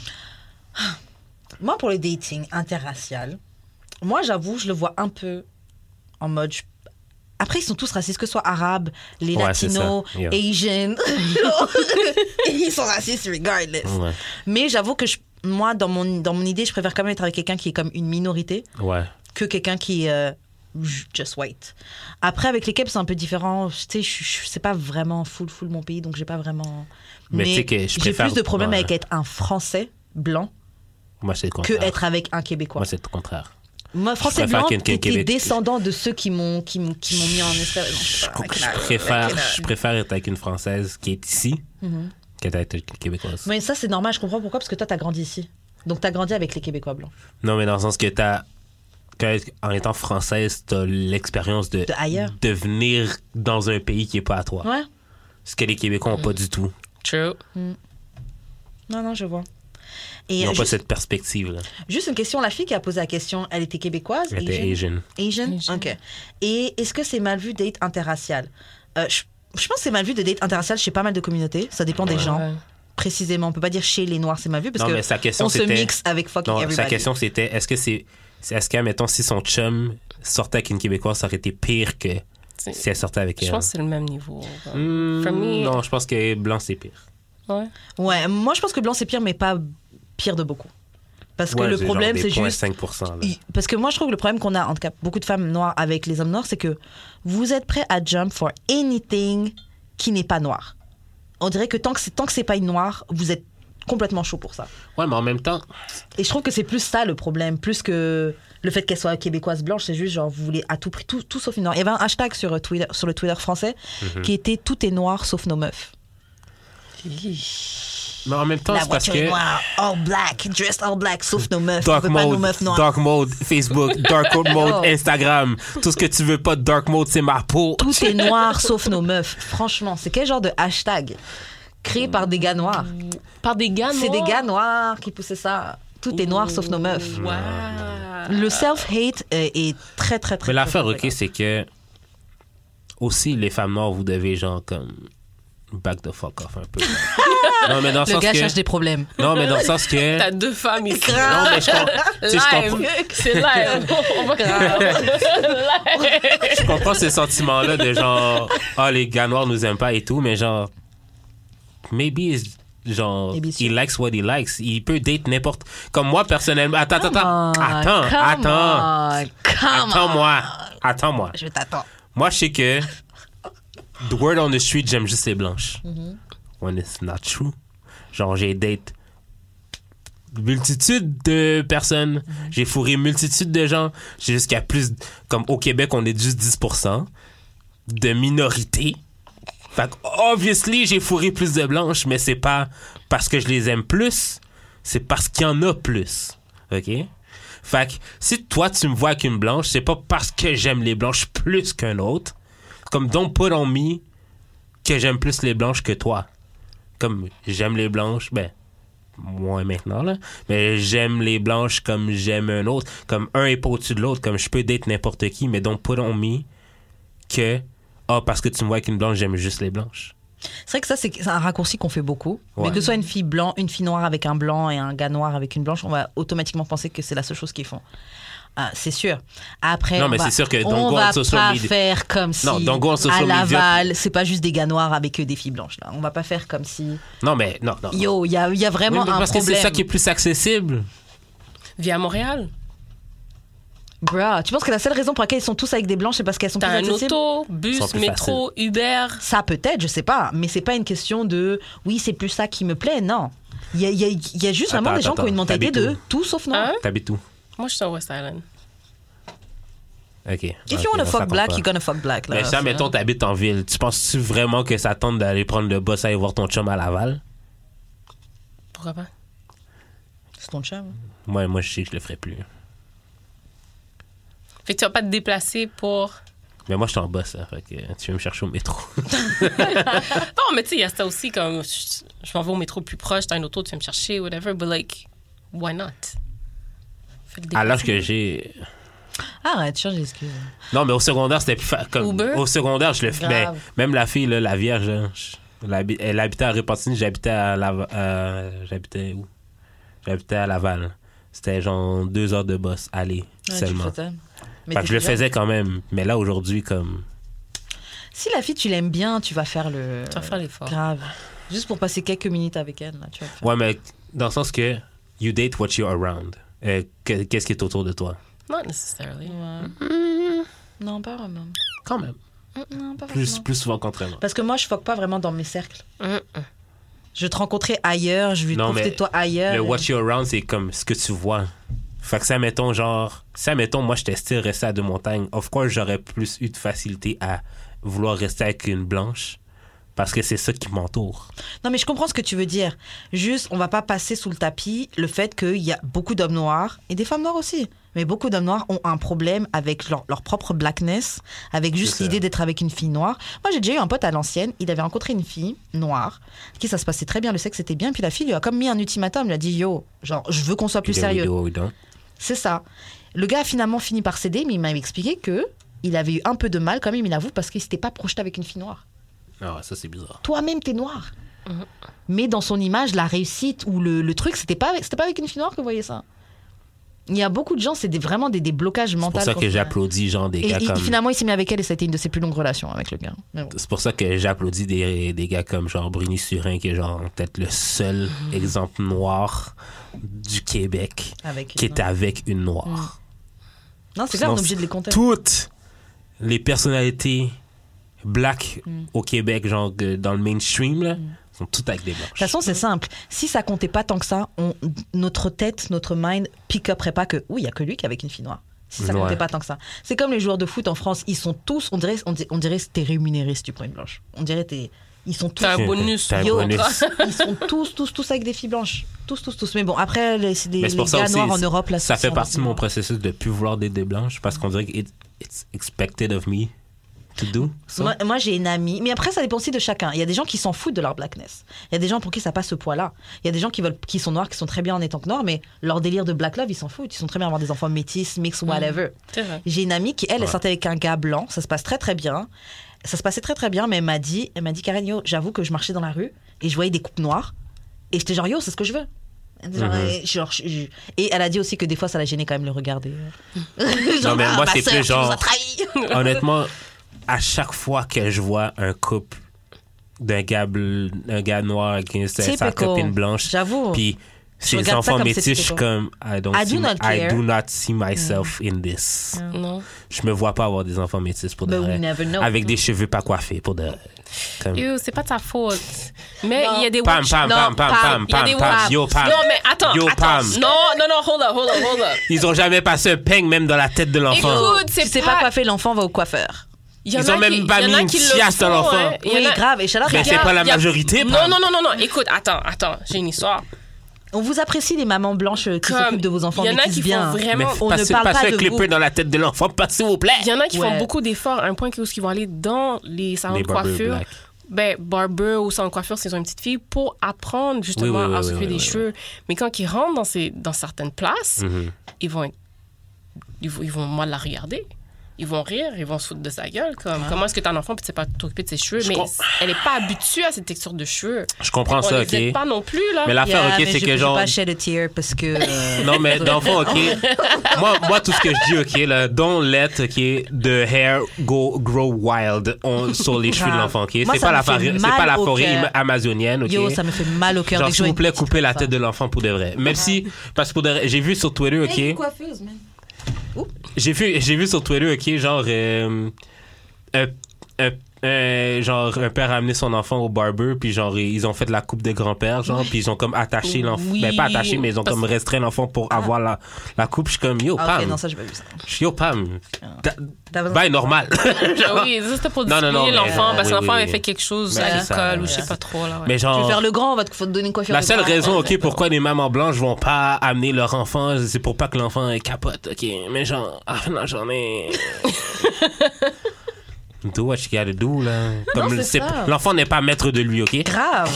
Moi, pour le dating interracial, moi, j'avoue, je le vois un peu en mode... je- Après, ils sont tous racistes, que ce soit arabes, les Ouais, c'est latinos, ça. Yeah. asians. Ils sont racistes regardless. Ouais. Mais j'avoue que je- moi, dans mon, dans mon idée, je préfère quand même être avec quelqu'un qui est comme une minorité Ouais. que quelqu'un qui est euh, j- just white. Après, avec les Kebs, c'est un peu différent. Tu sais, je- je- c'est pas vraiment full, full mon pays, donc j'ai pas vraiment... Mais tu sais que je j'ai préfère- plus de problèmes ouais. avec être un Français blanc Moi, c'est le que contraire. être avec un Québécois. Moi, c'est le contraire. Moi, Français préfère blanc, quelqu'un t'es t'es Québec- descendant de ceux qui m'ont qui m'ont qui m'ont mis en espèce. Non, je sais pas, Je like, préfère, like, je préfère être avec une Française qui est ici Mhm. qu'être avec une Québécoise. Mais ça, c'est normal, je comprends pourquoi, parce que toi, t'as grandi ici. Donc, t'as grandi avec les Québécois blancs. Non, mais dans le sens que t'as... que, en étant française, t'as l'expérience de, De ailleurs. de venir dans un pays qui est pas à toi. Ouais. Ce que les Québécois ont pas du tout. True. Non, non, je vois. Et Ils euh, n'ont pas juste, cette perspective-là. juste une question, la fille qui a posé la question, elle était québécoise? Elle était Asian. Asian? Asian. OK. Et est-ce que c'est mal vu date interracial? Euh, je, je pense que c'est mal vu de date interracial chez pas mal de communautés. Ça dépend des Ouais. gens. Ouais. Précisément, on peut pas dire chez les Noirs c'est mal vu parce Non, que mais sa question, on se c'était- mixe avec fucking Non, everybody. sa question, c'était est-ce que c'est... c'est- Est-ce que, mettons, si son chum sortait avec une Québécoise, ça aurait été pire que C'est- si elle sortait avec Je elle? pense que c'est le même niveau. Hmm, For me- Non, je pense que blanc, c'est pire. Ouais. Ouais, moi je pense que blanc c'est pire, mais pas pire de beaucoup. Parce que Ouais, le genre problème des c'est zéro virgule juste. cinq pour cent, là. I- Parce que moi je trouve que le problème qu'on a, en tout cas beaucoup de femmes noires avec les hommes noirs, c'est que vous êtes prêts à jump for anything qui n'est pas noir. On dirait que tant que c'est, tant que c'est pas une noire, vous êtes complètement chaud pour ça. Ouais, mais en même temps, Et je trouve que c'est plus ça le problème, plus que le fait qu'elle soit québécoise blanche, c'est juste genre vous voulez à tout prix tout, tout sauf une noire. Il y avait un hashtag sur, euh, Twitter, sur le Twitter français Mhm. qui était tout est noir sauf nos meufs. mais en même temps, La c'est parce voiture est que... noire, all black, dressed all black, sauf nos meufs. Dark on veut pas nos mode, meufs noires. dark mode, Facebook, dark mode, Oh. Instagram. Tout ce que tu veux pas de dark mode, c'est ma peau. Tout est noir sauf nos meufs. Franchement, c'est quel genre de hashtag créé par des gars noirs? Par des gars C'est noirs? des gars noirs qui poussaient ça. Tout est noir sauf nos meufs. Wow. Le self-hate est, est très, très, très... Mais l'affaire, très, ok, très c'est que aussi les femmes noires, vous devez genre comme back the fuck off un peu. non, mais dans le, Le sens gars que cherche des problèmes. non, mais dans le sens que T'as deux femmes ici. non, mais je, com- tu sais, je comprends, Live. C'est live. On va je comprends ces sentiments-là de genre ah les gars noirs nous aiment pas et tout, mais genre maybe genre Maybe he so. likes what he likes. Il peut date n'importe comme moi personnellement. Attends, attends, attends, Ah, attends, come attends. on, come Attends-moi. Attends-moi. on. Je t'attends. Moi, je sais que the word on the street, j'aime juste les blanches. Mm-hmm. When it's not true. Genre, j'ai date multitude de personnes. Mm-hmm. J'ai fourré multitude de gens. J'ai jusqu'à plus... Comme au Québec, on est juste dix pour cent de minorités. Fait que, obviously, j'ai fourré plus de blanches, mais c'est pas parce que je les aime plus. C'est parce qu'il y en a plus. OK? Fait que si toi, tu me vois avec une blanche, c'est pas parce que j'aime les blanches plus qu'un autre. Comme don't put on me que j'aime plus les blanches que toi. comme j'aime les blanches, ben, moins maintenant, là, mais j'aime les blanches comme j'aime un autre. Comme un est pas au-dessus de l'autre, comme je peux date n'importe qui, mais don't put on me que, ah, oh, parce que tu me vois avec une blanche, j'aime juste les blanches. C'est vrai que ça, c'est un raccourci qu'on fait beaucoup. Ouais. Mais que ce soit une fille blanc, une fille noire avec un blanc et un gars noir avec une blanche, on va automatiquement penser que c'est la seule chose qu'ils font. Ah, c'est sûr. Après, Non, on mais va, c'est sûr que don't on go va on social pas media. faire comme si Non, don't go on social à media. Laval, c'est pas juste des gars noirs avec eux des filles blanches. Là. On va pas faire comme si... Non, mais non, non. non. Yo, il y a, y a vraiment Oui, mais un parce problème. que c'est ça qui est plus accessible. Via Montréal. Bruh, tu penses que la seule raison pour laquelle ils sont tous avec des blanches, c'est parce qu'elles sont T'as plus un accessibles? auto, Ils bus, sont plus métro, Uber. Ça peut-être, je sais pas. Mais c'est pas une question de oui, c'est plus ça qui me plaît. Non. Il y a, il y a- il y a juste vraiment Attends, des gens attends, qui ont une mentalité t'habites de où? tout sauf non. Hein? T'habites où? Moi, je suis à West Island. OK. If Ok, you wanna là, ça fuck compte black, pas. you're gonna fuck black. Là, Mais ça, C'est- mettons, t'habites en ville. Tu penses-tu vraiment que ça tente d'aller prendre le bus, aller voir ton chum à Laval? Pourquoi pas? C'est ton chum. Moi, moi, je sais que je le ferais plus. Fait que tu vas pas te déplacer pour... Mais moi, je suis en boss, hein, fait que tu veux me chercher au métro. Non, mais tu sais, il y a ça aussi, comme je, je m'en vais au métro plus proche, t'as une auto, tu viens me chercher, whatever, but like, why not? Fais le À l'âge déplacement. que j'ai... Arrête, change d'excuse. Non, mais au secondaire, c'était plus... fa- Comme, Uber? au secondaire, je le fais. Grave. Ben, même la fille, là, la vierge, là, je- elle, habi- elle habitait à Repentigny, j'habitais à Laval. Euh, j'habitais où? J'habitais à Laval. C'était genre deux heures de boss, aller, Ouais, seulement. tu fais ça. Mais Fait t'es que je le jeune. faisais quand même. Mais là, aujourd'hui, comme... Si la fille, tu l'aimes bien, tu vas faire le. Tu vas faire l'effort. Grave. Juste pour passer quelques minutes avec elle, là, tu vas le faire. Ouais, mais dans le sens que you date what you're around. Euh, que- qu'est-ce qui est autour de toi? Not necessarily. Ouais. Non, pas vraiment. Quand même. Non, pas Plus, vraiment. plus souvent qu'entraînement. Parce que moi, je fuck pas vraiment dans mes cercles. Mm-mm. Je vais te rencontrer ailleurs, je vais Non, profiter mais de toi ailleurs. Le et- what you're around, c'est comme ce que tu vois. Fait que ça, mettons, genre... Ça, mettons, moi, j'étais still resté à Deux-Montagnes. Of course, j'aurais plus eu de facilité à vouloir rester avec une blanche parce que c'est ça qui m'entoure. Non, mais je comprends ce que tu veux dire. Juste, on va pas passer sous le tapis le fait qu'il y a beaucoup d'hommes noirs, et des femmes noires aussi, mais beaucoup d'hommes noirs ont un problème avec leur, leur propre blackness, avec juste C'est ça. l'idée d'être avec une fille noire. Moi, j'ai déjà eu un pote à l'ancienne, il avait rencontré une fille noire, qui ça se passait très bien, le sexe était bien, puis la fille lui a comme mis un ultimatum, lui a dit « Yo, genre, je veux qu'on soit plus Either we sérieux. do or we don't. » C'est ça. Le gars a finalement fini par céder, mais il m'avait expliqué que il avait eu un peu de mal quand même, il avoue, parce qu'il s'était pas projeté avec une fille noire. Ah, ça, c'est bizarre. Toi-même, t'es noir. Mais dans son image, la réussite ou le, le truc, c'était pas, avec, c'était pas avec une fille noire que vous voyez ça. Il y a beaucoup de gens, c'est des, vraiment des, des blocages C'est mentaux. pour ça quand que c'est- j'applaudis, genre, des Et, gars et comme... finalement, il s'est mis avec elle et ça a été une de ses plus longues relations avec le gars. Mais bon. C'est pour ça que j'applaudis des, des gars comme genre Bruni Surin, qui est genre peut-être le seul exemple noir du Québec Avec qui est avec une noire. Non, c'est clair, on est Sinon, obligé de les compter. Toutes les personnalités black au Québec, genre de- dans le mainstream, là, sont toutes avec des blanches. De toute façon, c'est simple. Si ça comptait pas tant que ça, on, notre tête, notre mind pick-uperait pas que, oui, il y a que lui qui est avec une fille noire. Si ça Ouais. comptait pas tant que ça. C'est comme les joueurs de foot en France, ils sont tous, on dirait, on dirait, on dirait que t'es rémunéré si tu prends une blanche. On dirait que t'es, ils sont tous, T'as un bonus. T'as un Yo, bonus. ils sont tous, tous, tous avec des filles blanches. Tous, tous, tous. Mais bon, après, les, c'est des, Mais c'est les pour ça gars aussi, noirs en Europe, là, ça c'est- fait partie de mon processus de plus vouloir dater des blanches parce qu'on dirait que it- it's expected of me to do. so. Moi, moi, j'ai une amie, mais après ça dépend aussi de chacun. Il y a des gens qui s'en foutent de leur blackness. Il y a des gens pour qui ça passe ce poids-là. Il y a des gens qui veulent, qui sont noirs, qui sont très bien en étant que noirs, mais leur délire de black love, ils s'en foutent. Ils sont très bien à avoir des enfants métis, mix, whatever. C'est vrai. J'ai une amie qui elle, elle Ouais. sortait avec un gars blanc. Ça se passe très très bien. Ça se passait très très bien, mais elle m'a dit, elle m'a dit, Karen, yo, j'avoue que je marchais dans la rue et je voyais des coupes noires et j'étais genre yo, c'est ce que je veux. Genre, Mhm. et, genre, je- je- et elle a dit aussi que des fois ça la gênait quand même le regarder. Non, mais moi, ma c'est sœur, plus tu genre- nous as trahis. Honnêtement, à chaque fois que je vois un couple d'un gars, bl- un gars noir avec une- sa Typical. copine blanche, J'avoue. puis ses regarde ça enfants comme métis, c'est je suis typical. comme I don't I see, do not I care. do not see myself in this. Non. Je me vois pas avoir des enfants métis pour de But we vrai. never know. Avec des cheveux pas coiffés pour de vrai. Comme... Yo, c'est pas de sa faute. Mais Non. il y a des Pam, watch- pam, Non, pam, pam, Pam. pam, Il y a pam, des pam, watch- yo, pam. Non, mais attends, Yo, attends. Pam. Non, non, non, hold up, hold up, hold up. Ils ont jamais passé un peigne même dans la tête de l'enfant. Écoute, c'est Tu sais pas... pas coiffer l'enfant, va au coiffeur. Il y en Ils a ont même qui- pas il y en mis a une qui le chiasse dans font, l'enfant. hein. Il y en Oui, a- grave. Et Charlotte, Mais c'est pas la il y a- majorité, Non, Pam. non, non, non, non. Écoute, attends, attends. J'ai une histoire. on vous apprécie les mamans blanches qui Comme, s'occupent de vos enfants, il y en a métis qui font bien. vraiment- Mais on ne passez, parle passez pas un de clipper vous. dans la tête de l'enfant, s'il vous plaît. Il y en a qui Ouais. font beaucoup d'efforts à un point où ils vont aller dans les salons Les de barbers coiffure black. ben, barber ou salon de coiffure, s'ils ont une petite fille, pour apprendre justement Oui, oui, oui, à s'occuper oui, des oui, cheveux. Mais quand ils rentrent dans, ces, dans certaines places, Mhm. ils vont être- ils vont, ils vont mal la regarder. Ils vont rire, ils vont se foutre de sa gueule. Comme, Ah. Comment est-ce que t'as un enfant et tu sais pas t'occuper de ses cheveux? Je Mais com- elle est pas habituée à cette texture de cheveux. Je comprends On ça, les aide OK? pas non plus, là. Mais l'affaire, Yeah, OK, mais c'est je, que je genre... vais pas shed a tear parce que... euh, Non, mais dans le fond, OK, moi, moi, tout ce que je dis, OK, là, don't let, OK, the hair go grow wild on- sur les cheveux de Grave. l'enfant, OK? Moi, C'est ça pas, me la fait forêt- c'est mal pas la au forêt cœur. im- amazonienne, OK? Yo, ça me fait mal au cœur. Genre, dès que je s'il vois vous plaît, une petite coupez la femme. tête de l'enfant pour de vrai. Même si, parce que pour de vrai, j'ai vu sur Twitter, OK? Hey, coiffeuse, man. J'ai vu, j'ai vu sur Twitter, OK, genre, euh, un, un- un- genre, un père a amené son enfant au barber, puis genre, ils ont fait de la coupe de grand-père, genre, puis ils ont comme attaché l'enfant. Oui. Ben, pas attaché, mais ils ont Parce- comme restreint l'enfant pour avoir la, la coupe. Je suis comme, yo, Ah, Pam. ok, non, ça, j'ai pas vu ça. Je suis yo, Pam. T'as besoin- Ben, normal. Ah oui, ça, c'était pour Non, non, discipliner non, mais- l'enfant. parce que oui, l'enfant oui, avait oui. fait quelque chose Ben, à c'est ça, l'école ou je ouais. sais pas trop. Là, ouais. Mais Tu veux genre, faire le grand, on va te faut te donner une coiffure. la de seule grand. raison, OK, pourquoi les mamans blanches vont pas amener leur enfant, c'est pour pas que l'enfant capote, OK? Mais genre, à la fin de la journée... Do what you gotta do, là. Comme c'est c'est- ça. l'enfant n'est pas maître de lui, OK? Grave.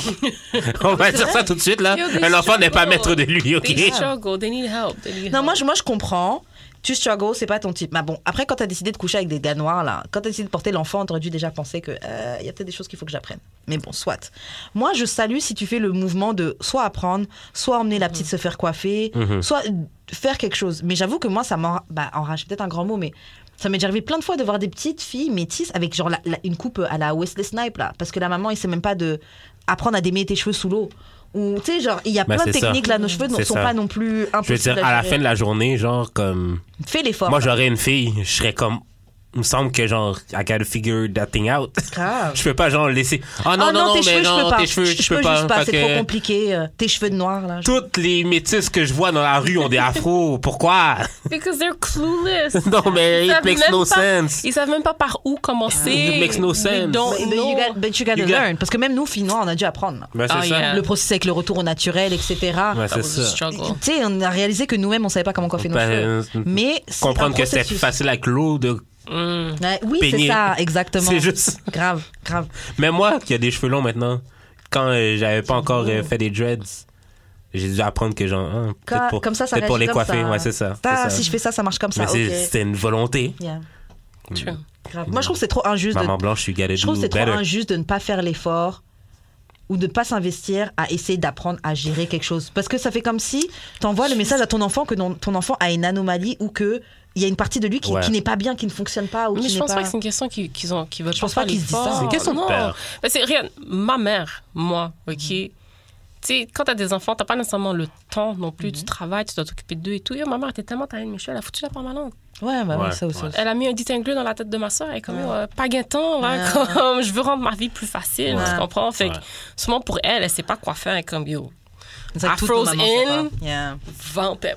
On va dire ça tout de suite, là. Yo, they Un enfant n'est pas struggle. maître de lui, OK? They struggle, they need help. They need Non, help. moi je, moi, je comprends. Tu struggle, c'est pas ton type. Mais bon, après, quand t'as décidé de coucher avec des gars noirs, là, quand t'as décidé de porter l'enfant, t'aurais dû déjà penser que euh, y a peut-être des choses qu'il faut que j'apprenne. Mais bon, soit. Moi, je salue si tu fais le mouvement de soit apprendre, soit emmener la petite se faire coiffer, Mhm. soit euh, faire quelque chose. Mais j'avoue que moi, ça m'enrage. Bah, enrage, peut-être un grand mot, mais ça m'est déjà arrivé plein de fois de voir des petites filles métisses avec genre la- la- une coupe à la Wesley Snipes, là. Parce que la maman, il sait même pas de apprendre à démêler tes cheveux sous l'eau. Ou, tu sais, genre, il y a Ben, plein de c'est ça. techniques, là, nos cheveux ne C'est sont ça. pas non plus Je veux impossibles dire, à la gérer. fin de la journée, genre, comme... Fais l'effort. Moi, j'aurais une fille, je serais comme... Il me semble que, genre, I gotta figure that thing out. Grave. Je peux pas, genre, laisser... Ah non, Oh non, non, tes mais cheveux, je peux non, pas. tes cheveux, je je peux peux pas. juste pas, Fait c'est que trop compliqué. euh, Tes cheveux de noir, là. je- toutes les métisses que je vois dans la rue ont des afros. Pourquoi? Because they're clueless. Non, mais Ils it savent makes même no pas- sense. Ils savent même pas par où commencer. It makes no They sense. don't But, but know. you got, but you gotta You got- learn. Parce que même nous, filles noires, on a dû apprendre. là. Ben, c'est Ah, ça. yeah. Le processus avec le retour au naturel, et cetera. Ouais, That c'est was a ça. struggle. Tu sais, on a réalisé que nous-mêmes, on savait pas comment coiffer nos Ben, cheveux. Mais c'est comprendre un que c'est processus. facile avec l'eau de... Mm. Ouais, oui, c'est peigner. ça, exactement. C'est juste... Grave, grave. Mais moi, qui a des cheveux longs maintenant, quand euh, j'avais pas encore euh, fait des dreads, j'ai dû apprendre que genre, hein, Quand- peut-être pour, comme ça, ça peut-être pour réagit les comme coiffer. ça. Ouais, c'est ça. c'est Ah, ça. si je fais ça, ça marche comme ça. Mais c'est- ok. c'était une volonté. Yeah, True. grave. Moi, je trouve que c'est trop injuste. De... Maman blanche, you gotta Je trouve do que c'est trop better. injuste de ne pas faire l'effort ou de ne pas s'investir à essayer d'apprendre à gérer quelque chose. Parce que ça fait comme si tu envoies le message à ton enfant que non- ton enfant a une anomalie ou que il y a une partie de lui qui, Ouais. qui n'est pas bien, qui ne fonctionne pas. Ou Mais qui je n'est pense pas pas... que c'est une question qu'ils qu'ils ont, qu'ils veulent Je pas pense pas faire qu'ils se disent l'effort. ça. C'est une question de Non. peur. Ben, c'est rien. Ma mère, moi, OK. Tu sais, quand t'as des enfants, t'as pas nécessairement le temps non plus du travail, tu dois t'occuper d'eux et tout. Et ma mère était tellement taillée de mes cheveux, elle a foutu la permanente. Ouais, bah ouais, Ouais, ça aussi. ouais. aussi. Elle a mis un détingleux dans la tête de ma soeur. Elle est comme, Ouais. euh, pas gain-temps, là, Ouais. comme, je veux rendre ma vie plus facile, Ouais. tu comprends? Fait que, Ouais. souvent pour elle, elle sait pas quoi faire. Elle est comme, yo, C'est ça que toutes nos Afro's mamans savent in. pas. Yeah. va en paix.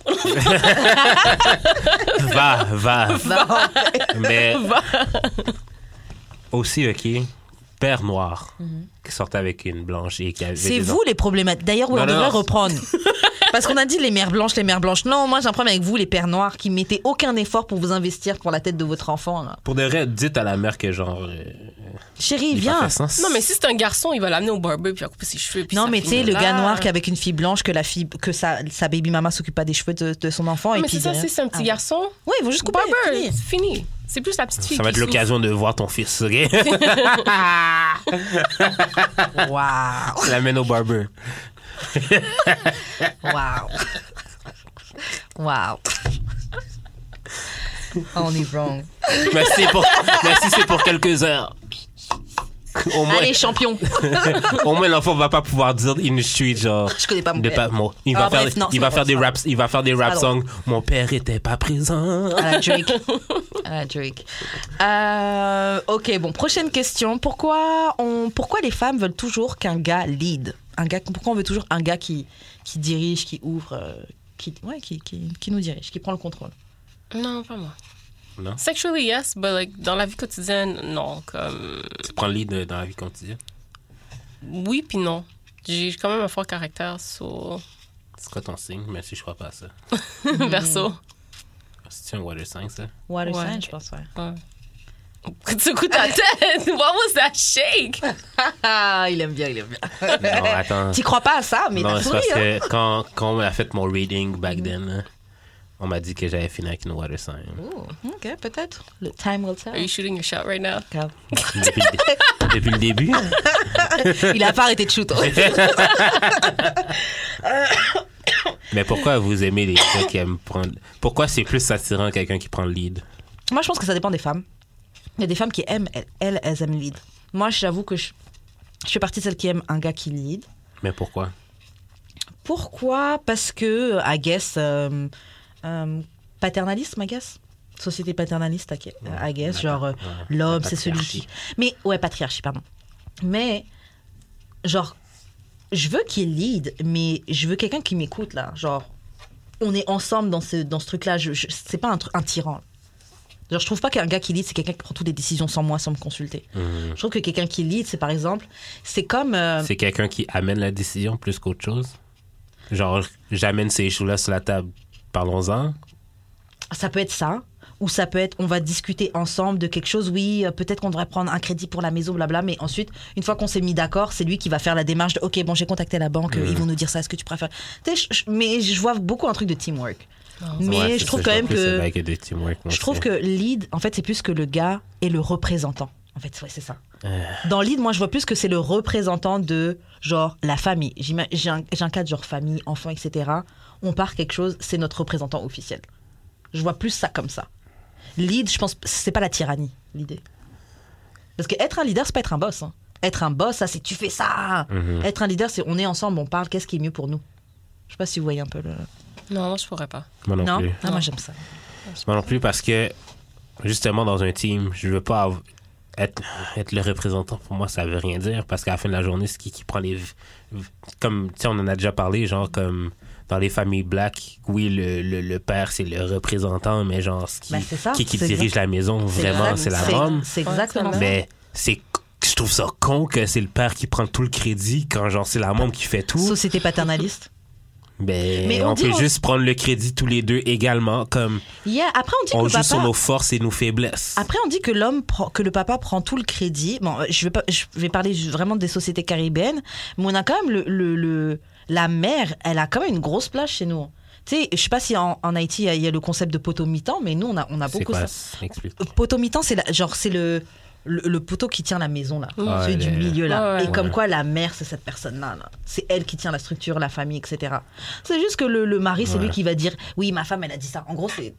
Va, va. Va. Mais aussi, OK, père noir qui sortait avec une blanche et qui avait C'est des vous les problématiques. D'ailleurs, oui, Non, on non, devrait non. reprendre. Parce qu'on a dit les mères blanches, les mères blanches. Non, moi j'ai un problème avec vous, les pères noirs, qui mettez aucun effort pour vous investir pour la tête de votre enfant. Là. Pour de vrai, dites à la mère que genre... euh, Chérie, il viens. pas fait sens. Non, mais si c'est un garçon, il va l'amener au barber puis il va couper ses cheveux. puis Non, ça mais tu sais, finit le là. gars noir qui est avec une fille blanche, que la fille, que sa, sa baby mama s'occupe pas des cheveux de, de son enfant. Non, et mais puis c'est ça, derrière- si c'est un petit Ah. garçon, Oui, ils vont juste couper. barber, fini. c'est fini. C'est plus la petite fille Ça va être qui souffre. l'occasion de voir ton fils, OK? Waouh. L'amène au barber. Waouh. Waouh. On est wrong. Merci, pour, merci c'est pour quelques heures. Au moins, Allez, champion. au moins l'enfant va pas pouvoir dire in the street genre Je connais pas mon de père. pas moi. Il va Ah, faire bref, non, il c'est va pas faire drôle, des c'est raps, il va faire des rap pas songs. Mon père était pas présent. À la Drake. À la Drake. Euh, ok, bon, prochaine question. Pourquoi, on, pourquoi les femmes veulent toujours qu'un gars lead un gars, Pourquoi on veut toujours un gars qui, qui dirige, qui ouvre, euh, qui, ouais, qui, qui, qui nous dirige, qui prend le contrôle? Non, pas moi. Non. Sexually, yes, but like, dans la vie quotidienne, non. Comme... Tu prends le lead dans la vie quotidienne. Oui, puis non. J'ai quand même un fort caractère, so... C'est quoi ton signe? Mais si je crois pas à ça. Verso. C'est un water sign ça. Water Ouais. sign, je pense, ouais. Ouais. Secoue ta tête. What was that shake? Ah, il aime bien, il aime bien. Non, attends. Tu crois pas à ça, mais Non, t'as c'est souri, parce hein? que quand, quand on a fait mon reading back then, là, on m'a dit que j'avais fini avec une water sign. Oh, ok, peut-être. Le time will Are tell. you shooting your shot right now? Grave. Depuis le, depuis le début. Il a pas arrêté de shoot. Mais pourquoi vous aimez les gens qui aiment prendre... Pourquoi c'est plus attirant quelqu'un qui prend le lead? Moi, je pense que ça dépend des femmes. Il y a des femmes qui aiment, elles, elles, elles aiment lead. Moi, j'avoue que je, je fais partie de celles qui aiment un gars qui lead. Mais pourquoi? Pourquoi? Parce que, I guess, euh, euh, paternalisme, I guess. Société paternaliste, I I guess. Genre, euh, Ouais, l'homme, la c'est celui patriarchie. qui... Mais, ouais, patriarchie, pardon. Mais, genre, je veux qu'il lead, mais je veux quelqu'un qui m'écoute, là. Genre, on est ensemble dans ce, dans ce truc-là. Je, je, c'est pas un, tr- un tyran. Genre, je trouve pas qu'un gars qui lead, c'est quelqu'un qui prend toutes les décisions sans moi, sans me consulter. Mhm. Je trouve que quelqu'un qui lead, c'est par exemple, c'est comme... euh, C'est quelqu'un qui amène la décision plus qu'autre chose? Genre, j'amène ces choses-là sur la table, parlons-en. ça peut être ça, ou ça peut être, on va discuter ensemble de quelque chose, oui, euh, peut-être qu'on devrait prendre un crédit pour la maison, blabla, mais ensuite, une fois qu'on s'est mis d'accord, c'est lui qui va faire la démarche de, ok, bon, j'ai contacté la banque, Mhm. ils vont nous dire ça, est-ce que tu préfères... Tu sais, je- je- mais je vois beaucoup un truc de teamwork. Mais Ouais, je c'est trouve ça, quand vois même plus que... le bail de teamwork, moi Je trouve aussi. que lead, en fait, c'est plus que le gars est le représentant. En fait, ouais, c'est ça. Euh. Dans lead, moi, je vois plus que c'est le représentant de, genre, la famille. J'ima- J'ai un, j'ai un cas de genre famille, enfant, et cetera. On part quelque chose, c'est notre représentant officiel. Je vois plus ça comme ça. Lead, je pense, c'est pas la tyrannie, l'idée. Parce que être un leader, c'est pas être un boss. hein. Être un boss, ça, c'est tu fais ça. Mhm. Être un leader, c'est on est ensemble, on parle, qu'est-ce qui est mieux pour nous. Je sais pas si vous voyez un peu le... Non, moi, je pourrais pas. Moi non, Non, plus. Ah, moi, j'aime ça. Moi non plus parce que, justement, dans un team, je veux pas av- être, être le représentant. Pour moi, ça veut rien dire parce qu'à la fin de la journée, c'est qui qui prend les... v- v- Comme, tu sais, on en a déjà parlé, genre, comme dans les familles black, oui, le, le, le père, c'est le représentant, mais genre, ce qui, Ben, c'est ça, qui, qui c'est dirige exact. la maison, vraiment, exact- c'est la c'est- mom. C'est exactement ça. Mais c'est... Je trouve ça con que c'est le père qui prend tout le crédit quand, genre, c'est la mom qui fait tout. Société paternaliste. Ben, Mais on, on dit peut on- juste prendre le crédit tous les deux également, comme Yeah, après, on dit on que le joue papa... sur nos forces et nos faiblesses. Après, on dit que l'homme, prend, que le papa prend tout le crédit. Bon, je vais pas, je vais parler vraiment des sociétés caribéennes, mais on a quand même le, le, le- la mère, elle a quand même une grosse place chez nous. Tu sais, je sais pas si en, en Haïti il y, a, il y a le concept de poteau mi-temps, mais nous on a, on a C'est beaucoup quoi? ça. Explique. Poteau mi-temps, c'est la- genre c'est le, le le poteau qui tient la maison là, Ah, celui du le- milieu là. Ouais, ouais. Et comme Ouais. quoi la mère c'est cette personne là, c'est elle qui tient la structure, la famille, et cetera. C'est juste que le, le mari c'est Ouais. lui qui va dire oui ma femme elle a dit ça. En gros c'est,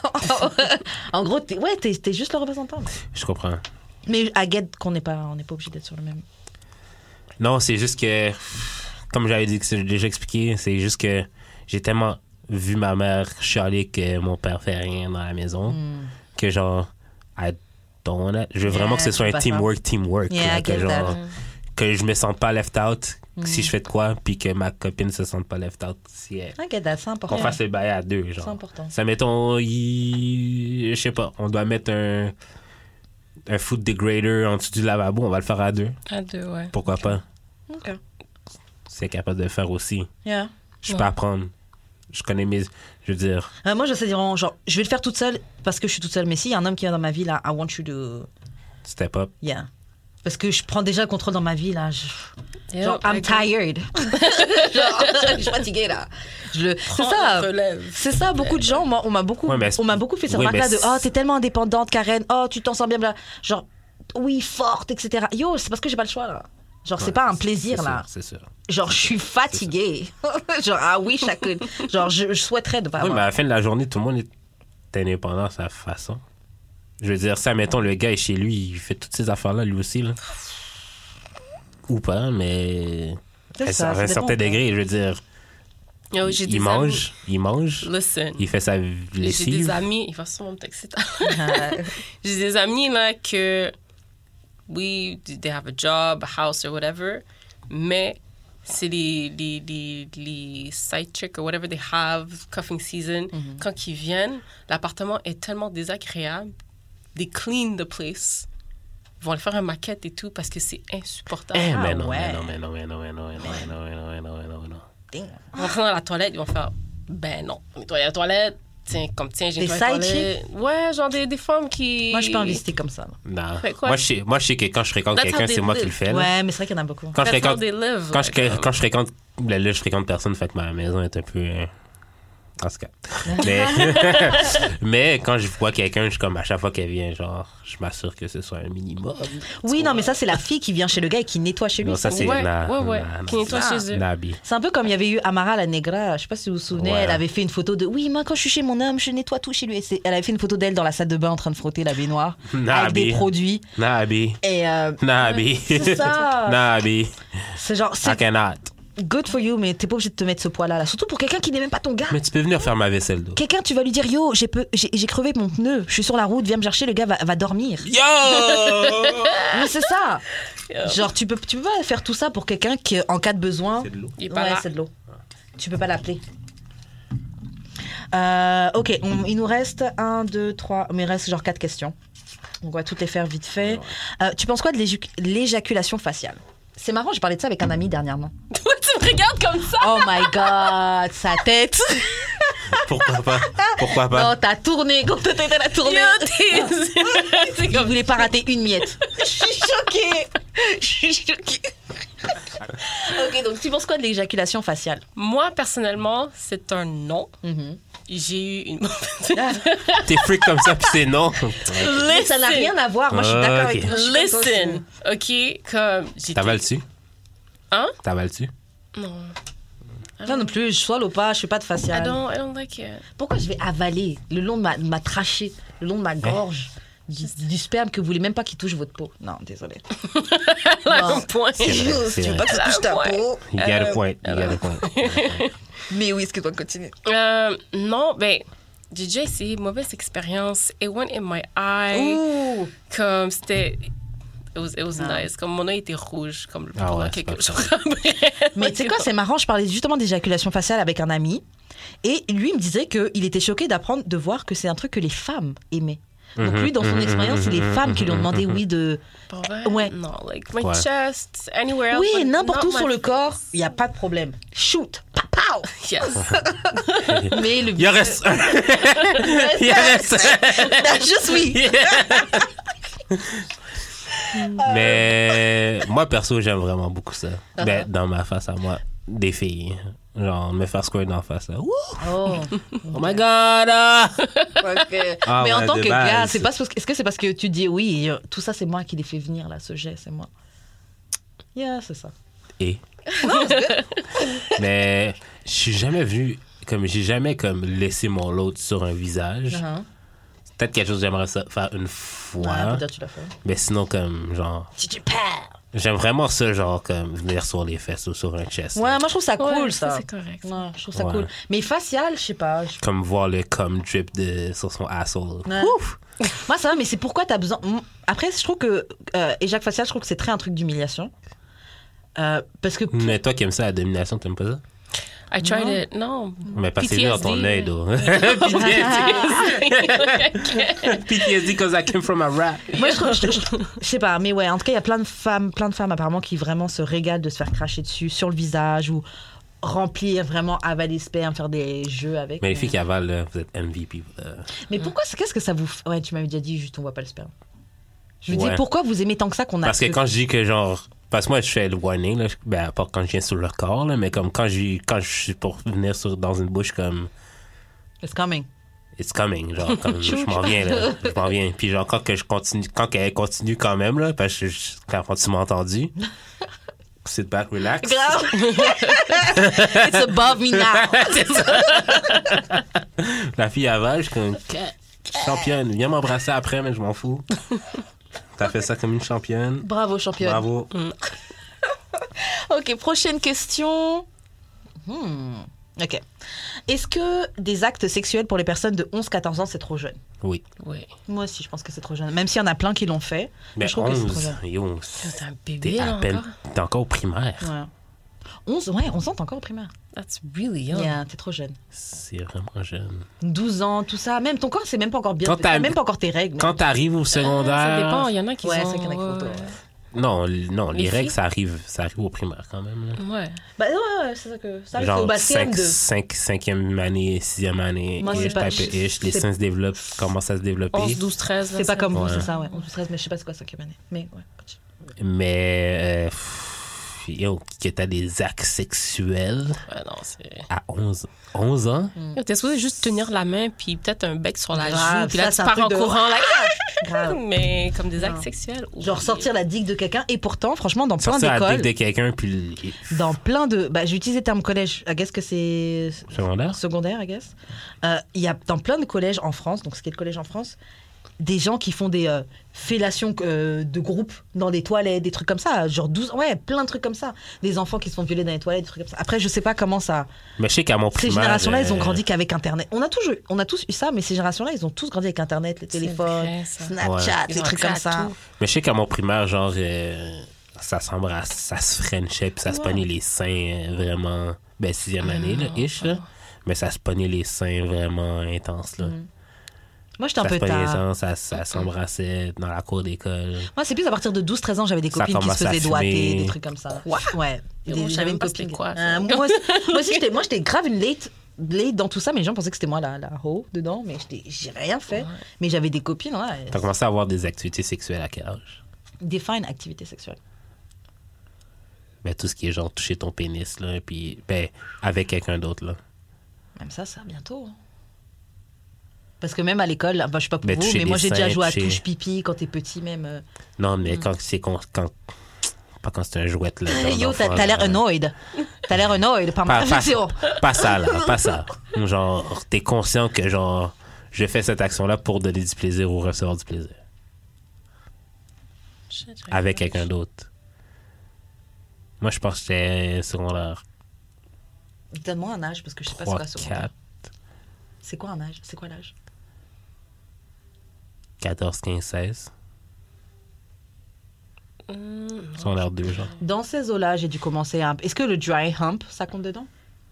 en gros t'es, ouais t'es, t'es juste le représentant. Je comprends. Mais à get qu'on n'est pas, on n'est pas obligé d'être sur le même. Non, c'est juste que, comme j'avais dit que j'ai déjà expliqué, c'est juste que j'ai tellement vu ma mère chialer que mon père fait rien dans la maison que genre, I don't wanna- je veux Yeah, vraiment que ce tu soit veux un pas teamwork, teamwork. Yeah, là, I que, get genre, that. que je me sente pas left out si je fais de quoi, puis que ma copine se sente pas left out si elle- Ok, that's c'est important. qu'on fasse le bail à deux. Genre. C'est important. Ça, mettons, il- je sais pas, on doit mettre un, un food degrader en dessous du lavabo, on va le faire à deux. À deux, ouais. Pourquoi pas? Ok. C'est capable de le faire aussi. Yeah. Je Ouais. peux apprendre. Je connais mes. Je veux dire. Euh, moi, je sais dire, genre, je vais le faire toute seule parce que je suis toute seule. Mais s'il y a un homme qui vient dans ma vie, là, I want you to. Step up. Yeah. Parce que je prends déjà le contrôle dans ma vie, là. Je- Yeah, Genre, I'm I agree. tired. Genre, je suis fatiguée, là. Je le... C'est Prends ça. la relève. C'est ça, beaucoup de gens, on m'a- on m'a beaucoup, Ouais, mais- on m'a beaucoup fait cette Oui, remarque-là mais de « Oh, t'es tellement indépendante, Karen. Oh, tu t'en sens bien, bla. » Genre, oui, forte, et cetera. Yo, c'est parce que j'ai pas le choix, là. Genre, c'est Ouais, pas un c'est- plaisir, c'est là. sûr, C'est sûr. Genre, je suis fatiguée. Genre, ah oui, chacune. Genre, je, je souhaiterais de pas Oui, mais avoir. à la fin de la journée, tout le monde est indépendant à sa façon. Je veux dire, ça, mettons, le gars est chez lui, il fait toutes ces affaires-là, lui aussi, là. Ou pas, mais. C'est À ça, un ça certain dépend. degré, je veux dire. Yo, j'ai des Il mange, il mange, amis- Listen. il fait sa J'ai lessive. des amis, il va sûrement me texter. Ah, J'ai des amis là que, oui, they have a job, a house or whatever, mais c'est les, les, les, les side chicks or whatever they have, cuffing season, quand ils viennent, l'appartement est tellement désagréable, they clean the place, ils vont aller faire une maquette et tout parce que c'est insupportable. Eh, Ah, mais non, ouais. mais non, mais non, mais non, mais non, mais non, mais non, mais non, mais non, mais non, mais non. damn. Ils vont rentrer dans la toilette, ils vont faire, ben non, nettoyer la toilette, tiens, comme tiens, j'ai Des nettoyé side les toilettes. Ouais, genre des, des femmes qui. Moi, je peux en visiter comme ça. là. Non. Fait quoi? Moi, je sais, moi, je sais que quand je fréquente That's quelqu'un, how they c'est moi qui live. le fais. là. Ouais, mais c'est vrai qu'il y en a beaucoup. Quand je That's how fréquente, they live, quand, like, je, um, quand je fréquente, là, là, je fréquente personne, fait que ma maison est un peu. euh, En tout cas. Mais, mais quand je vois quelqu'un, je suis comme à chaque fois qu'elle vient, genre, je m'assure que ce soit un minimum. Oui, non, mais ça, c'est la fille qui vient chez le gars et qui nettoie chez lui. Non, ça, c'est Ouais, la, ouais, ouais. la- Qui nettoie Ah. chez eux. Nabi. C'est un peu comme il y avait eu Amara la Negra, je sais pas si vous vous souvenez, Ouais. elle avait fait une photo de oui, moi quand je suis chez mon homme, je nettoie tout chez lui. Et c'est- elle avait fait une photo d'elle dans la salle de bain en train de frotter la baignoire avec des Nabi. produits. Nabi. Et euh, Nabi. c'est ça. Nabi. c'est genre, I c'est cannot. good for you, mais t'es pas obligé de te mettre ce poids-là. Là. Surtout pour quelqu'un qui n'est même pas ton gars. Mais tu peux venir faire ma vaisselle d'eau. Quelqu'un, tu vas lui dire yo, j'ai, peu- j'ai, j'ai crevé mon pneu, je suis sur la route, viens me chercher, le gars va, va dormir. Yo! Mais c'est ça. Yeah. Genre, tu peux, tu peux pas faire tout ça pour quelqu'un qui, en cas de besoin. C'est de l'eau. Il est pas Ouais, là. c'est de l'eau. Tu peux pas l'appeler. Euh, ok, on- il nous reste un, deux, trois, mais il reste genre quatre questions. Donc on va toutes les faire vite fait. Euh, tu penses quoi de l'éju- l'éjaculation faciale? C'est marrant, j'ai parlé de ça avec un ami dernièrement. Toi, tu me regardes comme ça. Oh my god, sa tête. Pourquoi pas? Pourquoi pas? Non, t'as tourné, quand ta tête elle a tourné. Yo, t'es- C'est Je comme. voulais pas rater une miette. Je suis choquée. Je suis choquée. Ok, donc tu penses quoi de l'éjaculation faciale? Moi, personnellement, c'est un non. Mhm. J'ai eu une. T'es freak comme ça, puis c'est non. Mais ça n'a rien à voir. Moi, je suis d'accord avec Ok. toi. Je suis comme toi Listen, ok, comme. j'étais- T'avales-tu? Hein? T'avales-tu? Non. aussi. Non, non plus, je swallow pas, je fais pas de I facial. don't, I don't like it. Pourquoi je vais avaler le long de ma, de ma trachée, le long de ma gorge, du, du sperme que vous voulez même pas qu'il touche votre peau? Non, désolé. Un point. C'est vrai, c'est vrai. que ça touche ta Ouais. peau. You got a point. You got a point. Mais oui, excuse-moi, continue. Euh, non, ben, j'ai déjà essayé, mauvaise expérience. It went in my eye. Ouh! Comme c'était. It was, it was Ah. nice. Comme mon œil était rouge, comme Ah pendant ouais, c'est quelques pas jours après. Mais tu sais quoi, c'est marrant, je parlais justement d'éjaculation faciale avec un ami. Et lui, il me disait qu'il était choqué d'apprendre, de voir que c'est un truc que les femmes aimaient. Donc lui, dans son expérience, c'est les femmes qui lui ont demandé oui de... Pour vrai? Ouais. Non, like my Ouais. chest, anywhere else. Oui, but n'importe not où sur my le corps, face. il n'y a pas de problème. Shoot! Pow! Yes. Mais le... Il en reste un. Il en reste un. Juste oui! Mais moi, perso, j'aime vraiment beaucoup ça. Ben, dans ma face à moi, des filles. Genre, me faire squirt dans la face. Là. Ouh! Oh, Oh my god! ah! ok. Ah Mais en ouais, tant de que base. gars, c'est pas parce que- est-ce que c'est parce que tu dis oui, euh, tout ça c'est moi qui les fait venir là, ce jet, c'est moi. Yeah, c'est ça. Et. Mais je suis jamais vu, comme j'ai jamais comme laissé mon load sur un visage. Uh-huh. C'est peut-être quelque chose que j'aimerais ça faire une fois. Ouais, peut-être tu l'as fait. Mais sinon, comme, genre, Si tu perds. j'aime vraiment ça, genre, comme venir sur les fesses ou sur un chest. Ouais, moi je trouve ça cool Ouais, ça. c'est correct. Ouais, je trouve ça Ouais. cool. Mais facial, je sais pas. je- Comme voir le cum drip de, sur son asshole. Ouais. Moi ça va, mais c'est pourquoi t'as besoin. Mm, Après, je trouve que euh, éjac facial, je trouve que c'est très un truc d'humiliation. Euh, parce que Mais toi qui aimes ça, la domination, t'aimes pas ça? I tried Non. it. Non. Mais parce que c'est dans ton P T S D. œil, d'eau. P T S D. P T S D because I came from a rap. moi je trouve, je, je- je sais pas, mais ouais, en tout cas, il y a plein de femmes, plein de femmes apparemment qui vraiment se régalent de se faire cracher dessus sur le visage ou remplir vraiment avaler sperme, faire des jeux avec. Mais les filles qui avalent, là, vous êtes M V P. euh. Mais pourquoi, c'est- qu'est-ce que ça vous fait? Ouais, tu m'avais déjà dit, juste on voit pas le sperme. Je me Ouais. dis, pourquoi vous aimez tant que ça qu'on a. Parce que ce- quand je dis que genre. Parce que moi, je fais le warning, là, je- ben, pas quand je viens sur le corps, là, mais comme quand, j'ai- quand je suis pour venir sur, dans une bouche, comme. It's coming. It's coming, genre, comme, je m'en viens, là. Je m'en viens. Puis, genre, quand que je continue, quand qu'elle continue quand même, là, parce que je- quand tu m'as entendu, sit back, relax. Grave. It's above me now. C'est ça. La fille avale, je suis comme, championne, viens m'embrasser après, mais je m'en fous. T'as fait ça comme une championne. Bravo, championne. Bravo. Ok, prochaine question. Hmm. Ok. Est-ce que des actes sexuels pour les personnes de onze à quatorze ans, c'est trop jeune? Oui. Oui. Moi aussi, je pense que c'est trop jeune. Même s'il y en a plein qui l'ont fait. Mais je trouve que c'est trop onze, jeune. yo, T'es un bébé, t'es à là, peine. encore. T'es encore au primaire. Ouais. onze, ouais, onze ans, t'es encore au primaire. That's really young. Yeah, t'es trop jeune. C'est vraiment jeune. douze ans, tout ça. Même ton corps, c'est même pas encore bien. Quand T'as t'as- même pas encore tes règles. Quand t'arrives au secondaire. Ça dépend, il y en a qui Ouais, sont... c'est qu'il y en a qui font ouais. tôt, ouais. Non, l- non les, Les règles, filles? ça arrive, ça arrive au primaire quand même. Là. Ouais. Bah ouais, ouais, c'est ça que ça arrive Genre au bac C M deux. cinq, cinquième année, sixième année, Moi, c'est ish, pas- type ish, les c'est- seins se développent, commencent à se développer. onze, douze, treize. là, C'est pas ça. comme vous, Ouais. c'est ça, ouais. onze, treize, mais je sais pas c'est quoi cinquième année. Mais ouais, continue. Mais, euh, pff, yo, que t'as des actes sexuels Ouais, non, c'est... à onze, onze ans? Yo, T'es supposé juste tenir la main, puis peut-être un bec sur la Grave, joue, puis là, ça, tu c'est un pars truc en de- courant, là. Grave. Mais comme des actes Non. sexuels. Genre oui. sortir la digue de quelqu'un et pourtant, franchement, dans plein Sortir la d'écoles, dick de quelqu'un, puis dans plein de, bah j'ai utilisé le terme collège. I guess que c'est le secondaire? secondaire, I guess. Euh, Il y a dans plein de collèges en France, donc ce qui est le collège en France, des gens qui font des euh, fellations euh, de groupe dans des toilettes, des trucs comme ça, genre douze, ouais, plein de trucs comme ça. Des enfants qui se font violer dans les toilettes, des trucs comme ça. Après, je sais pas comment ça. Mais je sais qu'à mon Ces primaire... générations-là, ils ont euh, grandi qu'avec Internet. On a tous, eu- on a tous eu ça, mais ces générations-là, ils ont tous grandi avec Internet, les C'est téléphones, vrai, ça. Snapchat, Ils des ont trucs accès comme à ça. tout. Mais je sais qu'à mon primaire, genre, euh, ça s'embrasse, ça se frenchait, puis ça se Ouais. pognait les seins euh, vraiment... Ben, sixième année, là, ish, là. Mais ça se pognait les seins vraiment intenses, là. Mm. Moi, j'étais un Ça se peu pognait les tard. seins, ça, ça s'embrassait dans la cour d'école. Moi, c'est plus à partir de douze treize ans, j'avais des Ça copines qui se commence à faisaient fumer. doigter, des trucs comme ça. Quoi? Ouais. Yo, Des- je savais J'avais même une pas c'était copine. quoi, ça. Euh, moi, aussi, moi aussi, j'étais, moi, j'étais grave une late, late dans tout ça, mais les gens pensaient que c'était moi la, la ho dedans, mais j'étais, j'ai rien fait. Ouais. Mais j'avais des copines, ouais. T'as commencé à avoir des activités sexuelles à quel âge? Define activité sexuelle. Ben, tout ce qui est genre toucher ton pénis, là, puis, ben, avec quelqu'un d'autre, là. Même ça, ça bientôt. hein. Parce que même à l'école, enfin, je sais pas pour Mais vous, toucher mais moi des j'ai déjà seins, joué à toucher- touche pipi quand t'es petit même. euh. Non, mais quand c'est con- quand... Pas quand c'est un jouet, là. genre Yo, t'as, d'enfant, t'as l'air là. annoyed. T'as l'air annoyed par ma Pas, pas, réflexion. pas ça, là, pas ça. Genre, t'es conscient que, genre, je fais cette action-là pour donner du plaisir ou recevoir du plaisir. Shit, j'avais Avec pas- quelqu'un d'autre. Moi, je pense que j'étais secondaire Donne-moi un âge parce que je sais pas c'est trois, quoi secondaire. quatre, C'est quoi un âge C'est quoi l'âge quatorze, quinze, seize. Hum, Secondaire deux, genre. Dans ces eaux-là, j'ai dû commencer à. Est-ce que le dry hump, ça compte dedans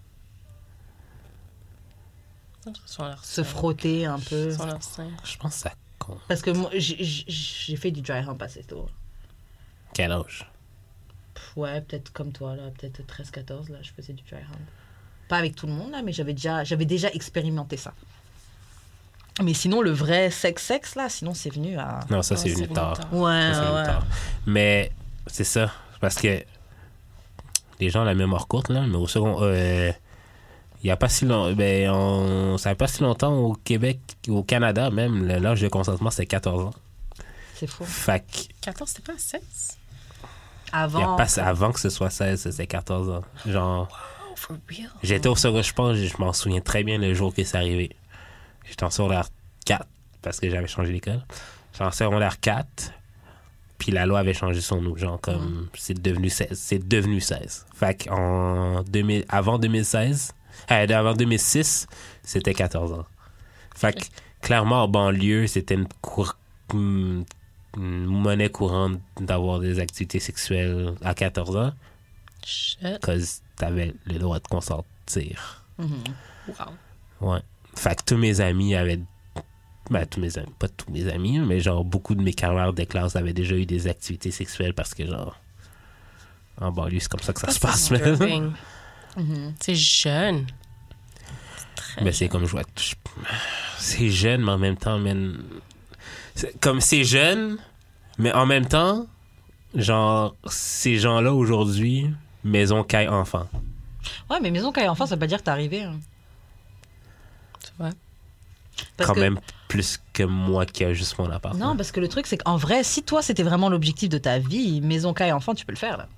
non, ça a l'air Se sain. frotter un peu. Ça a l'air sain. Je pense que ça compte. Parce que moi, j'ai, j'ai- j'ai fait du dry hump assez tôt. Quel âge? Pff, Ouais, peut-être comme toi, là, peut-être treize quatorze, là, je faisais du dry hump. Pas avec tout le monde, là, mais j'avais déjà, j'avais déjà expérimenté ça. Mais sinon, le vrai sexe-sexe, là, sinon, c'est venu à. Non, ça, Non, c'est c'est venu venu tard. tard. Ouais, Ça, c'est venu ouais. tard. Mais c'est ça. Parce que les gens ont la mémoire courte, là, mais au second. euh, il n'y a pas si longtemps. Ben, on, ça fait pas si longtemps au Québec, au Canada même, le- l'âge de consentement, c'est quatorze ans. C'est faux. Fait que quatorze, c'était pas seize? il y a Avant. pas, avant que ce soit seize, c'est quatorze ans. Genre, Oh, for real? j'étais au secondaire, je pense, je m'en souviens très bien le jour que c'est arrivé. J'étais en secondaire quatre, parce que j'avais changé d'école. J'étais en secondaire quatre, puis la loi avait changé son nom. Genre, comme, c'est devenu seize. C'est devenu seize. Fait qu'en deux mille, avant deux mille seize, euh, avant deux mille six, c'était quatorze ans. Fait que, clairement, en banlieue, c'était une, cour- une une monnaie courante d'avoir des activités sexuelles à quatorze ans, Shit. parce que t'avais le droit de consentir. Mhm. Wow. Ouais. Fait que tous mes amis avaient. Ben, tous mes amis, pas tous mes amis, mais genre beaucoup de mes camarades de classe avaient déjà eu des activités sexuelles parce que, genre, en banlieue, c'est comme ça que ça se passe, man. Disturbing. Mhm. C'est jeune. Très Mais c'est comme je vois. je- C'est jeune, mais en même temps, man. c'est- Comme c'est jeune, mais en même temps, genre, ces gens-là aujourd'hui, maison caille enfant. Ouais, mais maison caille enfant, ça veut pas dire que t'es arrivé. hein. Tu vois? Parce Quand que- même plus que moi qui a juste mon appart. Non, parce que le truc, c'est qu'en vrai, si toi, c'était vraiment l'objectif de ta vie, maison caille enfant, tu peux le faire, là.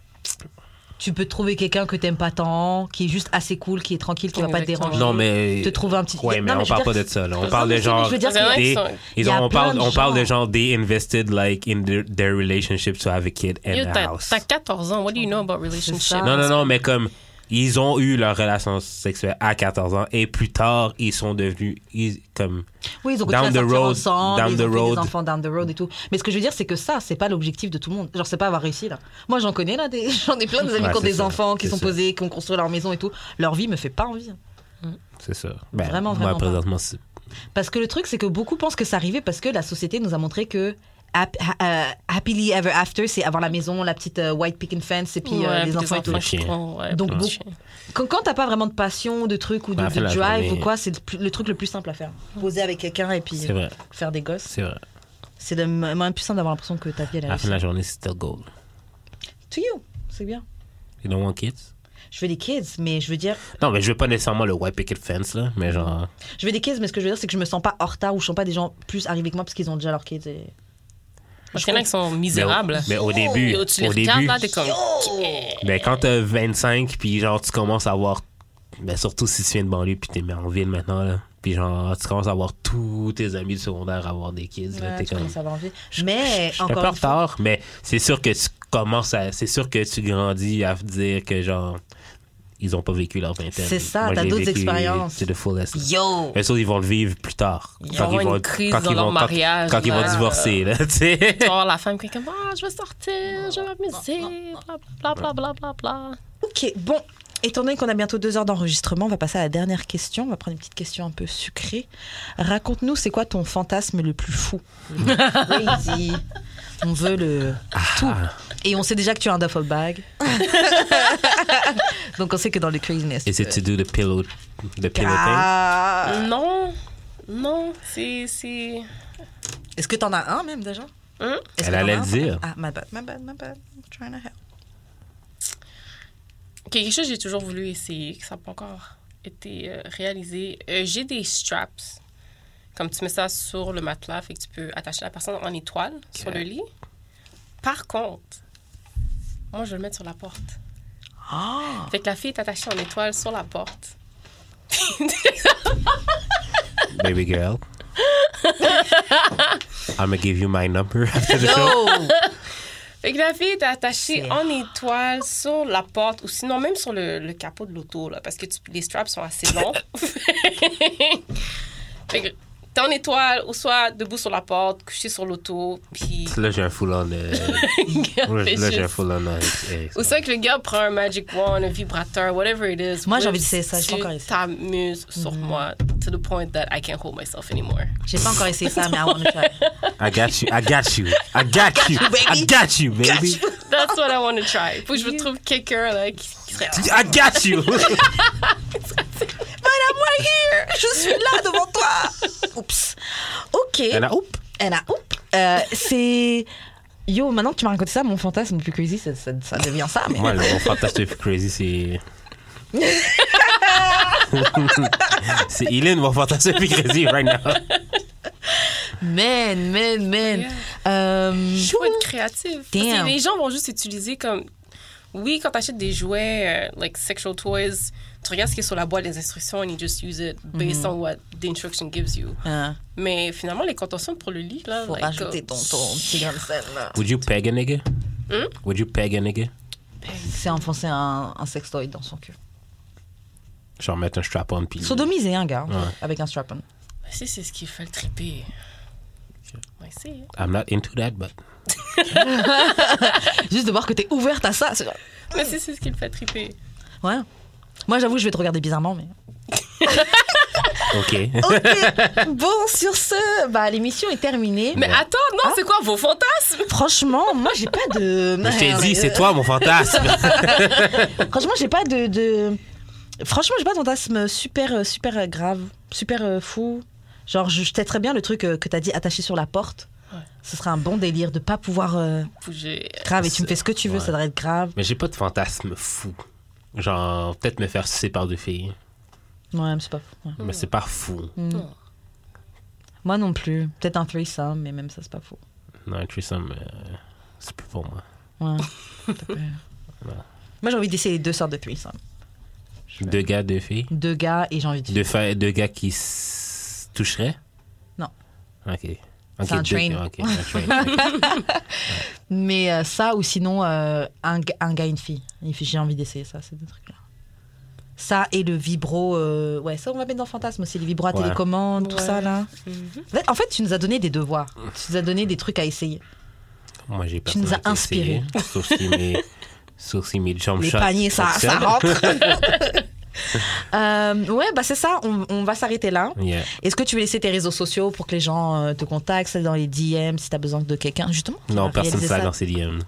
Tu peux te trouver quelqu'un que t'aimes pas tant, qui est juste assez cool, qui est tranquille, qui va pas te Exactement. déranger. Non, mais. Te trouver un petit. Ouais, mais Non, on je veux parle dire- pas de ça, là. On Non, parle mais de c'est- genre. je veux dire C'est vrai que- des- qu'ils sont- Ils Il y ont, a on parle, plein de on parle de gens. genre they invested like in their, their relationship to have a kid in Yo, the t'as house. t'as quatorze ans. What do you know about relationship? ça. Non, non, non, mais comme ils ont eu leur relation sexuelle à quatorze ans et plus tard ils sont devenus ils- comme Oui, ils ont Down continué à the sortir road, ensemble, down ils the ont fait road. des enfants down the road et tout. Mais ce que je veux dire, c'est que ça, c'est pas l'objectif de tout le monde. Genre, c'est pas avoir réussi, là. Moi, j'en connais, là, des... j'en ai plein des amis Ouais, qui ont c'est des ça, enfants, qui c'est sont ça. posés, qui ont construit leur maison et tout. Leur vie me fait pas envie. c'est ça. Ben, Vraiment, moi vraiment pas. présentement c'est Parce que le truc, c'est que beaucoup pensent que c'est arrivé parce que la société nous a montré que hap- euh, happily ever after, c'est avoir la maison, la petite euh, white picket fence et puis euh, Ouais, les puis enfants et les tout. enfants qui font, ouais, Donc, puis bon, les chiens. quand, quand t'as pas vraiment de passion, de trucs ou de, Ouais, de fais la drive journée. ou quoi, c'est le, plus- le truc le plus simple à faire. Poser avec quelqu'un et puis C'est vrai. faire des gosses. C'est vrai. C'est le mo- moyen le plus simple d'avoir l'impression que ta vie elle À est la fin de la réussie. journée, c'est still gold. To you, c'est bien. You don't want kids? Je veux des kids, mais je veux dire, Non, mais je veux pas nécessairement le white picket fence, là, mais genre... je veux des kids, mais ce que je veux dire, c'est que je me sens pas en retard ou je sens pas des gens plus arrivés que moi parce qu'ils ont déjà leurs kids. Et... Parce qu'il y en a qui sont Mais au, misérables. mais au début, Yo, tu les au regardes, début, là, t'es comme... ben, quand t'as vingt-cinq, puis genre, tu commences à avoir... Ben, surtout si tu viens de banlieue, puis t'es mis en ville maintenant, là. Puis genre, tu commences à avoir tous tes amis du secondaire avoir des kids, là. Ouais, T'es tu comme... commences à avoir envie. Mais Je suis un encore peu en une fois, retard, mais c'est sûr que tu commences à... C'est sûr que tu grandis à dire que genre... Ils ont pas vécu leur vingtaine. C'est ça, Moi, t'as je l'ai d'autres vécu expériences. C'est de fullest. yo, Les autres, ils vont le vivre plus tard. Ils auront une crise quand dans ils leur vont, mariage, Quand, quand ils vont là. divorcer, là, tu sais. Tu vas voir la femme qui est comme, ah, je vais sortir, je vais m'amuser, bla bla bla bla bla. ok, bon. Étant donné qu'on a bientôt deux heures d'enregistrement, on va passer à la dernière question. On va prendre une petite question un peu sucrée. Raconte-nous, c'est quoi ton fantasme le plus fou? Le plus crazy. On veut le tout. Et on sait déjà que tu as un duffel bag. Donc on sait que dans le craziness. Is it to do the pillow, the pillow Ah. Non, non, c'est. c'est... Est-ce que t'en as un même déjà? Hein? Est-ce Elle que t'en allait as le un? dire. Ah, my bad, my bad, my bad. I'm trying to help. Ok, quelque chose que j'ai toujours voulu essayer, que ça n'a pas encore été euh, réalisé. Euh, j'ai des straps. Comme tu mets ça sur le matelas, fait que tu peux attacher la personne en étoile sur le lit. Par contre, moi, je vais le mettre sur la porte. Ah. Fait que la fille est attachée en étoile sur la porte. thing? Baby girl. I'm gonna give you my number after the show. Yo! Fait que la fille est attachée C'est en étoile sur la porte ou sinon même sur le, le capot de l'auto, là, parce que tu- les straps sont assez longs. Fait que t'es en étoile ou soit debout sur la porte, couché sur l'auto, puis... Là, j'ai un full-on... Euh... Là, là, j'ai un full-on... Euh, eh, Ou soit que le gars prend un Magic Wand, un vibrateur, whatever it is. Moi, j'ai whips, envie d'essayer ça, j'ai pas tu encore essayé. t'amuses sur moi to the point that I can't hold myself anymore. J'ai pas encore essayé ça, mais I want to try. I got you, I got you, I got you, I got you, baby. That's what I want to try. Faut que je me trouve quelqu'un là qui, qui serait... I got you. Madame, we're here! Je suis là devant toi! Oups. Ok. And I, oop. And I- oups. Euh, c'est. Yo, maintenant que tu m'as raconté ça, mon fantasme le plus crazy, ça, ça, ça devient ça. Mais... Moi, mon fantasme crazy, c'est... c'est Eileen, mon fantasme crazy right now. Man, man, man. Yeah. Euh, Faut être créatif. Parce que Damn. les gens vont juste utiliser comme... Oui, quand t'achètes des jouets, euh, like sexual toys, tu regardes ce qui est sur la boîte des instructions and you just use it based on what the instruction gives you. euh, Mais finalement, les contentions pour le lit, là... faut like, rajouter euh, ton, ton petit grain de sel. Là. Would you peg a nigga? Hmm? Would you peg a nigga? C'est enfoncer un, un sextoy dans son cul. Genre mettre un strap-on puis... Sodomiser un gars Ouais. avec un strap-on. Si c'est ce qui fait le triper. Ouais, c'est... I'm not into that, but... Juste de voir que t'es ouverte à ça. c'est genre- Mais si c'est ce qui le fait triper. Ouais. Moi, j'avoue, je vais te regarder bizarrement, mais. OK. Ok. Bon, sur ce, bah, l'émission est terminée. Mais attends, non, c'est quoi vos fantasmes? Franchement, moi, j'ai pas de. Je t'ai dit, c'est toi mon fantasme. Franchement, j'ai pas de, de... Franchement, j'ai pas de fantasme super, euh, super euh, grave, super euh, fou. Genre, je, je très bien le truc euh, que t'as dit attaché sur la porte. Ouais. Ce serait un bon délire de pas pouvoir... euh, Bouger. grave, et tu me fais ce que tu veux, Ouais. ça devrait être grave. Mais j'ai pas de fantasme fou. Genre, peut-être me faire sucer par deux filles. Ouais, mais c'est pas fou. ouais. Mais c'est pas fou. Mm. Moi non plus. Peut-être un threesome, mais même ça, c'est pas fou. Non, un threesome, euh, c'est plus pour moi. Ouais. Ça peut- Moi, j'ai envie d'essayer les deux sortes de threesome. Deux gars, deux filles. Deux gars et j'ai envie de... Deux, fa- deux gars qui se toucheraient? Non. OK. C'est un deux- train. OK, un train. Mais euh, ça, ou sinon, euh, un, ga- un gars et une fille. Et puis, j'ai envie d'essayer ça, ces deux trucs-là. Ça et le vibro... euh, Ouais, ça, on va mettre dans Fantasme aussi. Les vibros à Ouais. télécommande, tout Ouais. ça, là. Mhm. En fait, en fait, tu nous as donné des devoirs. Tu nous as donné des trucs à essayer. Moi, j'ai pas Tu nous as inspiré. Sauf si mes, sauf si mes jump Les shots paniers, ça, ça fonctionnent. rentre. Euh, ouais, bah c'est ça, on, on va s'arrêter là. Yeah. Est-ce que tu veux laisser tes réseaux sociaux pour que les gens euh, te contactent, c'est dans les D M, si tu as besoin de quelqu'un, justement? qui Non, va personne ne réaliser sait ça. dans ses D M.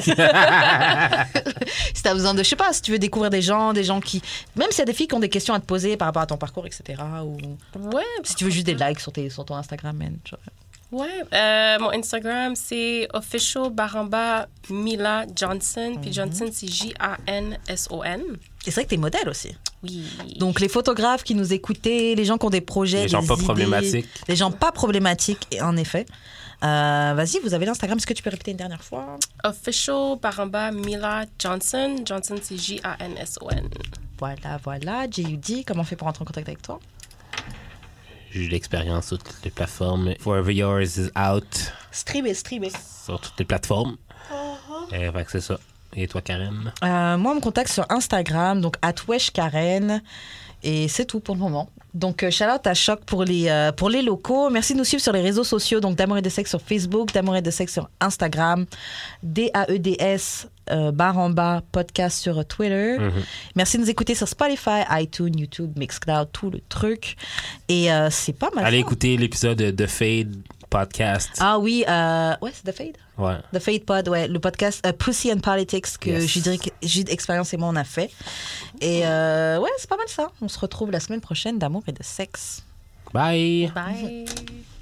Si tu as besoin de, je sais pas, si tu veux découvrir des gens, des gens qui. Même s'il y a des filles qui ont des questions à te poser par rapport à ton parcours, et cetera. Ou Ouais. si tu veux juste des likes sur, tes, sur ton Instagram, man. genre. Ouais. Euh, mon Instagram, c'est official baramba Mila Johnson. Puis Johnson, c'est J A N S O N. Et c'est vrai que t'es modèle aussi. Oui. Donc les photographes qui nous écoutaient, les gens qui ont des projets, Les gens des pas idées, problématiques. les gens pas problématiques, et en effet. Euh, vas-y, vous avez l'Instagram. Est-ce que tu peux répéter une dernière fois? Official baramba Mila Johnson. Johnson, c'est J A N S O N. Voilà, voilà. J U D, comment on fait pour entrer en contact avec toi? J'ai eu l'expérience sur toutes les plateformes. Forever Yours is out Streamer, streamer. sur toutes les plateformes. Et fait que c'est ça. Et toi, Karen? Euh, moi, on me contacte sur Instagram, donc at weshkaren. Et c'est tout pour le moment. Donc, euh, shout out à Choc pour les, euh, pour les locaux. Merci de nous suivre sur les réseaux sociaux. Donc, D'Amour et de Sexe sur Facebook, D'Amour et de Sexe sur Instagram, D A E D S, euh, barre en bas, podcast sur Twitter. Mm-hmm. Merci de nous écouter sur Spotify, iTunes, YouTube, Mixcloud, tout le truc. Et euh, c'est pas mal. Allez ça. écouter l'épisode de The Fade podcast. Ah oui, euh, ouais, c'est The Fade. Ouais. The Fade Pod, ouais, le podcast euh, Pussy and Politics que Yes. Judric- Jude Expérience et moi on a fait. Et euh, ouais, c'est pas mal ça. On se retrouve la semaine prochaine d'Amour et de Sexe. Bye. Bye.